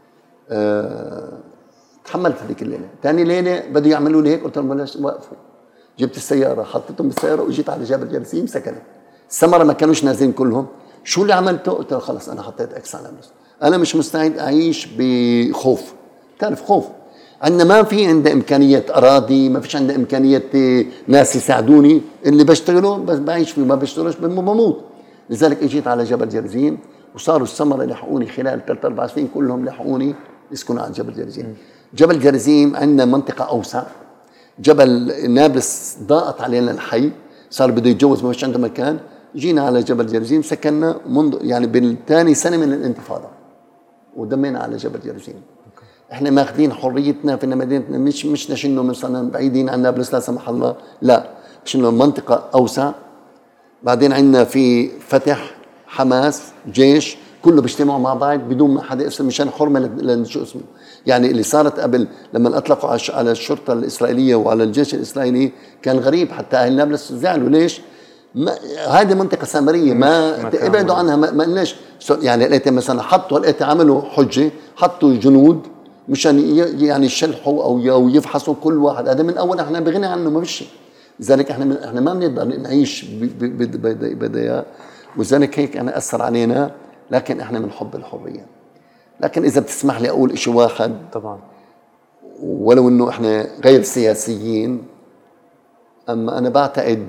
[SPEAKER 1] أه تحملت هذيك الليله. ثاني ليله بده يعملوا لي هيك، قلت لهم بلاش وقفوا. جبت السياره حطيتهم بالسياره واجيت على جبل جرزيم سكنت. السمره ما كانوش نازلين كلهم. شو اللي عملته؟ قلت له خلص انا حطيت اكس على نفسي، انا مش مستعد اعيش بخوف. تعرف خوف، عندنا ما في عندنا امكانيه اراضي، ما فيش عندنا امكانيه ناس يساعدوني. اللي بشتغله بس بعيش فيه، ما بشتغلش بموت. لذلك اجيت على جبل جرزيم، وصاروا السمره لحقوني خلال ثلاث اربع سنين كلهم لحقوني يسكنوا على جبل جرزيم. جبل جرزيم عندنا منطقه اوسع. جبل نابلس ضاقت علينا الحي، صار بده يتجوز ما فيش عنده مكان. جينا على جبل جرزيم سكننا منذ يعني بالثاني سنه من الانتفاضه، ودمينا على جبل جرزيم. احنا ماخذين حريتنا في مدينتنا، مش مش نشنه من صنع بعيدين عن نابلس لا سمح الله، لا، مش انه المنطقه اوسع. بعدين عندنا في فتح، حماس، جيش، كله بيجتمعوا مع بعض بدون ما حدا اسم، مشان حرمه لشو اسمه. يعني اللي صارت قبل لما اطلقوا على الشرطه الاسرائيليه وعلى الجيش الاسرائيلي كان غريب، حتى اهل نابلس زعلوا. ليش؟ هذه منطقه سامريه، ما ابعدوا عنها. ما قلناش يعني لقيت مثلا حطوا لقيت عملوا حجه، حطوا جنود مشان يعني يشلحوا او يفحصوا كل واحد. هذا من اول احنا بغنى عنه ما فيش. لذلك احنا احنا ما بنقدر نعيش بدايات، ولذلك هيك انا اثر علينا. لكن احنا بنحب الحريه. لكن اذا بتسمح لي اقول شيء واحد
[SPEAKER 2] طبعا،
[SPEAKER 1] ولو انه احنا غير سياسيين، اما انا بعتقد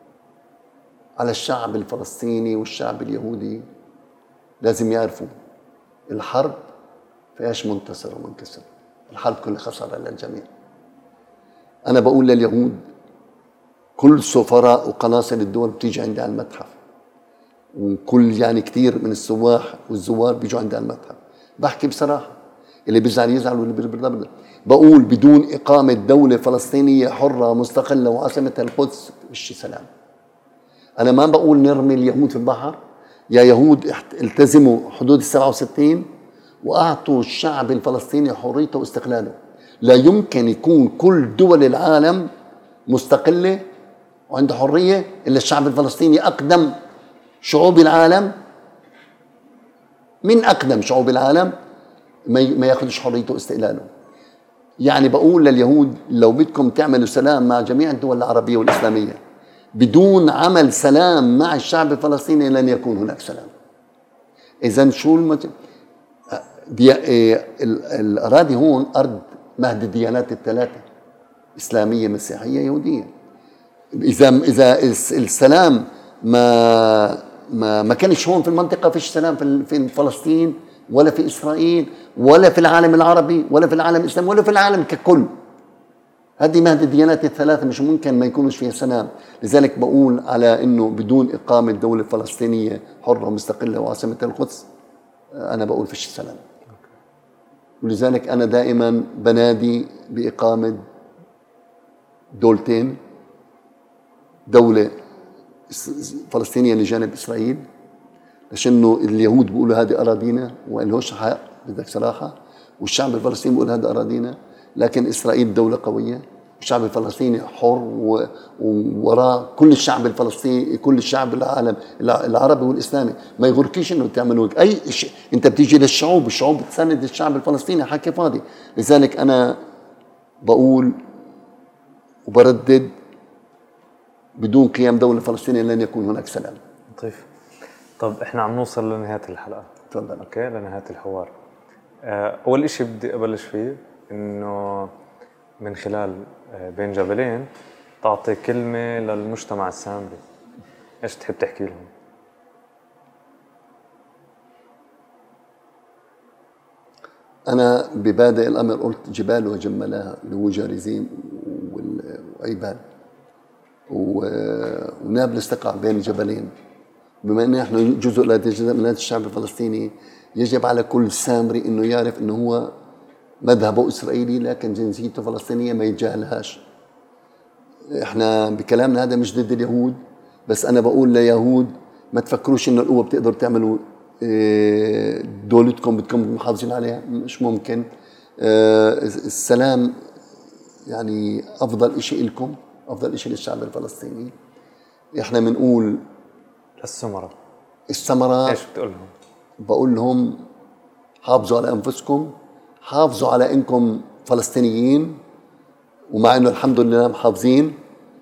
[SPEAKER 1] على الشعب الفلسطيني والشعب اليهودي لازم يعرفوا الحرب فيهاش منتصر ومنكسر، الحرب كلها خسارة للجميع. أنا بقول لليهود كل سفراء وقناصل الدول بتيجي عندي على المتحف، وكل يعني كتير من السواح والزوار بيجوا عندي على المتحف. بحكي بصراحة، اللي بيزعل يزعل واللي بيرضى. بقول بدون إقامة دولة فلسطينية حرة مستقلة وعاصمتها القدس مش سلام. أنا ما بقول نرمي اليهود في البحر، يا يهود التزموا حدود السبعة وستين وأعطوا الشعب الفلسطيني حريته واستقلاله. لا يمكن يكون كل دول العالم مستقلة وعنده حرية إلا الشعب الفلسطيني أقدم شعوب العالم. من أقدم شعوب العالم ما ياخدش حريته واستقلاله. يعني بقول لليهود لو بدكم تعملوا سلام مع جميع الدول العربية والإسلامية بدون عمل سلام مع الشعب الفلسطيني لن يكون هناك سلام. إذن شو المت... دي... الأراضي هون أرض مهد الديانات الثلاثة، إسلامية مسيحية يهودية. إذا إذا السلام ما ما ما كانش هون في المنطقة، فيش سلام في فلسطين ولا في إسرائيل ولا في العالم العربي ولا في العالم الإسلامي ولا في العالم ككل. هذه مهد الديانات الثلاثة مش ممكن ما يكونش فيها سلام. لذلك بقول على إنه بدون إقامة دولة فلسطينية حرة ومستقلة وعاصمتها القدس أنا بقول فيش سلام. ولذلك أنا دائما بنادي بإقامة دولتين، دولة فلسطينية لجانب إسرائيل، لأنه اليهود بيقولوا هذه أراضينا وإلهوش حق بدك صراحة، والشعب الفلسطيني بيقول هذه أراضينا، لكن إسرائيل دولة قوية والشعب الفلسطيني حر ووراء كل الشعب الفلسطيني، كل الشعب العالم العربي والإسلامي. ما يغركيش إنه تعملوا أي شيء، أنت بتيجي للشعوب، الشعوب بتساند الشعب الفلسطيني، حكي فاضي. لذلك أنا بقول وبردد بدون قيام دولة فلسطينية لن يكون هناك سلام.
[SPEAKER 2] طيب طب احنا عم نوصل لنهاية الحلقة.
[SPEAKER 1] تفضل.
[SPEAKER 2] اوكي لنهاية الحوار. اول اشي بدي ابلش فيه انه من خلال بين جبلين تعطي كلمة للمجتمع السامري، ايش تحب تحكي لهم؟
[SPEAKER 1] أنا ببادئ الأمر قلت جبال وجملاها اللي هو جارزين وأيبال، ونابلس تقع بين جبلين. بما أن احنا جزء لا يتجزأ من هذا الشعب الفلسطيني، يجب على كل سامري أنه يعرف أنه هو مذهبه إسرائيلي لكن جنسيته فلسطينية ما يتجاهلهاش. احنا بكلامنا هذا مش ضد اليهود، بس أنا بقول ليهود ما تفكروش أن القوة بتقدر تعملوا دولتكم بدكم محافظين عليها، مش ممكن. السلام يعني أفضل إشي لكم، أفضل إشي للشعب الفلسطيني. إحنا بنقول
[SPEAKER 2] السمرة
[SPEAKER 1] السمرة
[SPEAKER 2] إيش بتقول لهم؟
[SPEAKER 1] بقول لهم حافظوا على أنفسكم، حافظوا على إنكم فلسطينيين، ومع إنه الحمد لله محافظين،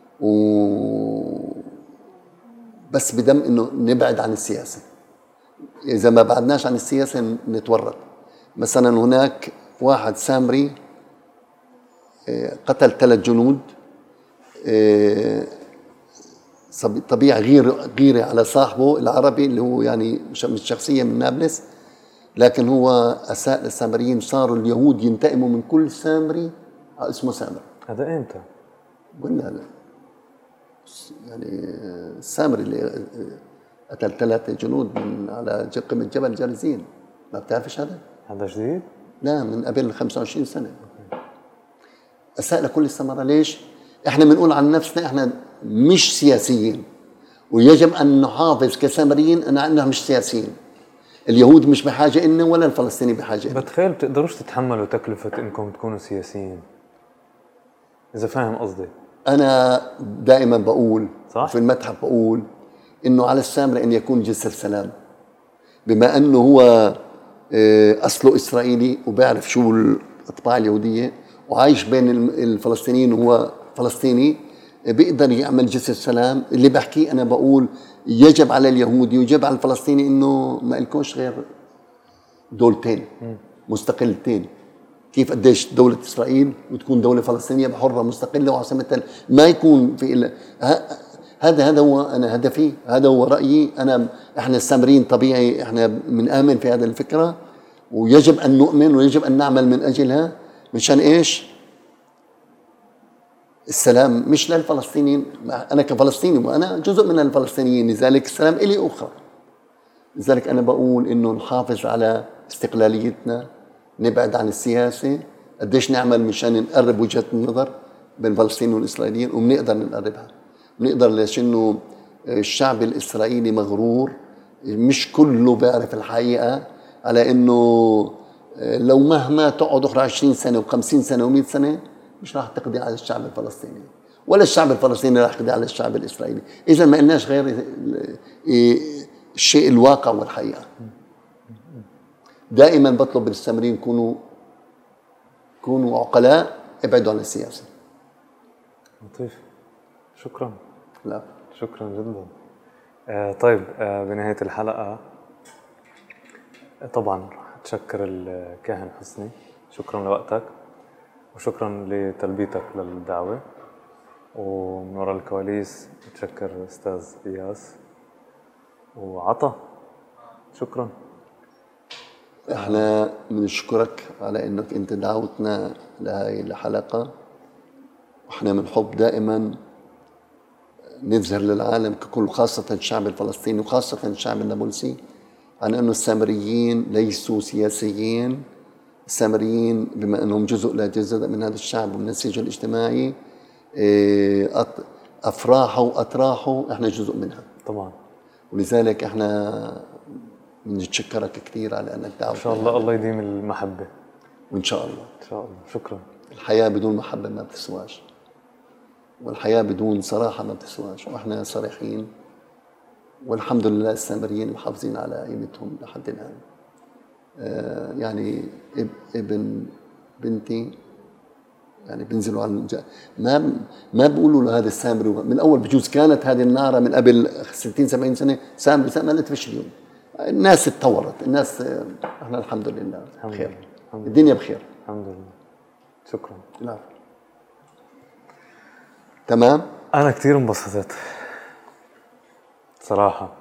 [SPEAKER 1] و بس بدم إنه نبعد عن السياسة. إذا ما بعدناش عن السياسة نتورط. مثلا هناك واحد سامري قتل ثلاث جنود، طبيعة غير غيرة على صاحبه العربي اللي هو يعني مش شخصية من نابلس، لكن هو أساء للسامريين. صاروا اليهود ينتقموا من كل سامري اسمه سامر.
[SPEAKER 2] هذا إمتى؟
[SPEAKER 1] قلنا لا يعني السامري اللي قتل ثلاثة جنود من على قمة جبل جارزين، ما بتعرفش هذا؟
[SPEAKER 2] هذا جديد؟
[SPEAKER 1] لا، من قبل خمسة وعشرين سنة. أساء لكل السمرة. ليش؟ إحنا بنقول عن نفسنا إحنا مش سياسيين، ويجب أن نحافظ كسامريين أن إحنا مش سياسيين. اليهود مش بحاجة إلنا ولا الفلسطيني بحاجة إلنا.
[SPEAKER 2] بتخيل بتقدروش تتحملوا تكلفة إنكم تكونوا سياسيين، إذا فاهم قصدي.
[SPEAKER 1] أنا دائما بقول
[SPEAKER 2] صح؟
[SPEAKER 1] في المتحف بقول إنه على السامري أن يكون جسر سلام، بما أنه هو أصله إسرائيلي وبيعرف شو الأطباع اليهودية وعايش بين الفلسطينيين وهو فلسطيني، بيقدر يعمل جسر سلام. اللي بحكيه أنا بقول يجب على اليهودي ويجب على الفلسطيني إنه ما إلكوش غير دولتين مستقلتين. كيف قديش دولة إسرائيل وتكون دولة فلسطينية حرة مستقلة وعاصمتها ما يكون في إلا هذا. هذا هو أنا هدفي، هذا هو رأيي أنا. إحنا السامريين طبيعي إحنا بنآمن في هذا الفكرة، ويجب أن نؤمن ويجب أن نعمل من أجلها. مشان إيش؟ السلام مش للفلسطينيين، أنا كفلسطيني وأنا جزء من الفلسطينيين، لذلك السلام إلي أخرى. لذلك أنا بقول إنه نحافظ على استقلاليتنا، نبعد عن السياسة، قديش نعمل مشان نقرب وجهة النظر بين الفلسطينيين والإسرائيليين، وبنقدر نقربها. بنقدر ليش إنه الشعب الإسرائيلي مغرور، مش كله بيعرف الحقيقة، على إنه لو مهما تقعد أخرى عشرين سنة وخمسين سنة ومئة سنة مش راح تقضي على الشعب الفلسطيني، ولا الشعب الفلسطيني راح يقضي على الشعب الإسرائيلي. إذا ما قلناش غير الشيء الواقع والحقيقة. دائما بطلب من السامريين كونوا كونوا عقلاء، ابعدوا عن السياسة.
[SPEAKER 2] لطيف، شكرا.
[SPEAKER 1] لا
[SPEAKER 2] شكرا جدا. آه طيب، آه بنهاية الحلقة آه طبعا رح أتشكر الكاهن حسني، شكرا لوقتك وشكرا لتلبيتك للدعوة. ومن وراء الكواليس أتشكر أستاذ إياس وعطا، شكرا.
[SPEAKER 1] احنا بنشكرك على انك انت دعوتنا لهي الحلقة، واحنا بنحب دائما نظهر للعالم ككل، خاصة الشعب الفلسطيني وخاصة الشعب النابلسي، عن انه السامريين ليسوا سياسيين. السامريين بما انهم جزء لا جزء من هذا الشعب ومن النسيج الاجتماعي، افراحه واطراحه احنا جزء منها
[SPEAKER 2] طبعا.
[SPEAKER 1] ولذلك احنا بنتشكرك كثير على انك دعوتنا.
[SPEAKER 2] ان شاء الله الله يديم المحبة.
[SPEAKER 1] وان شاء الله
[SPEAKER 2] ان شاء الله. شكرا.
[SPEAKER 1] الحياة بدون محبة ما بتسواش، والحياة بدون صراحة ما بتسواش، واحنا صريحين والحمد لله السامريين محافظين على قيمتهم لحد الآن. آه يعني ابن بنتي يعني بينزلوا على الج... ما ما بيقولوا له هذا السامري من الاول. بجوز كانت هذه النارة من قبل ستين سبعين سنة سامري سامري، ما فيش اليوم. الناس اتطورت، الناس احنا الحمد لله بخير، الدنيا بخير
[SPEAKER 2] الحمد لله. شكرا.
[SPEAKER 1] لا تمام.
[SPEAKER 2] انا كثير انبسطت صراحة.